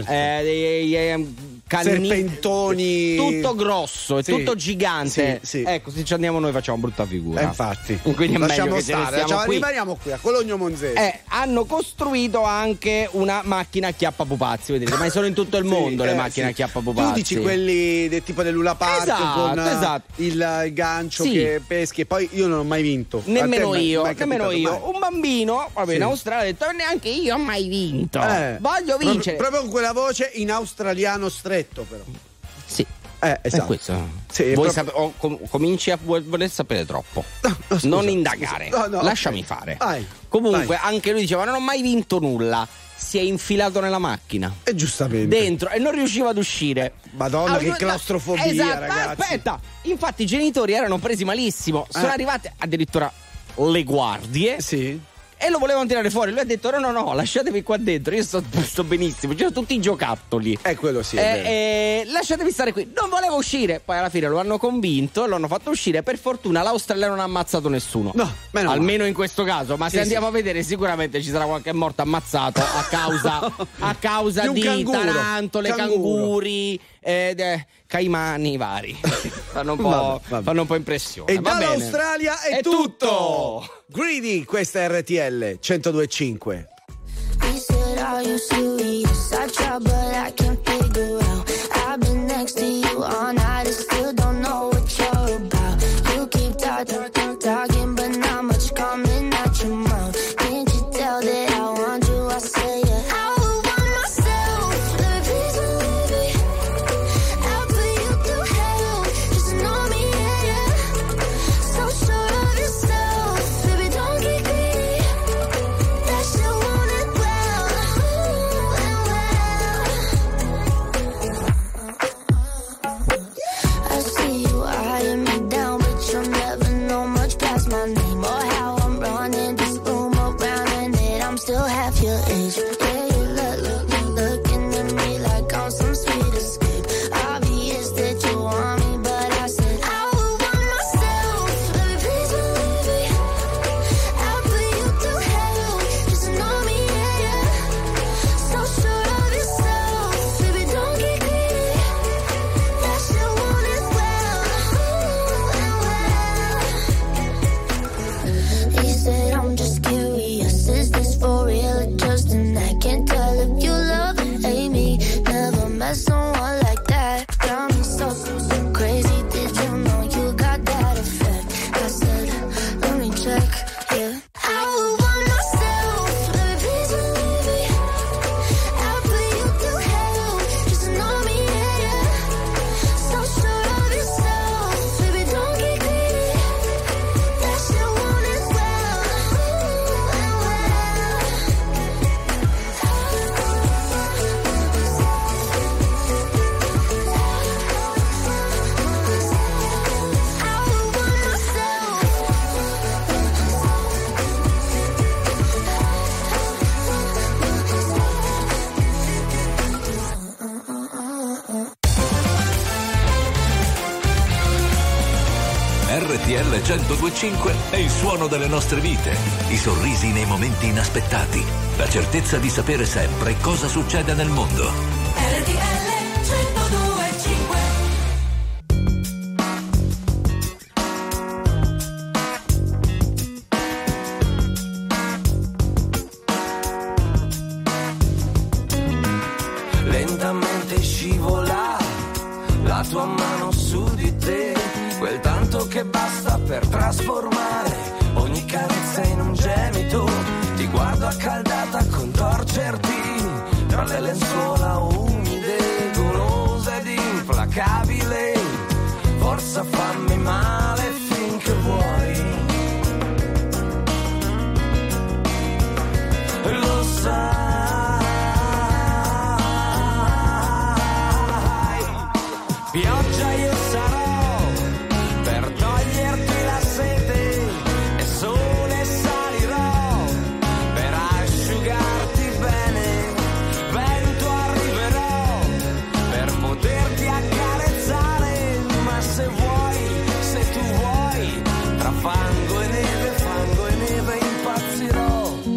serpentoni, tutto grosso, tutto gigante. Sì. Ecco, se ci andiamo noi facciamo brutta figura. Infatti. Quindi è lasciamo meglio che stare, rimaniamo qui a Cologno Monzese. Hanno costruito anche una macchina acchiappa pupazzi, vedete, ma sono in tutto il mondo le macchine acchiappa pupazzi. Tu dici quelli del tipo del Luna Park con il gancio che peschi, e poi io non ho mai vinto. Nemmeno io. Un bambino proprio in Australia ha detto neanche io ho mai vinto. Voglio vincere. Proprio con quella voce in australiano stretto, però. Sì. Esatto. È questo. Sì, cominci a voler sapere troppo. Non indagare. No, lasciami fare. Vai. Comunque, anche lui diceva: non ho mai vinto nulla. Si è infilato nella macchina. E giustamente. Dentro e non riusciva ad uscire. Madonna, che claustrofobia, esatto, ragazzi. Aspetta, infatti i genitori erano presi malissimo. Sono arrivate addirittura le guardie. Sì. E lo volevano tirare fuori. Lui ha detto: no, lasciatevi qua dentro. Io sto benissimo. C'erano tutti i giocattoli. Quello sì. Lasciatevi stare qui. Non volevo uscire. Poi alla fine lo hanno convinto. Lo hanno fatto uscire. Per fortuna l'Australia non ha ammazzato nessuno. No, meno almeno in questo caso. Ma se andiamo a vedere, sicuramente ci sarà qualche morto ammazzato a causa di tarantole, canguri, caimani vari. Fanno un po' impressione. E dall'Australia è tutto. Greedy, questa è RTL 102.5. He said, are you serious? I try, but I can't figure out. I've been next to you all night and still don't know what you're about. You keep talking, but not much coming out your mouth. Can't you tell that I want you? I say yeah. I would want myself. Let me please believe me. I'll put you through hell. Just know me, yeah. So sure of yourself. Baby, don't get greedy. That shit want it well. I see you eyeing me down, but you'll never know much past my name or how I'm running this room around, and that I'm still half your age. Yeah, you looking at me like I'm some sweet escape. Obvious that you want me, but I said I would want myself. Let me please believe me. I'll put you through hell. Just know me, yeah. So sure of yourself. Baby, don't get greedy. That shit want it well. He said, I'm just curious. Is this for real or just an act? Can't tell if you love or hate me. Never met someone like that. Got me so crazy. Did you know you got that effect? I said, let me check, yeah. I would want myself. Let me please believe me. I'll put you through hell. Just know me, yeah. So sure of yourself. Baby, don't get greedy. That shit want it well. I would want myself. RTL 102.5 è il suono delle nostre vite, i sorrisi nei momenti inaspettati, la certezza di sapere sempre cosa succede nel mondo. RTL 102.5. Lentamente scivola la tua mano su di te, quel tanto che basta per trasformare ogni carezza in un gemito. Ti guardo accaldata a contorcerti tra le lenzuola umide, golosa ed implacabile. Forza, fammi male finché vuoi. Lo sai, pioggia io sarò per toglierti la sete, e sole salirò per asciugarti bene, vento arriverò per poterti accarezzare, ma se vuoi, se tu vuoi, tra fango e neve impazzirò.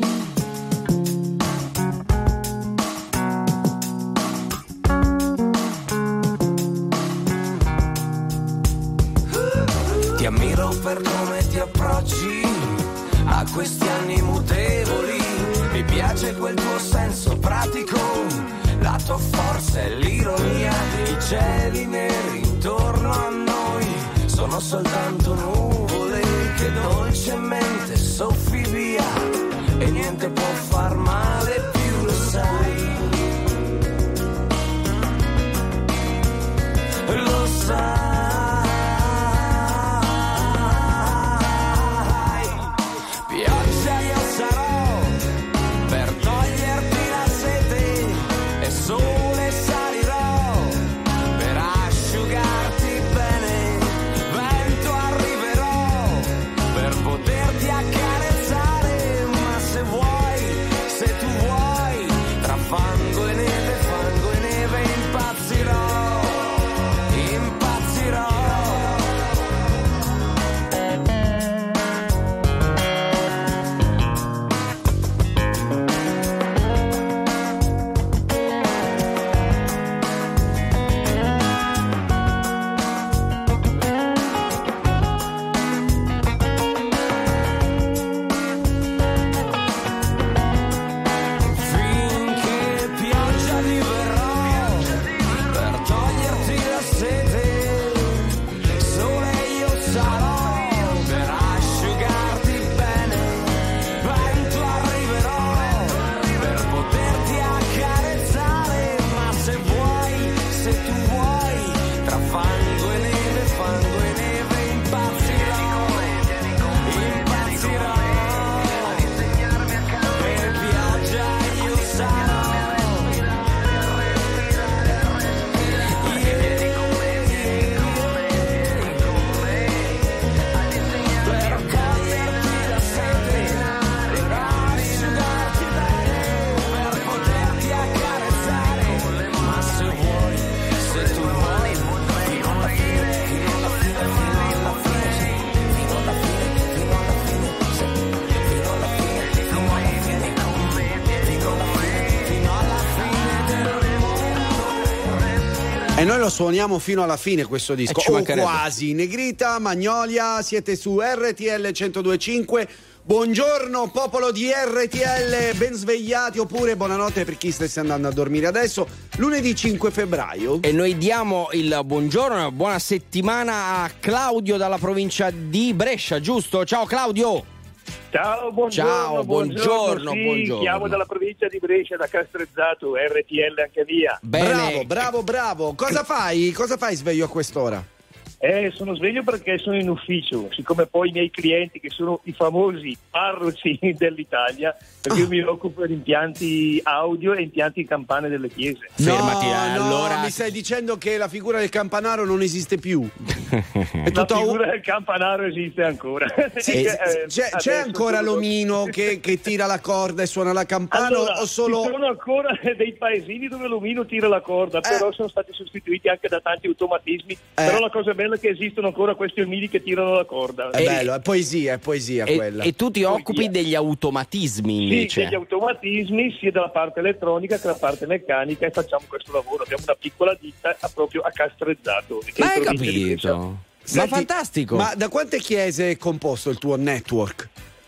Ti ammiro per come ti approcci a questi anni mutevoli. Mi piace quel tuo senso pratico, la tua forza e l'ironia. I cieli neri intorno a noi sono soltanto nuvole che dolcemente soffi via, e niente può far male più, lo sai. Lo sai. Sole salirò per asciugarti bene, vento arriverò per poterti accarezzare, ma se vuoi, se tu vuoi, tra fango e neve impazzirò, impazzirò. E noi lo suoniamo fino alla fine questo disco, o quasi. Negrita, Magnolia, siete su RTL 102.5. Buongiorno popolo di RTL, ben svegliati, oppure buonanotte per chi stesse andando a dormire adesso, lunedì 5 febbraio. E noi diamo il buongiorno e una buona settimana a Claudio dalla provincia di Brescia, giusto? Ciao Claudio! Ciao, buongiorno. Ciao, buongiorno, sì, buongiorno. Chiamo dalla provincia di Brescia, da Castrezzato, RTL anche via. Bene. Bravo. Cosa fai sveglio a quest'ora? Sono sveglio perché sono in ufficio, siccome poi i miei clienti, che sono i famosi parroci dell'Italia, perché io mi occupo di impianti audio e impianti campane delle chiese. Fermati, allora mi stai dicendo che la figura del campanaro non esiste più? La figura del campanaro esiste ancora. Sì, c'è ancora l'omino che tira la corda e suona la campana, allora, o solo... Ci sono ancora dei paesini dove l'omino tira la corda, però sono stati sostituiti anche da tanti automatismi. Però la cosa bella è che esistono ancora questi omini che tirano la corda. È bello, è poesia quella. E tu ti occupi degli automatismi invece? Sì, degli automatismi sia dalla parte elettronica che dalla parte meccanica, e facciamo questo lavoro. Abbiamo una piccola ditta proprio a Castrezzato. Ma hai capito? Senti, ma fantastico! Ma da quante chiese è composto il tuo network?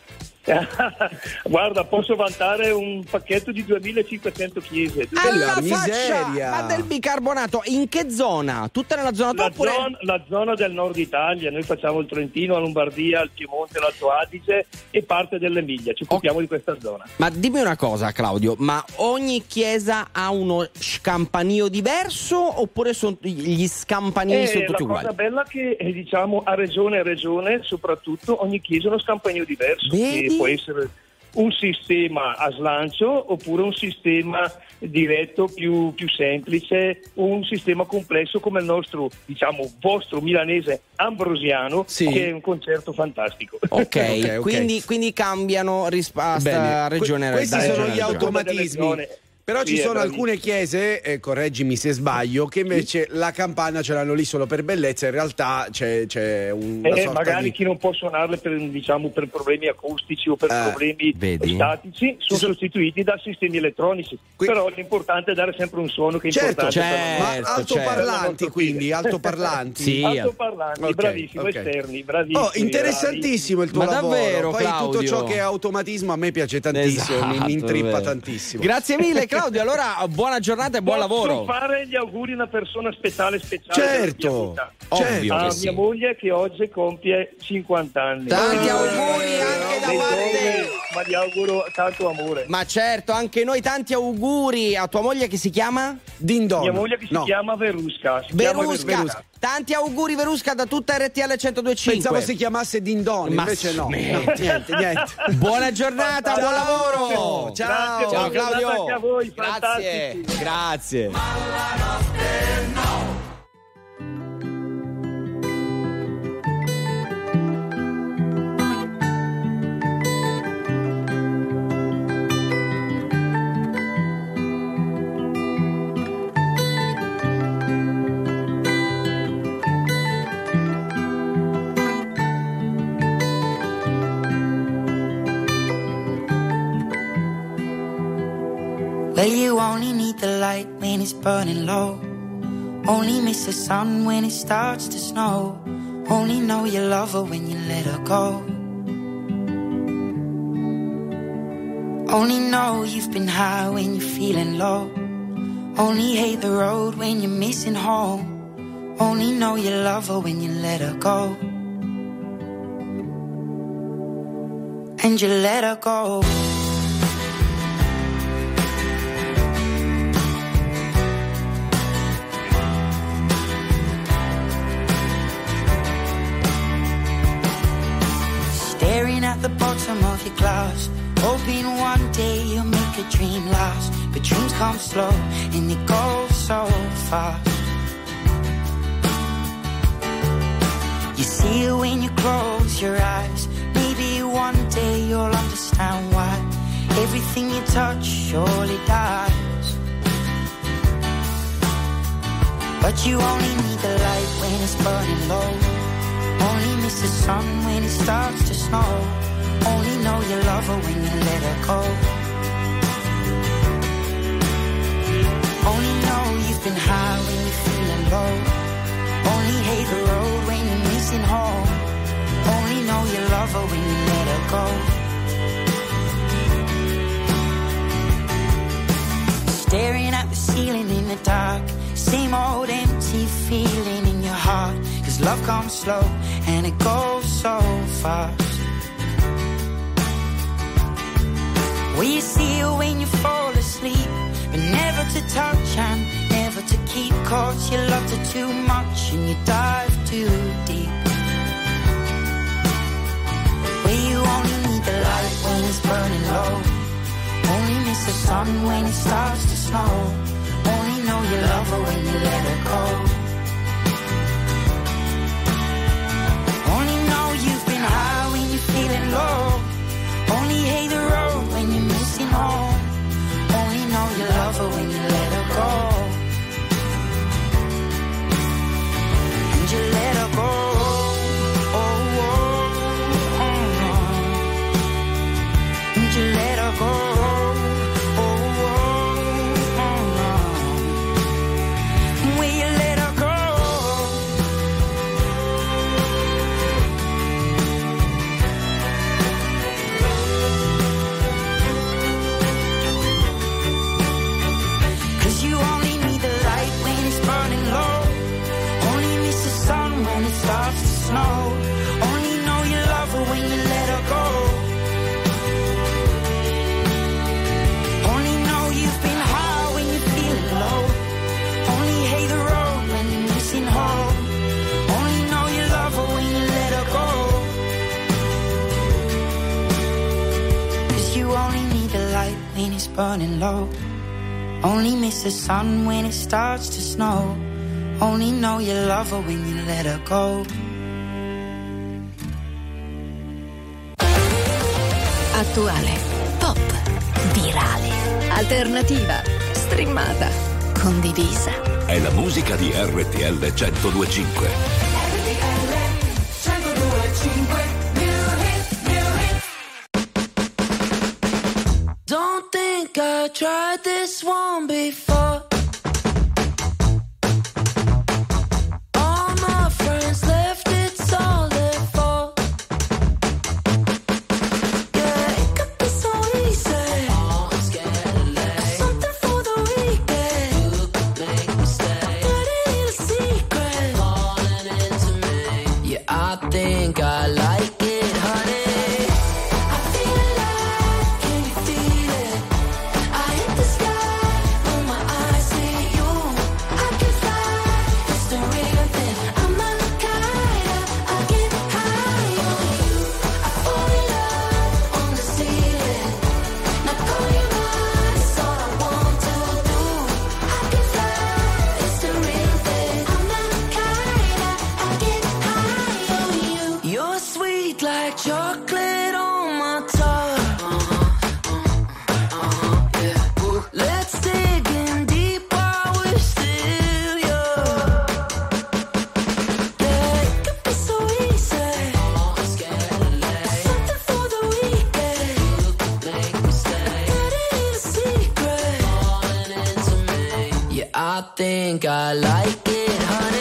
Guarda, posso vantare un pacchetto di 2500 chiese. Alla faccia, ma del bicarbonato in che zona? Tutta nella zona top? La zona del nord Italia, noi facciamo il Trentino, la Lombardia, il Piemonte, l'Alto Adige e parte dell'Emilia, ci occupiamo di questa zona. Ma dimmi una cosa, Claudio, ma ogni chiesa ha uno scampanio diverso oppure sono gli scampanini sono tutti uguali? La cosa bella che diciamo a regione soprattutto ogni chiesa ha uno scampanio diverso. Vedi? Può essere un sistema a slancio oppure un sistema diretto più semplice, un sistema complesso come il nostro, diciamo, vostro milanese ambrosiano, che è un concerto fantastico. Ok, quindi cambiano a regione. Questi sono gli regione. automatismi. Però ci sono alcune chiese, correggimi se sbaglio, che invece la campana ce l'hanno lì solo per bellezza, in realtà c'è una sorta magari di... chi non può suonarle per problemi acustici o per problemi statici sono sostituiti da sistemi elettronici. Però l'importante è dare sempre un suono che è importante. Ma altoparlanti, quindi altoparlanti. Sì. Altoparlanti, bravissimo, esterni, bravissimi. Interessantissimo il tuo lavoro. Davvero, poi Claudio? Tutto ciò che è automatismo a me piace tantissimo, mi intrippa tantissimo. Grazie mille, Claudio, allora buona giornata e buon lavoro. Posso fare gli auguri a una persona speciale. Certo, ovvio a che sì. mia moglie che oggi compie 50 anni. Tanti auguri anche da parte. Ma gli auguro tanto amore. Ma certo, anche noi tanti auguri a tua moglie che si chiama? Dindon. Mia moglie che si chiama Verusca. Verusca. Tanti auguri Verusca da tutta RTL 102.5. Pensavo si chiamasse Dindon, invece no. Niente. Buona giornata, buon lavoro. Ciao. Ciao Claudio. Anche a voi, Grazie. Well, you only need the light when it's burning low. Only miss the sun when it starts to snow. Only know you love her when you let her go. Only know you've been high when you're feeling low. Only hate the road when you're missing home. Only know you love her when you let her go. And you let her go. Staring at the bottom of your glass, hoping one day you'll make a dream last. But dreams come slow and they go so fast. You see it when you close your eyes. Maybe one day you'll understand why everything you touch surely dies. But you only need the light when it's burning low. Only miss the sun when it starts to snow. Only know you love her when you let her go. Only know you've been high when you're feeling low. Only hate the road when you're missing home. Only know you love her when you let her go. Staring at the ceiling in the dark. Same old empty feeling in your heart. Cause love comes slow and it goes so fast. Well, you see her when you fall asleep, but never to touch and never to keep. Cause you loved her too much and you dive too deep. Well, you only need the light when it's burning low. Only miss the sun when it starts to snow. Only know you love her when you let her go. Only know you've been high when you're feeling low. Only hate the road when you're missing home. Only know you love her when you let her go. And you let her go. Oh, oh, oh. And you let her go. Will you let her go? burning low. Only miss the sun when it starts to snow. Only know you love her when you let her go. Attuale, pop, virale, alternativa, streamata, condivisa. È la musica di RTL 102.5. Don't think I tried this one before. All my friends left, it's all their fault. Yeah, it could be so easy. Something for the weekend. You could make mistakes. But it ain't a secret. Falling into me. Yeah, I think I like it, honey. Chocolate on my tongue. Yeah. Let's dig in deep while we're still young. Yeah, it could be so easy. Something for the weekend. You could make mistakes. But it ain't a secret. Falling into me. Yeah, I think I like it, honey.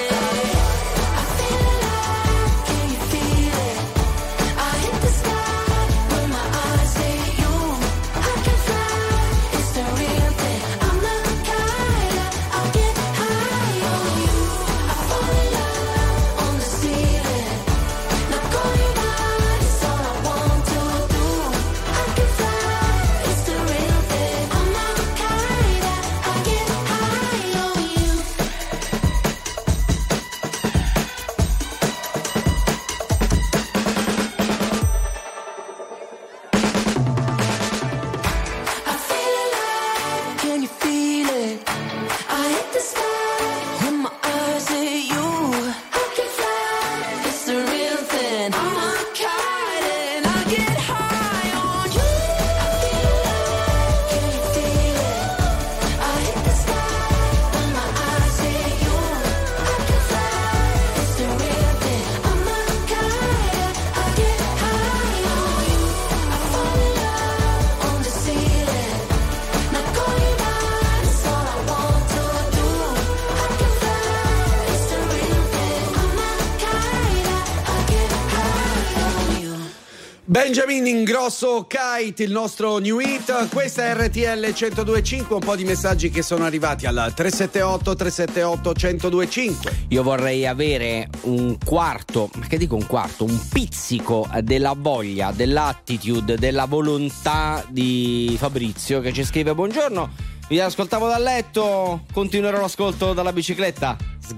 Benjamin Ingrosso, Kite, il nostro new hit. Questa è RTL 102.5. Un po' di messaggi che sono arrivati al 378-378-1025. Io vorrei avere un quarto, ma che dico un quarto, un pizzico della voglia, dell'attitude, della volontà di Fabrizio, che ci scrive: buongiorno, vi ascoltavo dal letto, continuerò l'ascolto dalla bicicletta.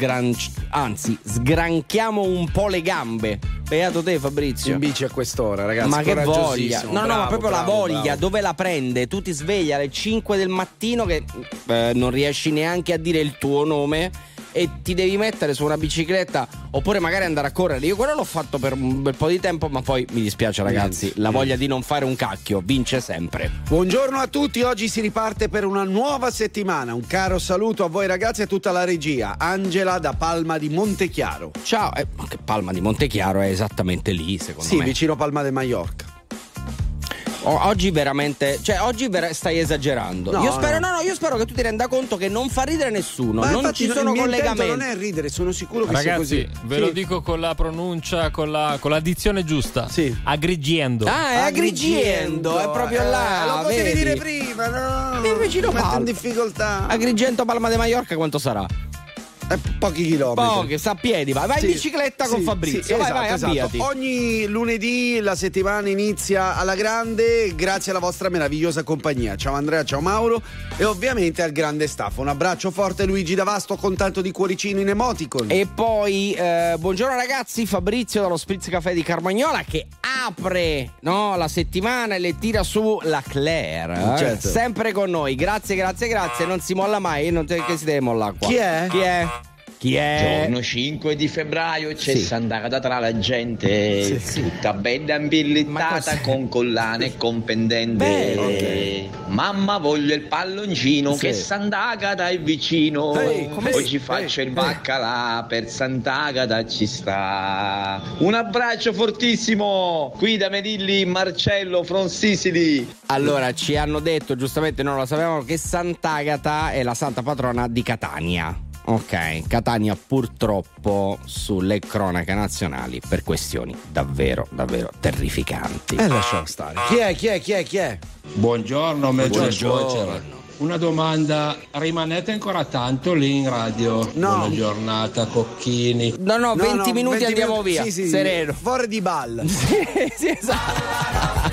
Sgranchiamo un po' le gambe. Beato te, Fabrizio. In bici a quest'ora, ragazzi. Ma che voglia. No, bravo, ma proprio bravo, la voglia. bravo. Dove la prende? Tu ti svegli alle 5 del mattino che non riesci neanche a dire il tuo nome e ti devi mettere su una bicicletta, oppure magari andare a correre. Io quello l'ho fatto per un bel po' di tempo, ma poi mi dispiace, ragazzi, la voglia di non fare un cacchio vince sempre. Buongiorno a tutti, oggi si riparte per una nuova settimana. Un caro saluto a voi ragazzi e a tutta la regia. Angela da Palma di Montechiaro. Ciao, che Palma di Montechiaro è esattamente lì, secondo me. Sì, vicino Palma de Mallorca. Oggi veramente, cioè oggi stai esagerando. No, io spero che tu ti renda conto che non fa ridere nessuno. Ma non infatti ci sono il mio intento collegamenti. non è ridere, sono sicuro che Ragazzi, sia così. ve lo dico con la pronuncia, con la dizione giusta. Sì. Agrigiendo. Ah, è Agrigento, è proprio là. Lo potevi vedi? dire prima, no? È vicino Metto Palma. in difficoltà. Agrigento, Palma de Mallorca, quanto sarà? Pochi chilometri. Pochi, sta a piedi, vai in bicicletta con Fabrizio. Vai, avviati. Ogni lunedì la settimana inizia alla grande, grazie alla vostra meravigliosa compagnia. Ciao Andrea, ciao Mauro e ovviamente al grande staff. Un abbraccio forte Luigi D'Avasto con tanto di cuoricino in emoticon. E poi buongiorno ragazzi, Fabrizio dallo Spritz Café di Carmagnola che apre la settimana e le tira su la Claire. Certo. Sempre con noi, grazie, non si molla mai, che si deve mollare qua. Chi è? Giorno 5 di febbraio c'è Sant'Agata tra la gente, tutta bella impillittata con collane e con pendente. Mamma voglio il palloncino che Sant'Agata è vicino. Oggi faccio il baccalà, per Sant'Agata ci sta. Un abbraccio fortissimo qui da Melilli, Marcello from Sicily. Allora ci hanno detto, giustamente non lo sapevamo, che Sant'Agata è la santa patrona di Catania. Ok, Catania purtroppo sulle cronache nazionali per questioni davvero terrificanti. Lasciamo stare. Chi è? Buongiorno, Buongiorno. Una domanda, rimanete ancora tanto lì in radio? No. Buona giornata, Cocchini. No, 20 minuti andiamo via. Sì, sereno. Fuori di balla. sì, esatto.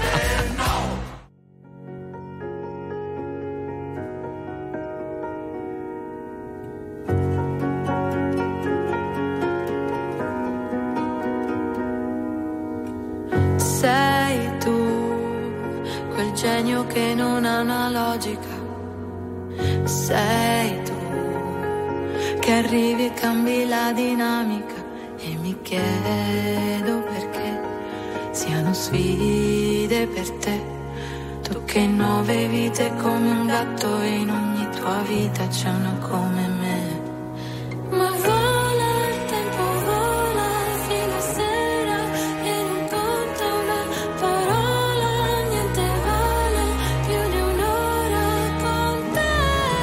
Sei tu, quel genio che non ha una logica. Sei tu, che arrivi e cambi la dinamica. E mi chiedo perché siano sfide per te. Tu che in 9 vite come un gatto e in ogni tua vita c'è una come me. Ma vola il tempo, vola fino a sera e non conta una parola, niente vale più di un'ora con te.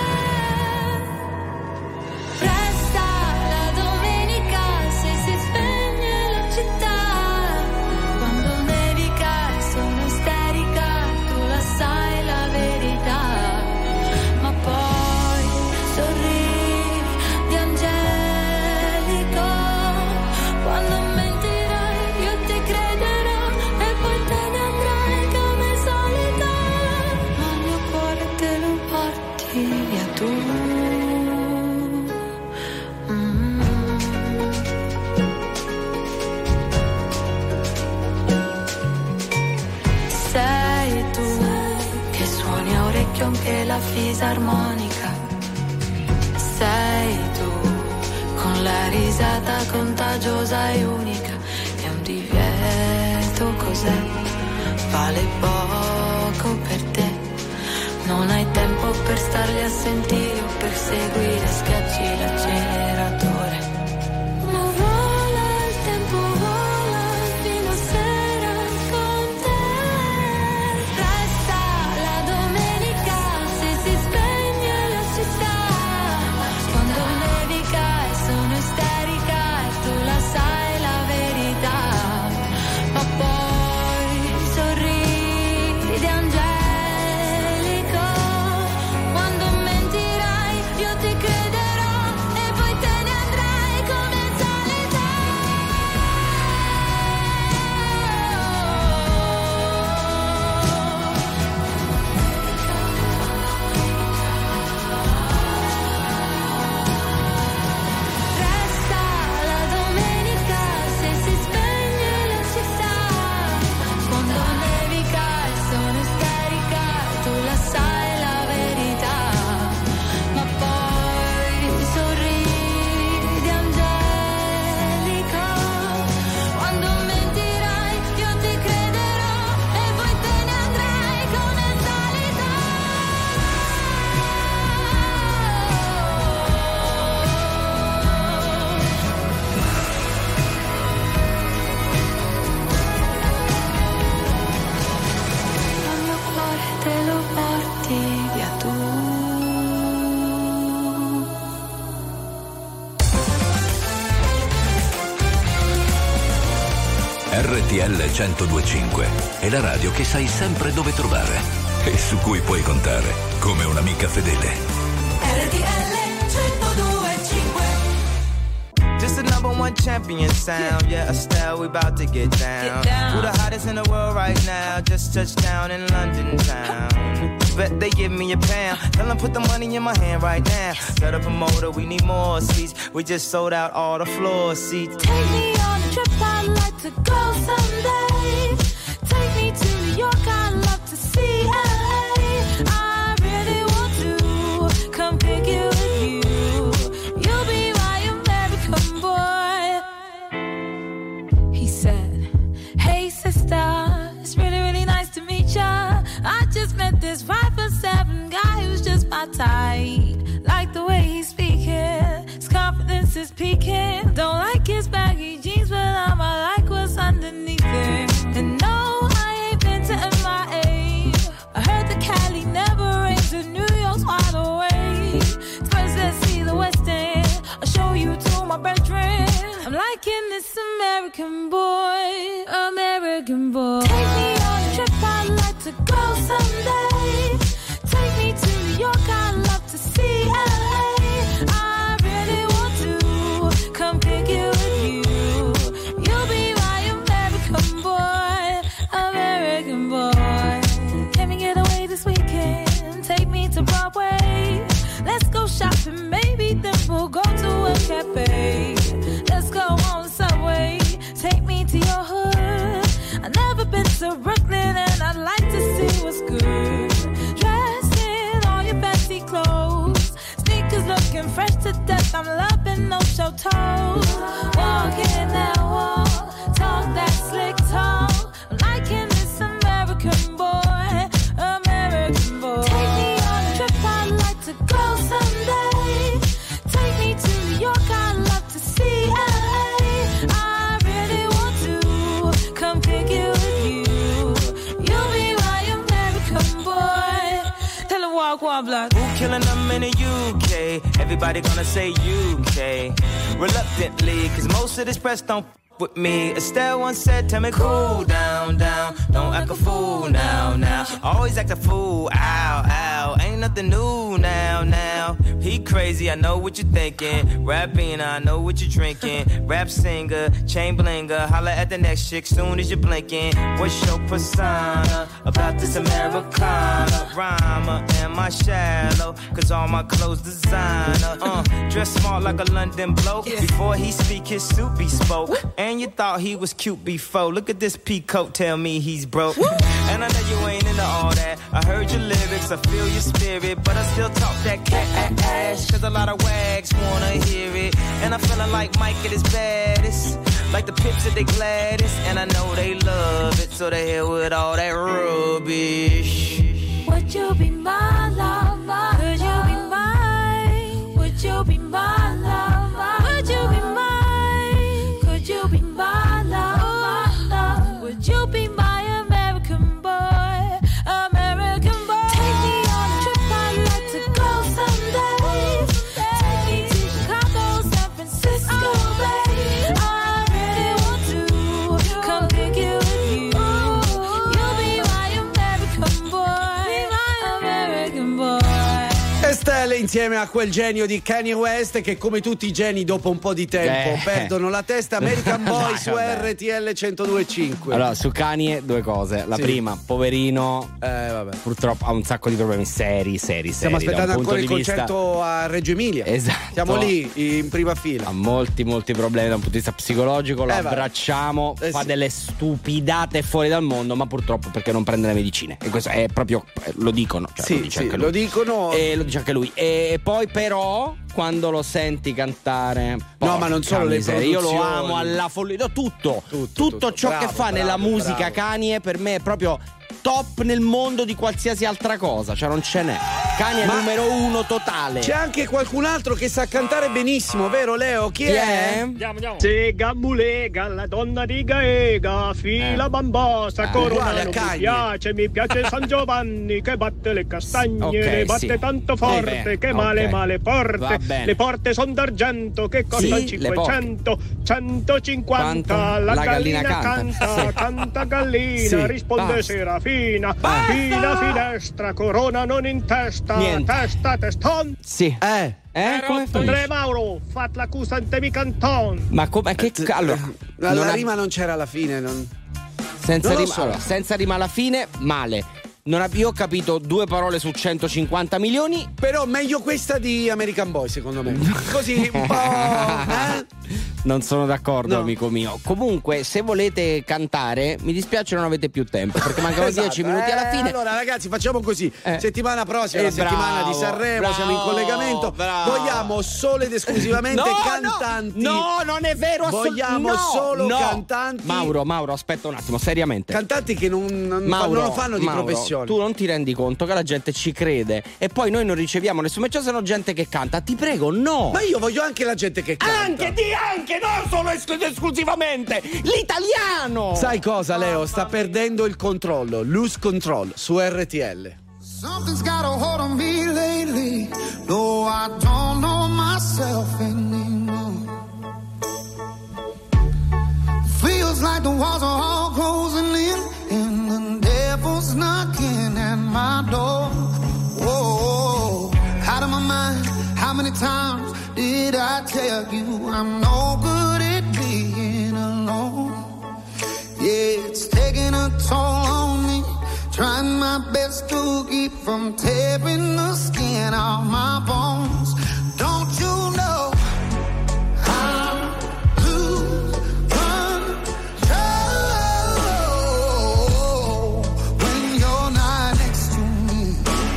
Resta la domenica se si spegne la città, quando nevica e sono isterica, tu la sai la verità, ma poi sorridi di angelico, quando mentirai io ti crederò e poi te ne andrai come solita, ma il mio cuore te lo porti via tu. Sei tu che suoni a orecchio anche la fisarmonica. Sei tu con la risata contagiosa e unica. È un divieto, cos'è? Vale poco per te. Non hai tempo per starli a sentire o per seguire, schiacci l'acceleratore. Ma vola il tempo, vola fino a sera con te. Resta la domenica se si spegne la città, quando nevica e sono isterica e tu la sai la verità, ma poi sorridi angelico, quando mentirai io ti crederò e poi te ne andrai come solita. Resta la domenica se si spegne la città, quando nevica e sono isterica e tu la sai la verità, ma poi sorridi angelico, quando mentirai io ti crederò e poi te ne andrai come solita. Il mio cuore te lo porti via tu. RTL 1025 è la radio che sai sempre dove trovare e su cui puoi contare come un'amica fedele. RTL 102.5. champion sound. Yeah, Estelle, we about to get down. Who the hottest in the world right now? Just touched down in London town. Bet they give me a pound. Tell them put the money in my hand right now. Set up a motor, we need more seats. We just sold out all the floor seats. Take me on a trip, I'd like to go someday. Take me to New York, I'd love to see LA. I really want to come pick you with you. You'll be my American boy. He said, hey sister, it's really, really nice to meet ya. I just met this 5'7" guy who's just my type. Like the way he's speaking, his confidence is peaking. Don't like his baggy jeans, but I like what's underneath it. And no, I ain't been to MIA. I heard the Cali never rains and New York's wide awake. First let's see the West End, I'll show you to my bedroom. I'm liking this American boy, American boy. Take me on a trip, I'd like to go someday. Take me to New York, I'd love to see LA. I really want to come pick you with you. You'll be my American boy, American boy. Can we get away this weekend? Take me to Broadway. Let's go shopping, maybe then we'll go to a cafe. Let's go on the subway. Take me to your hood. I've never been to Brooklyn and I'd like to see what's good. Dressed in all your fancy clothes, sneakers looking fresh to death. I'm loving no show toes. Walking that wall, talk that slick talk. I'm liking this American boy, American boy. Take me on a trip, I'd like to go someday. Take me to New York, I'd love to see LA. I really want to come pick you with you. You'll be my American boy. Tell him walk one block. Who killing them in the UK? Everybody gonna say UK. Reluctantly, cause most of this press don't with me. Estelle once said, tell me cool down, down. Don't act a fool now, now. Always act a fool, ow, ow. Ain't nothing new now, now. He crazy, I know what you're thinking. Rapping, I know what you're drinking. Rap singer, chain blinger. Holla at the next chick soon as you're blinking. What's your persona about this Americana? Rhymer, am I shallow? Cause all my clothes designer. Dress smart like a London bloke. Before he speak, his suit be spoke. And you thought he was cute before. Look at this peacoat, tell me he's broke. And I know you ain't into all that. I heard your lyrics, I feel your spirit. But I still talk that cat ass. Cause a lot of wags wanna hear it. And I'm feeling like Mike at his baddest. Like the Pips at they gladdest. And I know they love it, so they hell with all that rubbish. Would you be my lover? Could you be mine? Would you be my lover? Would you be mine? Could you be my lover? Would you be my American boy? American boy. Take me on a trip, I'd like to go someday. Take me to Chicago, San Francisco, babe. I really want to come pick you with you. You'll be my American boy, my American boy. Estelle insieme a quel genio di Kanye West che come tutti i geni dopo un po' di tempo perdono la testa. American Boy su RTL 102.5. Allora su Kanye due cose. La prima, poverino, purtroppo ha un sacco di problemi seri. Stiamo aspettando ancora il concerto a Reggio Emilia. Esatto. Siamo lì in prima fila. Ha molti problemi da un punto di vista psicologico. Lo abbracciamo, fa delle stupidate fuori dal mondo, ma purtroppo perché non prende le medicine. E questo è proprio, lo dicono. Cioè, lo dicono. E lo dice anche lui. E poi però quando lo senti cantare, no, ma non solo le produzioni, io lo amo alla follia, tutto ciò che fa nella musica Kanye per me è proprio top nel mondo di qualsiasi altra cosa, cioè non ce n'è. Kanye è numero uno totale. C'è anche qualcun altro che sa cantare benissimo, vero Leo? Chi è? Andiamo. Sega mulega, la donna di Gaega, fila bambosa, corona mi piace San Giovanni che batte le castagne, le batte tanto forte che male porte. Le porte son d'argento che costano 500, 150. La gallina canta gallina, risponde Serafina. Fina finestra, corona non in testa. testa, teston. Sì. Come Andrea Mauro, fat l'accusante mi canton. Ma come? Allora, la rima non c'era alla fine. Senza rima alla fine, male. Io ho capito 2 parole su 150 milioni. Però meglio questa di American Boy, secondo me. Così un po'. Non sono d'accordo, amico mio. Comunque, se volete cantare, mi dispiace non avete più tempo, perché mancano 10 minuti alla fine. Allora, ragazzi, facciamo così. Settimana prossima, la settimana di Sanremo, siamo in collegamento. Vogliamo solo ed esclusivamente cantanti. No, non è vero. Vogliamo solo cantanti. Mauro, aspetta un attimo, seriamente. Cantanti che non lo fanno di professione. Tu non ti rendi conto che la gente ci crede e poi noi non riceviamo nessun messaggio, se no gente che canta. Ti prego, no. Ma io voglio anche la gente che canta. Anche, non solo esclusivamente l'italiano. Sai cosa, Leo? Sta perdendo il controllo. Lose control su RTL. Something's got a hold on me lately. No, I don't know myself anymore. Feels like the walls are all closing in and the devil's knocking at my door. Whoa, out of my mind. How many times did I tell you I'm no good at being alone? Yeah, it's taking a toll on me. Trying my best to keep from tearing the skin off my bones. Don't you know I'm lose control when you're not next to me?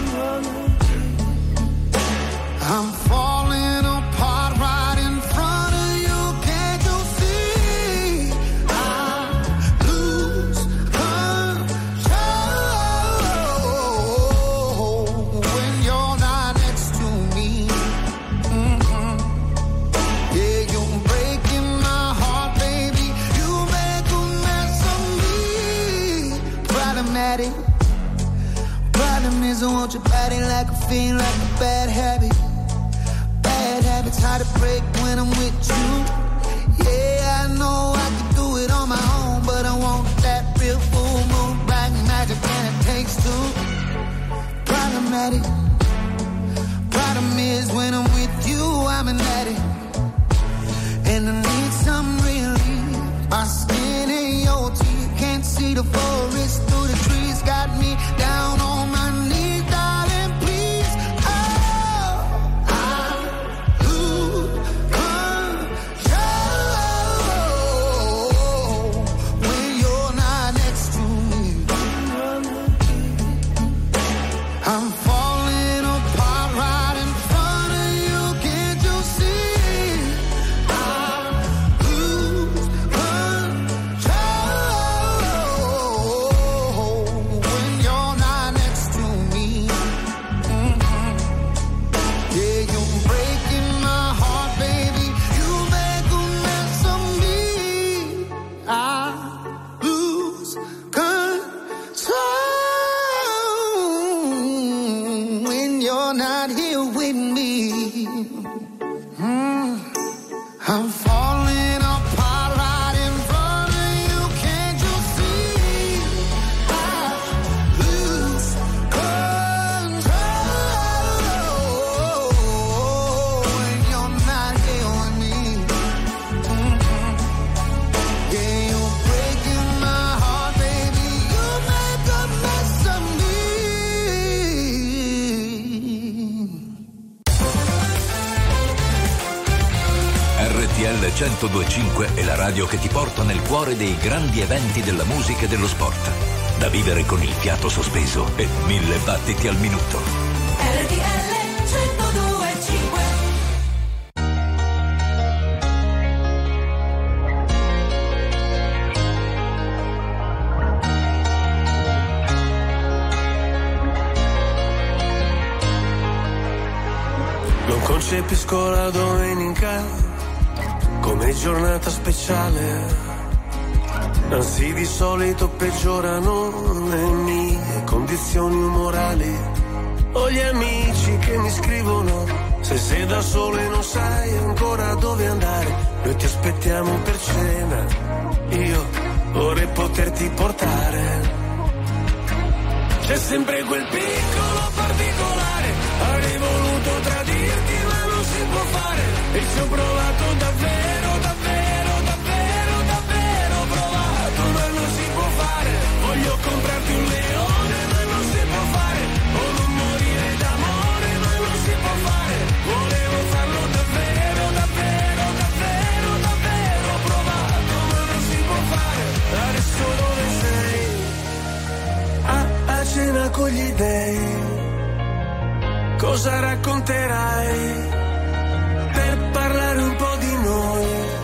I'm falling apart right in front of you. Can't you see? I lose control when you're not next to me. Yeah, you're breaking my heart, baby. You make a mess of me. Problematic. Problem is I want your body like a fiend, like a bad habit. Bad habits hard to break when I'm with you. Yeah, I know I can do it on my own, but I want that real full moon, black magic, and it takes two. Problematic. Problem is when I'm with you, I'm an addict, and I need some relief. My skin and your teeth, can't see the forest through the trees, got me down on my knees, darling, please. I'm falling apart right in front of you. Can't you see? I lose control when you're not next to me. Yeah, you're breaking my heart, baby. You make a mess of me. I lose control when you're not here with me. I'm falling apart right in front of you. Can't you see? I lose control when you're not here with me. Yeah, you're breaking my heart, baby. You make a mess of me. RTL 102.5 è la radio che ti porta nel cuore dei grandi eventi della musica e dello sport. Da vivere con il fiato sospeso e 1000 battiti al minuto. RTL 102.5. Non concepisco la domenica come giornata speciale, anzi di solito peggiorano le mie condizioni umorali. Ho gli amici che mi scrivono: se sei da solo e non sai ancora dove andare, noi ti aspettiamo per cena, io vorrei poterti portare. C'è sempre quel piccolo particolare, avrei voluto tradirti ma non si può fare, e ci ho provato davvero, davvero, davvero, davvero provato, ma non si può fare, voglio comprarti un leone ma non si può fare, o non morire d'amore ma non si può fare, volevo farlo davvero, davvero, davvero, davvero provato, ma non si può fare, adesso dove sei? A cena con gli dèi, cosa racconterai per parlare un po' di noi?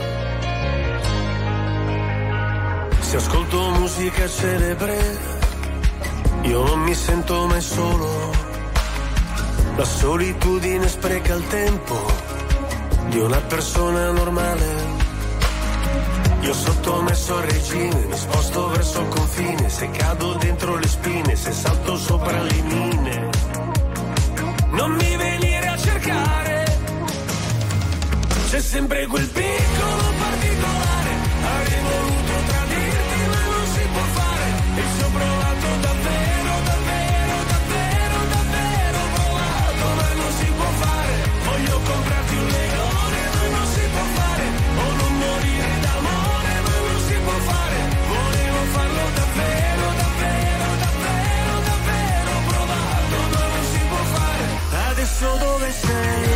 Se ascolto musica celebre, io non mi sento mai solo, la solitudine spreca il tempo di una persona normale. Io sottomesso al regime, mi sposto verso il confine, se cado dentro le spine, se salto sopra le mine, non mi venire a cercare, c'è sempre quel piccolo particolare, avrei voluto tradirti ma non si può fare, e ci ho provato davvero, davvero, davvero, davvero provato, ma non si può fare, voglio comprarti un leone ma non si può fare, o non morire d'amore ma non si può fare, volevo farlo davvero, davvero, davvero, davvero provato, ma non si può fare, adesso dove sei?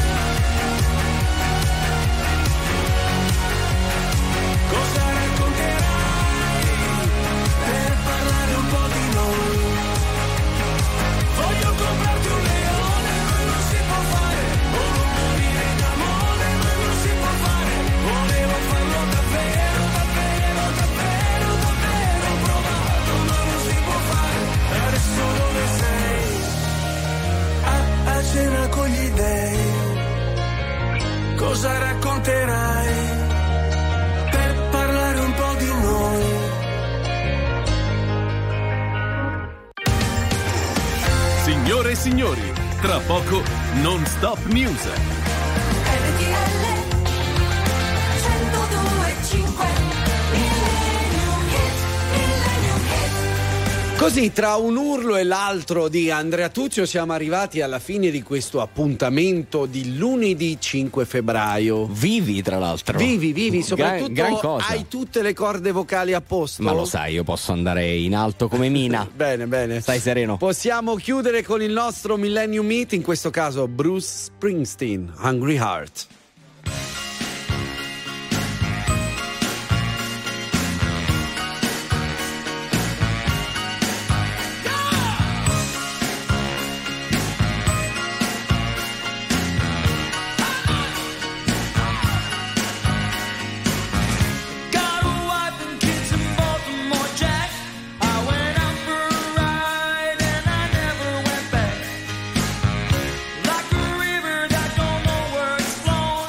Cosa racconterai per parlare un po' di noi? Voglio comprarti un leone ma non si può fare, o non morire d'amore ma non si può fare, volevo farlo davvero, davvero, davvero, davvero provato, ma non si può fare, adesso dove sei? A cena con gli dèi, cosa racconterai per parlare un po' di noi? Signore e signori, tra poco Non Stop News. RTL 102.5 Millennium Hit. Così, tra un urlo e l'altro di Andrea Tuzio, siamo arrivati alla fine di questo appuntamento di lunedì 5 febbraio. Vivi, tra l'altro. Vivi, soprattutto gran cosa. hai tutte le corde vocali a posto. Ma lo sai, io posso andare in alto come Mina. Bene. Stai sereno. Possiamo chiudere con il nostro Millennium Hit, in questo caso Bruce Springsteen, Hungry Heart. Like a river that don't know where it's flowing.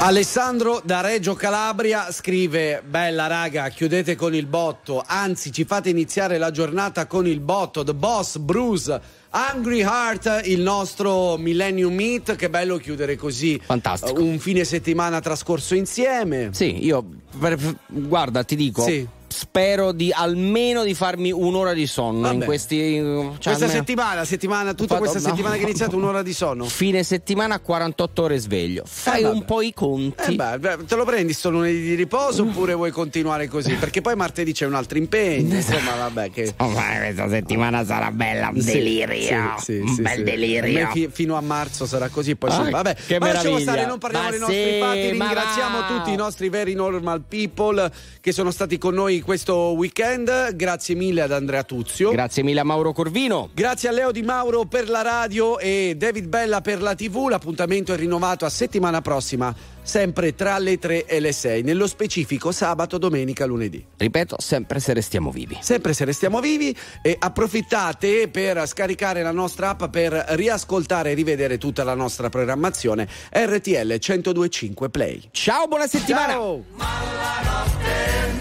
Alessandro da Reggio Calabria scrive: bella raga, chiudete con il botto, anzi ci fate iniziare la giornata con il botto. The Boss, Bruce, Hungry Heart, il nostro Millennium Meet. Che bello chiudere così. Fantastico. Un fine settimana trascorso insieme. Sì, io guarda, ti dico, sì, spero almeno di farmi un'ora di sonno. Vabbè, in questi questa settimana tutta questa settimana che è iniziata, un'ora di sonno. Fine settimana 48 ore sveglio. Fai un po' i conti. Te lo prendi sto lunedì di riposo oppure vuoi continuare così? Perché poi martedì c'è un altro impegno. Insomma, vabbè, che questa settimana sarà bella, un delirio. Un bel delirio. Fino a marzo sarà così, poi vabbè. Che ma lasciamo stare, non parliamo dei nostri fatti. Ringraziamo tutti i nostri very normal people che sono stati con noi questo weekend. Grazie mille ad Andrea Tuzio. Grazie mille a Mauro Corvino. Grazie a Leo Di Mauro per la radio e David Bella per la TV. L'appuntamento è rinnovato a settimana prossima, sempre tra le 3 e le 6, nello specifico sabato, domenica, lunedì. Ripeto, sempre se restiamo vivi. Sempre se restiamo vivi. E approfittate per scaricare la nostra app per riascoltare e rivedere tutta la nostra programmazione. RTL 102.5 Play. Ciao, buona settimana. Ciao.